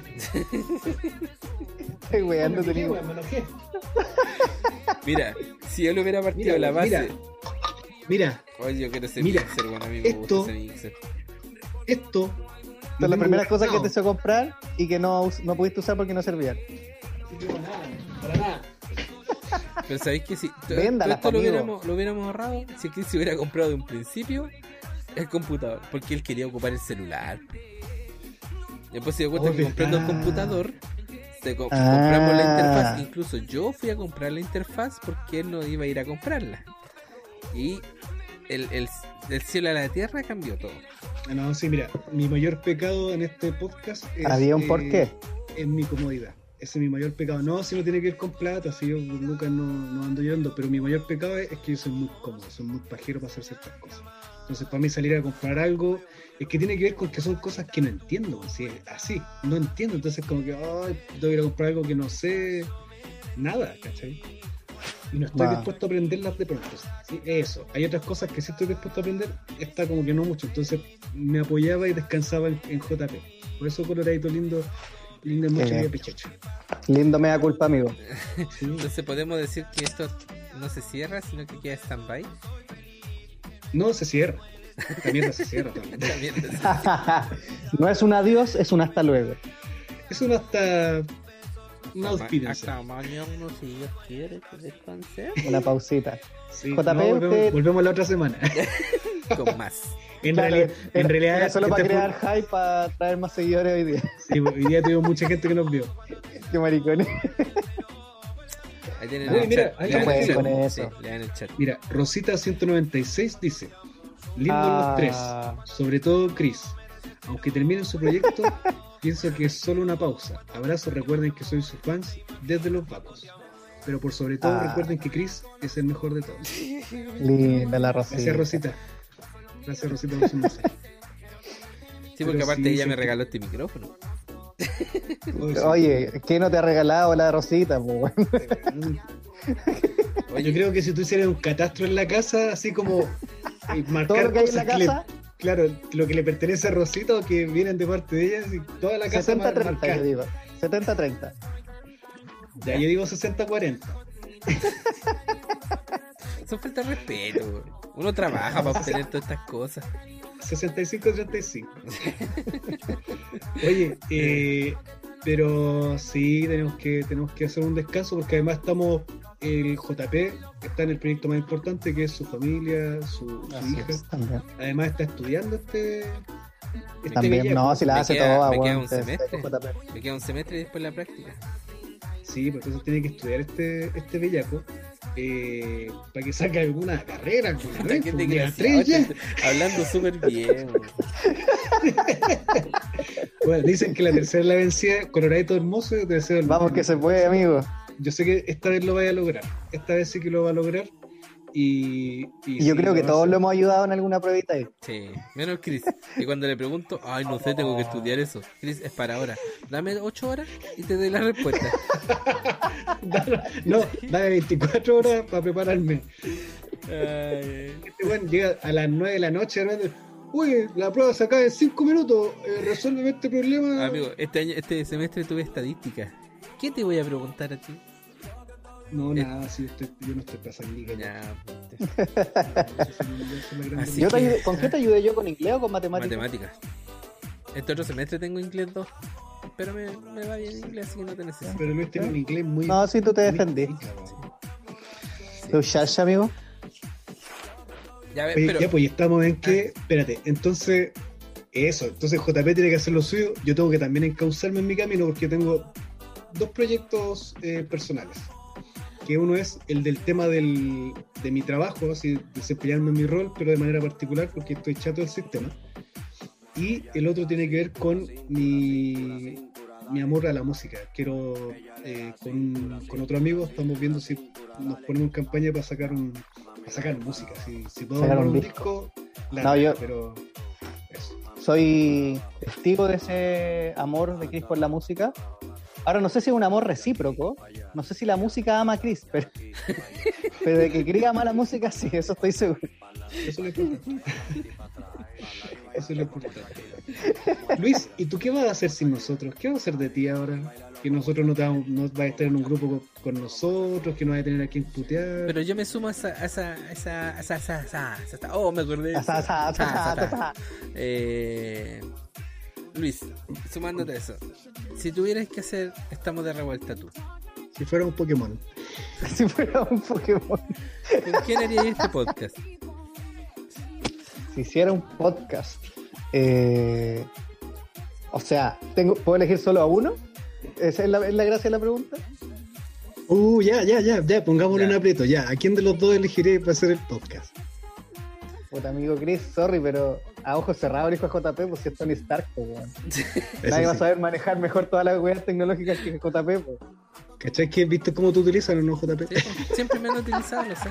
Estoy weando, Me enojé, tenía- weón, me enojé. Mira, si yo le hubiera partido Mira, la base. mira. Mira, Oye, yo quiero ser Mira, mixer, bueno, a mí me esto- gusta ser mixer. esto. Son las primeras cosas que te hizo comprar y que no, us- no pudiste usar porque no servían. No tengo nada, para nada. Pero sabéis que si to- todo Véndalas, esto lo amigo. hubiéramos, lo hubiéramos ahorrado, si es que se hubiera comprado de un principio el computador, porque él quería ocupar el celular. Después se dio cuenta Oh, que comprando el verdad. computador, se co- Ah. compramos la interfaz. Incluso yo fui a comprar la interfaz porque él no iba a ir a comprarla. Y el, el, del cielo a la tierra cambió todo. No, sí, mira, mi mayor pecado en este podcast es... ¿Había un eh, porqué? Es mi comodidad. Ese es mi mayor pecado. No, si no tiene que ver con plata, si yo, Lucas, no, no ando llorando, pero mi mayor pecado es, es que yo soy muy cómodo, soy muy pajero para hacer ciertas cosas. Entonces, para mí salir a comprar algo es que tiene que ver con que son cosas que no entiendo, así, así no entiendo. Entonces, como que, ay, tengo que ir a comprar algo que no sé, nada, ¿cachai? Y no estoy Va. dispuesto a aprenderlas de pronto. ¿Sí? Eso. Hay otras cosas que sí estoy dispuesto a aprender, esta como que no mucho. Entonces me apoyaba y descansaba en, en J P. Por eso Coloradito lindo, lindo mucho bien. y pichacho. Lindo me da culpa, amigo. Sí. Entonces podemos decir que esto no se cierra, sino que queda stand-by. No, se cierra. Esta mierda se cierra también. También. No es un adiós, es un hasta luego. Es un hasta... No despídense. Hasta mañana, si Dios quiere, que descansemos. Una pausita. Sí, J P, no, volvemos, usted- volvemos la otra semana. Con más. En, Claro, realidad, en era- realidad... era solo para este crear fue- hype, para traer más seguidores hoy día. Sí, hoy día tuvimos mucha gente que nos vio. Qué maricones. Ahí tienen Uy, el mira, chat. ahí Lean no el pueden chat. con eso. Sí, lean el chat. Mira, Rosita ciento noventa y seis dice: lindo Ah. los tres, sobre todo Chris. Aunque terminen su proyecto, pienso que es solo una pausa. Abrazo, recuerden que soy sus fans desde los vacos. Pero por sobre todo Ah. recuerden que Chris es el mejor de todos. Linda la Rosita. Gracias, Rosita. Gracias, Rosita, por su mensaje. Sí, porque Pero aparte sí, ella me siempre- regaló este micrófono. Oye, sí. Oye, ¿qué no te ha regalado la Rosita? Po, weón? Oye, Yo creo que si tú hicieras un catastro en la casa, así como eh, marcar Todo lo que hay en la cosas que le- casa, claro, lo que le pertenece a Rosita o que vienen de parte de ella, así, toda la casa setenta mar- treinta, marcada. yo digo. setenta treinta. Ya, yo digo sesenta cuarenta. son falta de respeto. Güey. Uno trabaja para obtener todas estas cosas. sesenta y cinco treinta y cinco. Oye, eh, pero sí tenemos que tenemos que hacer un descanso porque además estamos, el J P está en el proyecto más importante que es su familia, su, su Así hija. es, también. Además está estudiando este, este También, bellaco. no, si la Me hace queda- toda, me queda weón, un te- te- semestre. J P. Me queda un semestre y después la práctica. Sí, pues entonces tiene que estudiar este, este bellaco eh, para que saque alguna carrera, alguna Puta, vez, qué pues, mira, desgraciado, tres ya. este- Hablando súper bien. güey. Bueno, dicen que la tercera es la vencida, Coloradito hermoso, yo te deseo el Vamos que se puede, amigo. Yo sé que esta vez lo vaya a lograr. Esta vez sí que lo va a lograr. Y, Y yo sí, creo que va a todos hacer. lo hemos ayudado en alguna pruebita ahí. Sí, menos Chris. Y cuando le pregunto, ay, no sé, tengo que estudiar eso. Chris, es para ahora. Dame ocho horas y te doy la respuesta. No, dame veinticuatro horas para prepararme. Ay, Este weón llega a las nueve de la noche. ¿No? Uy, la prueba se acaba en cinco minutos. Eh, resuélveme este problema. amigo, este año, este semestre tuve estadística. ¿Qué te voy a preguntar a ti? No, nada, sí, estoy- yo no estoy para esa liga. Ya, Ya. Así Yo te que- ayudé- ¿Con qué te ayudé yo? ¿Con inglés o con matemáticas? matemáticas. Este otro semestre tengo inglés dos. Pero me, me va bien inglés, así que no te necesito. Pero Luis tiene un inglés muy. No, sí, tú te muy defendí. pica, weón. ¿Tu Shasha, amigo? Ya, ve, Oye, pero ya, pues y estamos en que. Espérate, entonces. Eso, entonces J P tiene que hacer lo suyo. Yo tengo que también encauzarme en mi camino porque tengo dos proyectos eh, personales. Que uno es el del tema del, de mi trabajo, así desempeñarme en mi rol, pero de manera particular porque estoy chato del sistema. Y el otro tiene que ver con mi, mi amor a la música. Quiero, eh, con, con otro amigo, estamos viendo si nos ponemos en campaña para sacar un para sacar música. Si, si puedo Sacar armar un un disco. disco, la No, raja, yo- pero eso. Soy testigo de ese amor de Chris por la música. Ahora no sé si es un amor recíproco, no sé si la música ama a Chris, pero, pero de que Chris ama la música, sí, eso estoy seguro. Eso es lo importante. Eso es lo importante. Luis, ¿y tú qué vas a hacer sin nosotros? ¿Qué vas a hacer de ti ahora? Que nosotros no, te vamos, no vas a estar en un grupo con, con nosotros, que no vas a tener a quien putear. Pero yo me sumo a esa, a esa, a esa, a esa, a esa, a esa- a esa- oh, me acordé. Sa, sa, sa, sa, sa, sa. Eh, Luis, sumándote a eso, si tuvieras que hacer Estamos de Revuelta tú, Si fuera un Pokémon. Si fuera un Pokémon. ¿con quién harías este podcast? Si hiciera un podcast, eh, o sea, tengo, ¿puedo elegir solo a uno? ¿Esa es la, es la gracia de la pregunta? Uh, ya, ya, ya, ya, pongámosle Ya. un aprieto, ya. ¿A quién de los dos elegiré para hacer el podcast? Puta amigo Chris, sorry, pero a ojos cerrados el hijo de J P, pues si es Tony Stark, pues, weón. Eso Nadie va a sí. saber manejar mejor todas las weas tecnológicas que J P, pues. ¿Cachai que viste cómo tú utilizas el no J P? Sí, po, siempre me han utilizado, lo sé.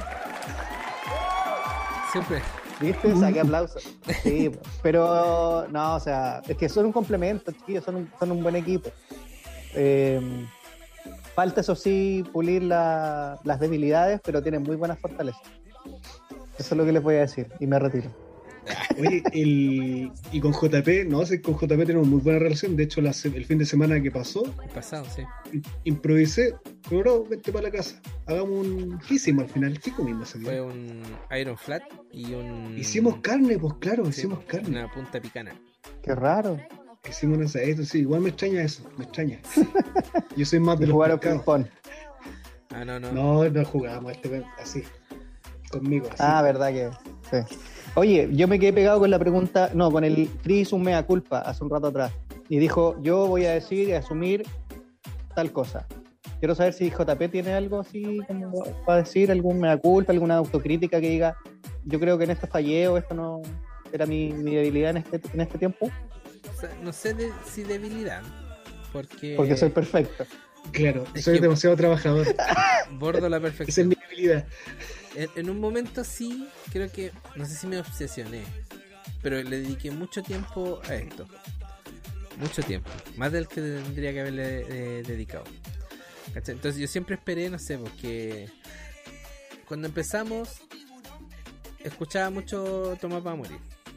Siempre. ¿Viste? Saqué aplausos. Sí, pues. Pero no, o sea, es que son un complemento, chiquillos, son un, son un buen equipo. Eh, falta, eso sí, pulir la- las debilidades, pero tienen muy buenas fortalezas. Eso es lo que les voy a decir, y me retiro. Oye, el, y con J P, no sé, con J P tenemos muy buena relación. De hecho, la se- el fin de semana que pasó, El pasado, sí. im- improvisé. Bro, vente para la casa. Hagamos un. ¿Qué hicimos al final? ¿Qué comimos ese Fue día? un Iron Flat y un. Hicimos carne, pues claro, sí, hicimos carne. Una punta picana. Qué raro. Hicimos un asadito, sí. Igual me extraña eso, me extraña. Yo soy más de Y los jugaron pescados. ping-pong. Ah, no, no. No, no jugábamos este weón así. Conmigo, así. Ah, verdad que sí. Oye, yo me quedé pegado con la pregunta, no, con el Chris hizo un mea culpa hace un rato atrás y dijo, yo voy a decir y asumir tal cosa. Quiero saber si J P tiene algo así como para decir, algún mea culpa, alguna autocrítica que diga, yo creo que en esto fallé o esto no era mi, mi debilidad en este, en este tiempo, O sea, no sé de- si debilidad. Porque. porque soy perfecto. Claro, Es soy que- demasiado trabajador. Bordo la Esa es perfección. mi debilidad. En, en un momento sí, creo que. No sé si me obsesioné. Pero le dediqué mucho tiempo a esto. Mucho tiempo. Más del que tendría que haberle eh, dedicado. ¿Cachai? Entonces yo siempre esperé, no sé, porque. Cuando empezamos. Escuchaba mucho Tomás va a morir.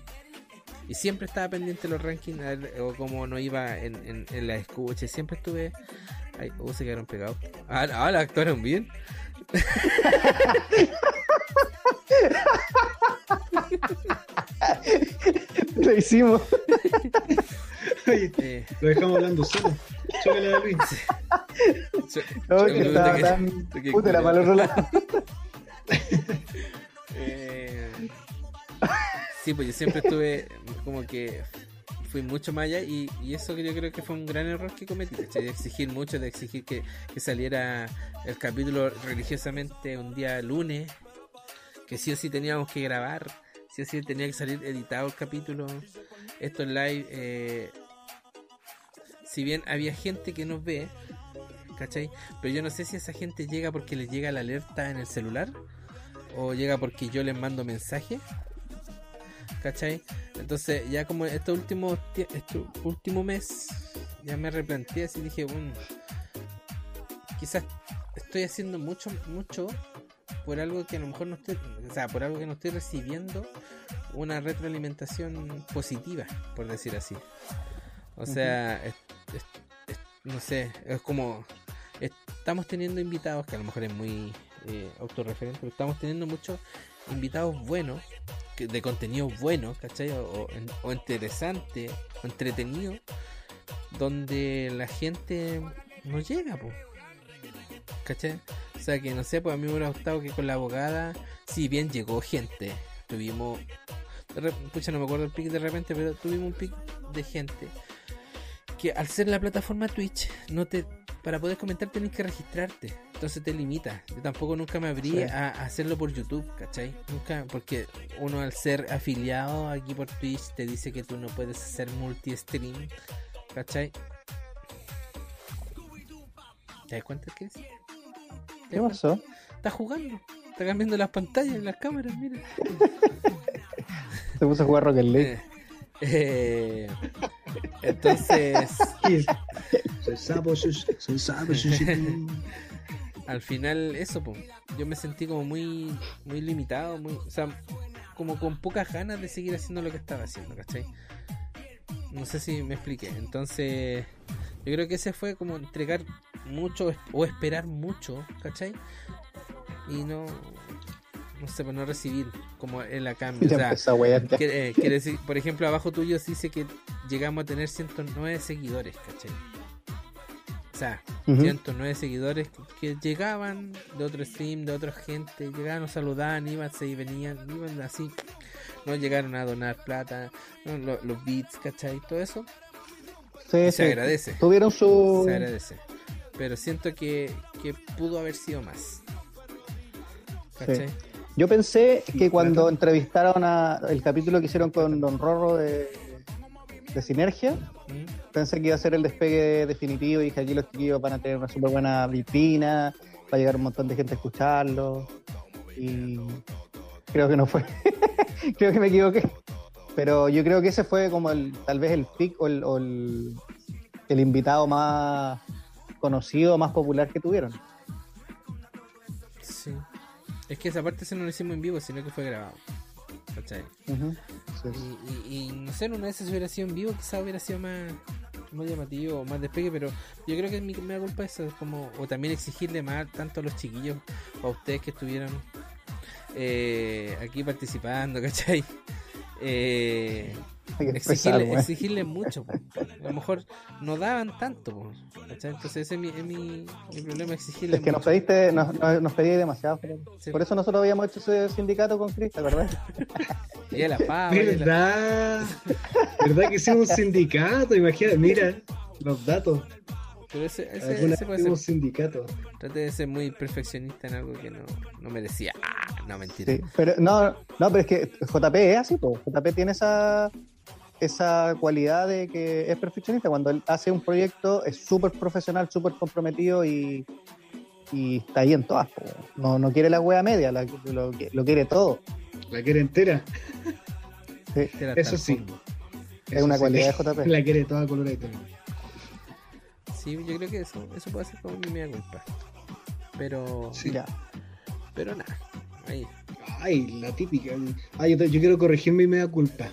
Y siempre estaba pendiente de los rankings a ver, o como no iba en, en, en la escucha. Siempre estuve. Ay, oh, se quedaron pegados. Ah, ah, la actuaron bien. Lo hicimos. Oye, Eh, lo dejamos hablando solo. Chócale a Luis. yo- No, yo que creo estaba que- tan que- puta la para el otro lado. Eh, sí, pues yo siempre estuve como que fui mucho más allá y, y eso que yo creo que fue un gran error que cometí, ¿cachai? De exigir mucho, de exigir que, que saliera el capítulo religiosamente un día lunes, que sí o sí teníamos que grabar, sí o sí tenía que salir editado el capítulo, esto en live, eh, si bien había gente que nos ve, ¿cachai? Pero yo no sé si esa gente llega porque les llega la alerta en el celular o llega porque yo les mando mensaje, ¿cachai? Entonces ya como este último tie- este último mes ya me replanteé así, dije, bueno, quizás estoy haciendo mucho mucho por algo que a lo mejor no estoy, o sea, por algo que no estoy recibiendo una retroalimentación positiva, por decir así. O sea, es- es- es- no sé, es como estamos teniendo invitados que a lo mejor es muy eh, autorreferente, pero estamos teniendo muchos invitados buenos, que, de contenido bueno, ¿cachai? O, o, en- o interesante, o entretenido, donde la gente no llega, pues. ¿Cachai? O sea que no sé, pues a mí me hubiera gustado que con la abogada, si bien llegó gente, tuvimos, de re- pucha, no me acuerdo el pic de repente, pero tuvimos un pic de gente que al ser la plataforma Twitch, no te, para poder comentar tenés que registrarte, entonces te limita. Yo tampoco nunca me abrí Sí. a, a hacerlo por YouTube, ¿cachai? Nunca, porque uno al ser afiliado aquí por Twitch te dice que tú no puedes hacer multi-stream, ¿cachai? ¿Te das cuenta qué es? ¿Te ¿Qué das pasó? cuenta? Está jugando, está cambiando las pantallas, las cámaras, mira. Se puso a jugar Rocket League. Eh, eh, entonces, Sí. Soy sapo, soy, soy sapo, soy soy- al final eso, po, yo me sentí como muy muy limitado, muy, o sea, como con pocas ganas de seguir haciendo lo que estaba haciendo, ¿cachai? No sé si me expliqué. Entonces, yo creo que ese fue como entregar mucho o esperar mucho, ¿cachai? Y no, no sé, pues no recibir como el a cambio. Ya O sea, empezó a wear ya. quiere, eh, quiere decir, por ejemplo, abajo tuyo dice que llegamos a tener ciento nueve seguidores, ¿cachai? O sea, Ujú. ciento nueve seguidores que, que llegaban de otro stream, de otra gente, llegaban, nos saludaban, iban, se venían, iban así, no llegaron a donar plata, no, lo- los beats, ¿cachai? Todo eso Sí, y sí. se agradece, Tuvieron su... se agradece. Pero siento que, que pudo haber sido más. ¿Cachai? Sí. Yo pensé que cuando claro. entrevistaron a el capítulo que hicieron con Don Rorro de, de Sinergia, ¿Mm? pensé que iba a ser el despegue definitivo y dije aquí los chiquillos van a tener una súper buena vitrina, va a llegar un montón de gente a escucharlo y creo que no fue. Creo que me equivoqué. Pero yo creo que ese fue como el tal vez el pick o el, o el, el invitado más conocido, más popular que tuvieron. Sí. Es que esa parte se no lo hicimos en vivo, sino que fue grabado. ¿Cachai? Uh-huh. Sí. Y, y, y no sé, una vez si hubiera sido en vivo, quizás hubiera sido más, más llamativo o más despegue, pero yo creo que mi, me da culpa eso, es como, o también exigirle más tanto a los chiquillos o a ustedes que estuvieron eh, aquí participando, ¿cachai? Eh, Hay que exigirle, empezar, exigirle mucho, po. A lo mejor no daban tanto, po, ¿cachai? Entonces ese es mi, es mi, mi problema, exigirle Es que mucho. nos pediste, nos, nos, nos pedí demasiado. Pero... Sí. Por eso nosotros habíamos hecho ese sindicato con Chris, ¿verdad? Y a la pava, y a la- ¿Verdad? ¿Verdad que hicimos un sindicato? Imagínate, mira los datos. Pero ese, ese, Alguna ese vez puede hicimos ser. sindicato. Traté de ser muy perfeccionista en algo que no, no merecía. Ah, no, mentira. Sí, pero no, no, pero es que J P es así, pues. J P tiene esa esa cualidad de que es perfeccionista. Cuando él hace un proyecto es súper profesional, súper comprometido y, y está ahí en todas, po. No, no quiere la wea media, la- lo, lo quiere todo. La quiere entera. Sí, Era hasta Eso el sí. fondo. es Eso una sí. cualidad de J P. La quiere toda colorada. Sí, yo creo que eso, eso puede ser como mi media culpa. Pero, Sí. Ya. pero nada. Ahí. Ay, la típica. Ay, yo, te- yo quiero corregir mi media culpa.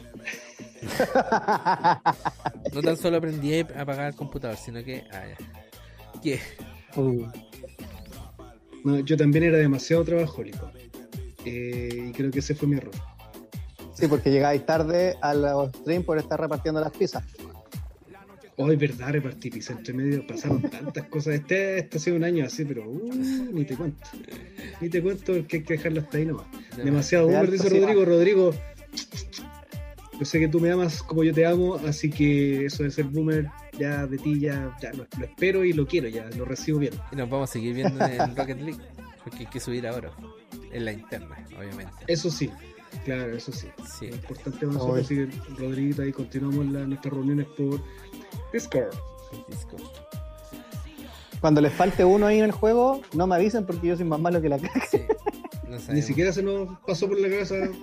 No tan solo aprendí a apagar el computador, sino que. Ah, ya. ¿Qué? Uh, No, yo también era demasiado trabajólico. Eh, y creo que ese fue mi error. sí, porque llegáis tarde a los stream por estar repartiendo las pizzas. Hoy, verdad, repartí pizza entre medio. Pasaron tantas cosas. Este, este ha sido un año así, pero uh, ni te cuento. Ni te cuento porque hay que dejarlo hasta ahí nomás. Demasiado De boomer, alto, dice sí. Rodrigo. Rodrigo, yo sé que tú me amas como yo te amo, así que eso de ser boomer, ya de ti, ya, ya lo, lo espero y lo quiero, ya lo recibo bien. Y nos vamos a seguir viendo en Rocket League. Porque hay que subir ahora. En la interna, obviamente. Eso sí, claro, eso sí. Sí. Es importante para nosotros, así que Rodriguita, ahí continuamos la- nuestras reuniones por Discord. Discord. Cuando les falte uno ahí en el juego, no me avisen porque yo soy más malo que la caca. Sí. No sabemos. Ni siquiera se nos pasó por la cabeza. No,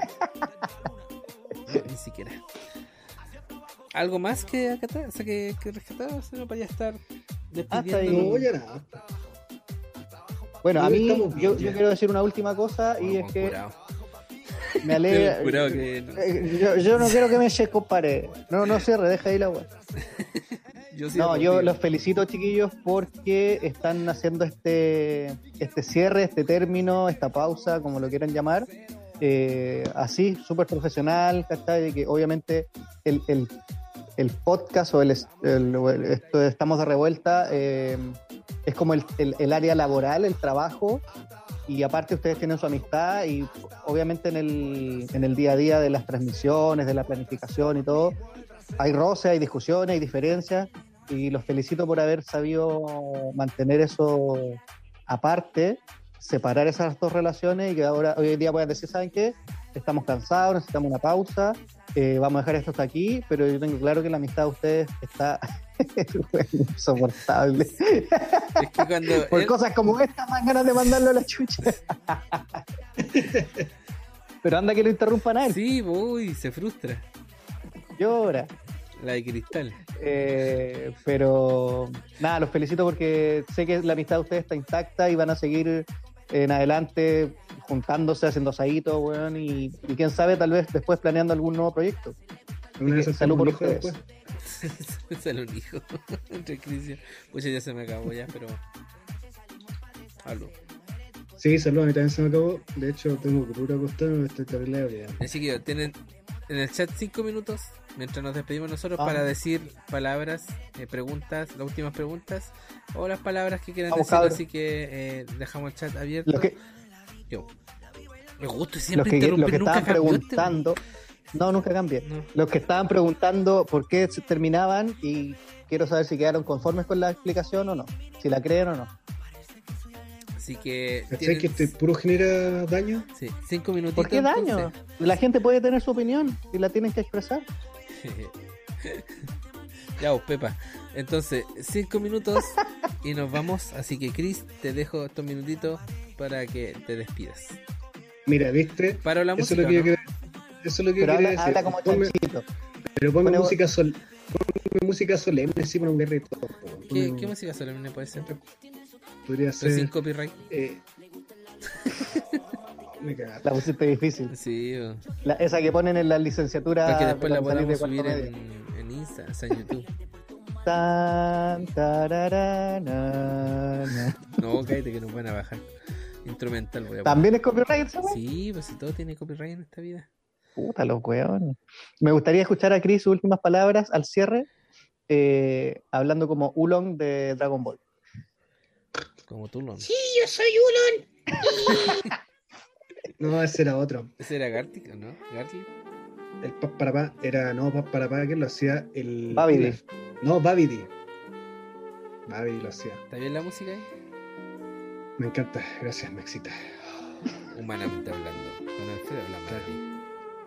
ni siquiera. ¿Algo más que acatar? O sea, que, que rescatar, o sea, no para ya estar Hasta ahí. despidiendo. No, ya nada. Bueno, a Yo mí, estamos bien, yo, ya. yo quiero decir una última cosa y es que Curado. me alegra. Curado que no. Eh, Yo, yo no quiero que me eches, compadre. No, no cierre, deja ahí la web. Yo sí No, lo yo digo. los felicito, chiquillos, porque están haciendo este, este cierre, este término, esta pausa, como lo quieran llamar, eh, así, súper profesional, ¿cachai? De que obviamente el, el, el podcast o el, el- o el- esto de Estamos de Revuelta eh, es como el, el, el área laboral, el trabajo, y aparte ustedes tienen su amistad y obviamente en el, en el día a día de las transmisiones, de la planificación y todo, hay roces, hay discusiones, hay diferencias, y los felicito por haber sabido mantener eso aparte, separar esas dos relaciones y que ahora hoy en día puedan decir, ¿saben qué? Estamos cansados, necesitamos una pausa, eh, vamos a dejar esto hasta aquí, pero yo tengo claro que la amistad de ustedes está insoportable. Es que cuando. Por él- cosas como esta, más ganas de mandarlo a la chucha. Pero anda que lo interrumpan a él. Sí, uy, se frustra. Llora. La de cristal. Eh, pero nada, los felicito porque sé que la amistad de ustedes está intacta y van a seguir en adelante juntándose, haciendo asaditos, weón, y, y quién sabe, tal vez después planeando algún nuevo proyecto. Una vez que hacemos salud por un hijo ustedes. después. Sale un hijo. Entre crisis. Pues ya se me acabó ya, pero. Algo. Sí, saludos, a mí también se me acabó. De hecho, tengo que puro acostarme, estoy terrible ya. Así que tienen en el chat cinco minutos mientras nos despedimos nosotros Ah. para decir palabras, eh, preguntas, las últimas preguntas o las palabras que quieran Vamos, decir. cabros. Así que eh, dejamos el chat abierto. Los que, Yo. Me gusta los siempre que, los interrumpir, que nunca estaban cambió este, preguntando, no, nunca cambié. No. Los que estaban preguntando por qué se terminaban y quiero saber si quedaron conformes con la explicación o no, si la creen o no. Así que. ¿Cachai tienen- que este puro genera daño? Sí, cinco minutitos. ¿Por qué daño? entonces. La gente puede tener su opinión y la tienen que expresar. Ya vos, Pepa. Entonces, cinco minutos y nos vamos. Así que, Chris, te dejo estos minutitos para que te despidas. Mira, ¿viste? Paro la Eso música. es lo que yo ¿no? quería, eso es lo que yo Pero quería habla, decir. habla como Ponme- chanchito. pero ponme Pone- música sol, ponme música solemne, sí, para un guerrero. ¿Qué, ¿Qué música solemne puede ser? Podría Pero sin ser. copyright. Eh... Me cagaste. La pusiste difícil. Sí, o- La- esa que ponen en la licenciatura. para que después la cuando salís podamos de subir cuarto en, medio. en Insta, o sea, en YouTube. Tan, tararana, na. No, cállate que nos van a bajar. Instrumental voy a poner. ¿También es copyright esa weá? Sí, pues si todo tiene copyright en esta vida. Puta, los weones. Me gustaría escuchar a Chris sus últimas palabras al cierre, eh, hablando como Ulong de Dragon Ball. Como tú, ¿no? Sí, yo soy Ulon. No, ese era otro. Ese era Gartic, ¿o no? Gartic. El Pap para Pa era, no, Pap para Pa, que lo hacía el. Babidi. No, Babidi. Babidi lo hacía. ¿Está bien la música ahí? Me encanta, gracias, me excita. Humanamente hablando. Con Alfredo la madre.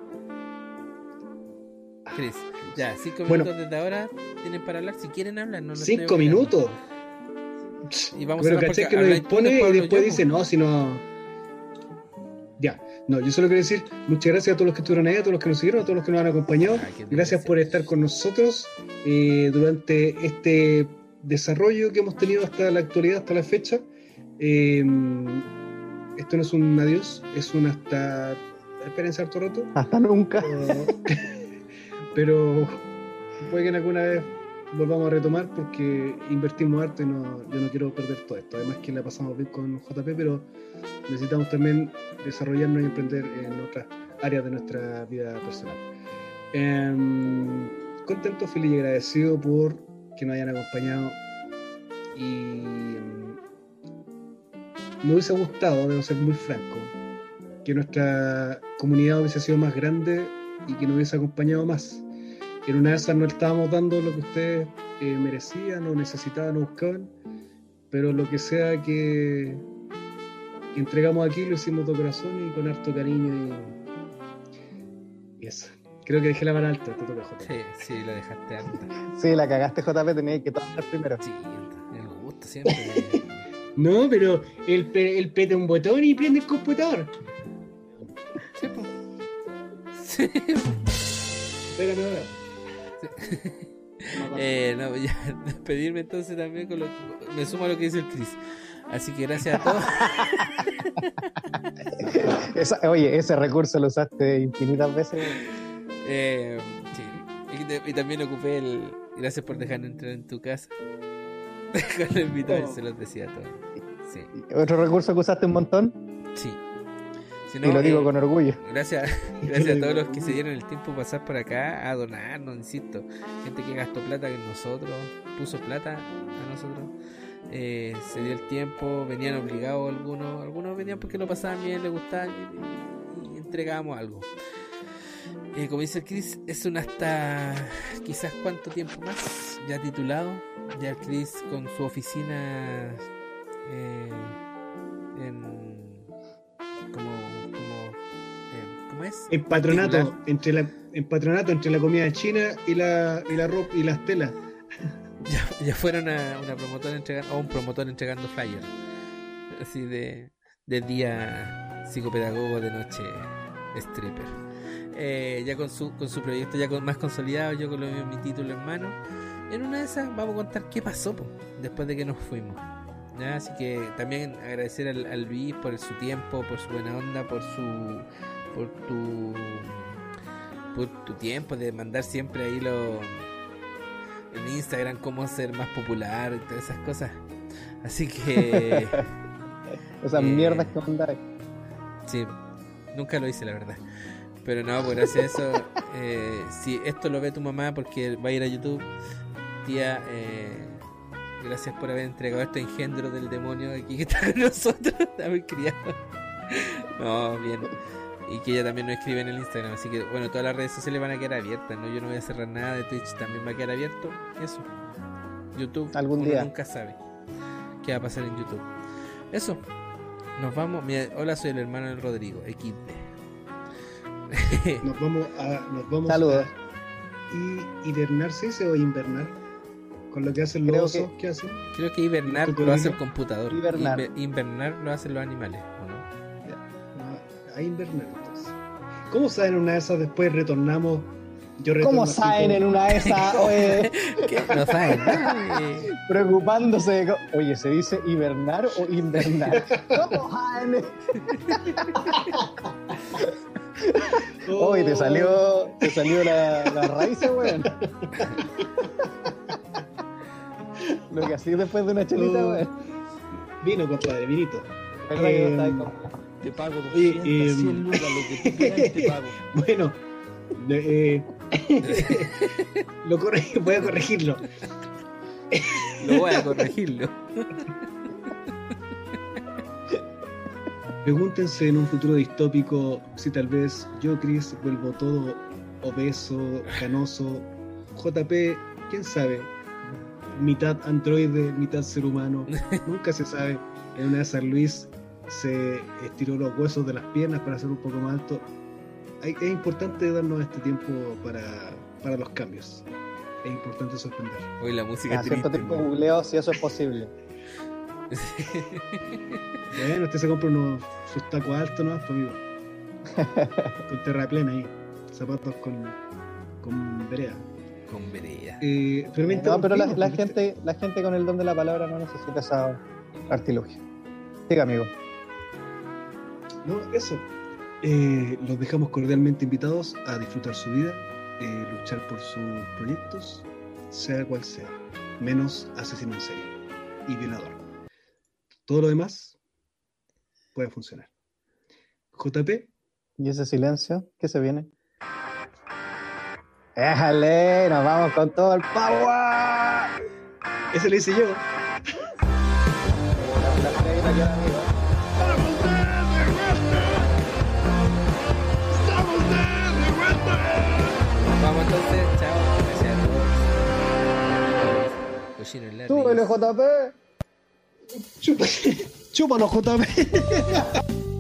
Chris, ya, cinco Bueno. minutos desde ahora tienen para hablar. Si quieren hablar, no lo Cinco estoy obligando. minutos. Y vamos Pero a hablar caché porque que nos habláis tú, impone después y hablo después yo, dice, po. no, si no. Ya, no, yo solo quiero decir muchas gracias a todos los que estuvieron ahí, a todos los que nos siguieron, a todos los que nos han acompañado. Ah, qué Gracias delicia. por estar con nosotros eh, durante este desarrollo que hemos tenido hasta la actualidad, hasta la fecha. Eh, esto no es un adiós, es un hasta. Espérense harto rato. Hasta nunca. Pero, pero puede que en alguna vez volvamos a retomar porque invertimos harto y no, yo no quiero perder todo esto. Además que la pasamos bien con J P, pero necesitamos también desarrollarnos y emprender en otras áreas de nuestra vida personal. Em, contento, feliz y agradecido por que nos hayan acompañado y em, me hubiese gustado, debo ser muy franco, que nuestra comunidad hubiese sido más grande y que nos hubiese acompañado más. En una de esas no estábamos dando lo que ustedes eh, merecían o necesitaban o buscaban, pero lo que sea que, que entregamos aquí lo hicimos de corazón y con harto cariño y, y eso. Creo que dejé la vara alta, te toca, Jota. Sí, sí, lo dejaste alta. Sí, la cagaste, J P, tenías que tomar primero. Sí, el gusto siempre. No, pero él, pe- él peta un botón y prende el computador. Sí, po. Sí. Pero no, no. Eh, no, ya, despedirme entonces también con lo me sumo a lo que dice el Chris. Así que gracias a todos. Esa- oye, ese recurso lo usaste infinitas veces. Eh, sí. Y, te- y también ocupé el gracias por dejarme entrar en tu casa. Con el invitado se los decía a todos. Sí, Otro recurso que usaste un montón, sí. Si y no, lo digo eh, con orgullo. Gracias, gracias a todos los que se dieron el tiempo de pasar por acá a donarnos, insisto. Gente que gastó plata en nosotros, puso plata a nosotros. Eh, se dio el tiempo, venían obligados algunos, algunos venían porque lo pasaban bien, les gustaban y, y entregábamos algo. Eh, como dice el Chris, es un hasta quizás cuánto tiempo más, ya titulado, ya el Chris con su oficina eh, en como, como eh, ¿cómo es? En patronato, Particular. entre la, en patronato entre la comida china y la, y la ropa y las telas. Ya, ya fueron a una promotora entregando, o un promotor entregando flyers. Así de, de día psicopedagogo, de noche stripper. Eh, ya con su, con su proyecto ya con, más consolidado, yo con lo, mi título en mano. En una de esas vamos a contar qué pasó po, después de que nos fuimos. ¿Ya? Así que también agradecer al, al Luis por su tiempo, por su buena onda, por su por tu por tu tiempo de mandar siempre ahí lo en Instagram cómo ser más popular y todas esas cosas. Así que Esas eh, mierdas que mandáis. sí, nunca lo hice la verdad. Pero no, pues gracias a eso, eh, si esto lo ve tu mamá porque va a ir a YouTube, tía, eh, gracias por haber entregado este engendro del demonio aquí que está con nosotros, está muy criado. No, bien. Y que ella también nos escribe en el Instagram, así que bueno, todas las redes sociales van a quedar abiertas, ¿no? Yo no voy a cerrar nada de Twitch, también va a quedar abierto. Eso. YouTube, Algún uno día. nunca sabe qué va a pasar en YouTube. Eso. Nos vamos. Mira, hola, soy el hermano del Rodrigo, equis de. Nos vamos a. Nos vamos Saludos. a y, hibernar, ¿se dice? O invernar. Con lo que hacen los Creo osos, que- ¿qué hacen? Creo que hibernar ¿Tu lo hace el cocodrilo? computador. Hibernar. Inver- invernar lo hacen los animales, ¿o no? Ya, no, a invernar entonces. ¿Cómo saben una de esas después retornamos? Yo retorno ¿Cómo así saben como- en una de esas? Oye, ¿Qué? No saben. Ay. preocupándose de co- oye, ¿se dice hibernar o invernar? ¿Cómo saben? Oye, te salió, te salió la, la raíz, weón. Lo que hacía después de una chelita, Oh. weón. Vino, compadre, vinito. ¿Verdad que no Eh, estaba ahí con- Te pago Oye, doscientas, eh, cien lucas, lo que tú quieras te pago. Bueno, eh, lo corre- voy a corregirlo. Lo voy a corregirlo. Pregúntense en un futuro distópico si tal vez yo, Chris, vuelvo todo obeso, canoso, J P, quién sabe, mitad androide, mitad ser humano, nunca se sabe. En una de esas Luis se estiró los huesos de las piernas para ser un poco más alto. Hay- Es importante darnos este tiempo para, para los cambios. Es importante sorprender. Hoy la música A cierto triste. tiempo ¿no? googleo si eso es posible. Bueno, usted se compra unos sus tacos altos, ¿no? Pues, amigo. Con terraplén ahí. Zapatos con, con vereda. Con vereda. Eh, pero me No, pero la, interrumpimos, la ¿viste? gente, la gente con el don de la palabra no necesita esa artilugio. Diga, amigo. No, eso. Eh, los dejamos cordialmente invitados a disfrutar su vida, eh, luchar por sus proyectos, sea cual sea, menos asesino en serie y violador. Todo lo demás puede funcionar. J P, ¿Y ese silencio? ¿Qué se viene? ¡Éjale! ¡Nos vamos con todo el power! ese le hice yo. La fregadita que era, amigo. Vamos entonces, chao. Gracias a todos. Cochino en la ¡Súbele, risa. J P! Chúpalo, J P.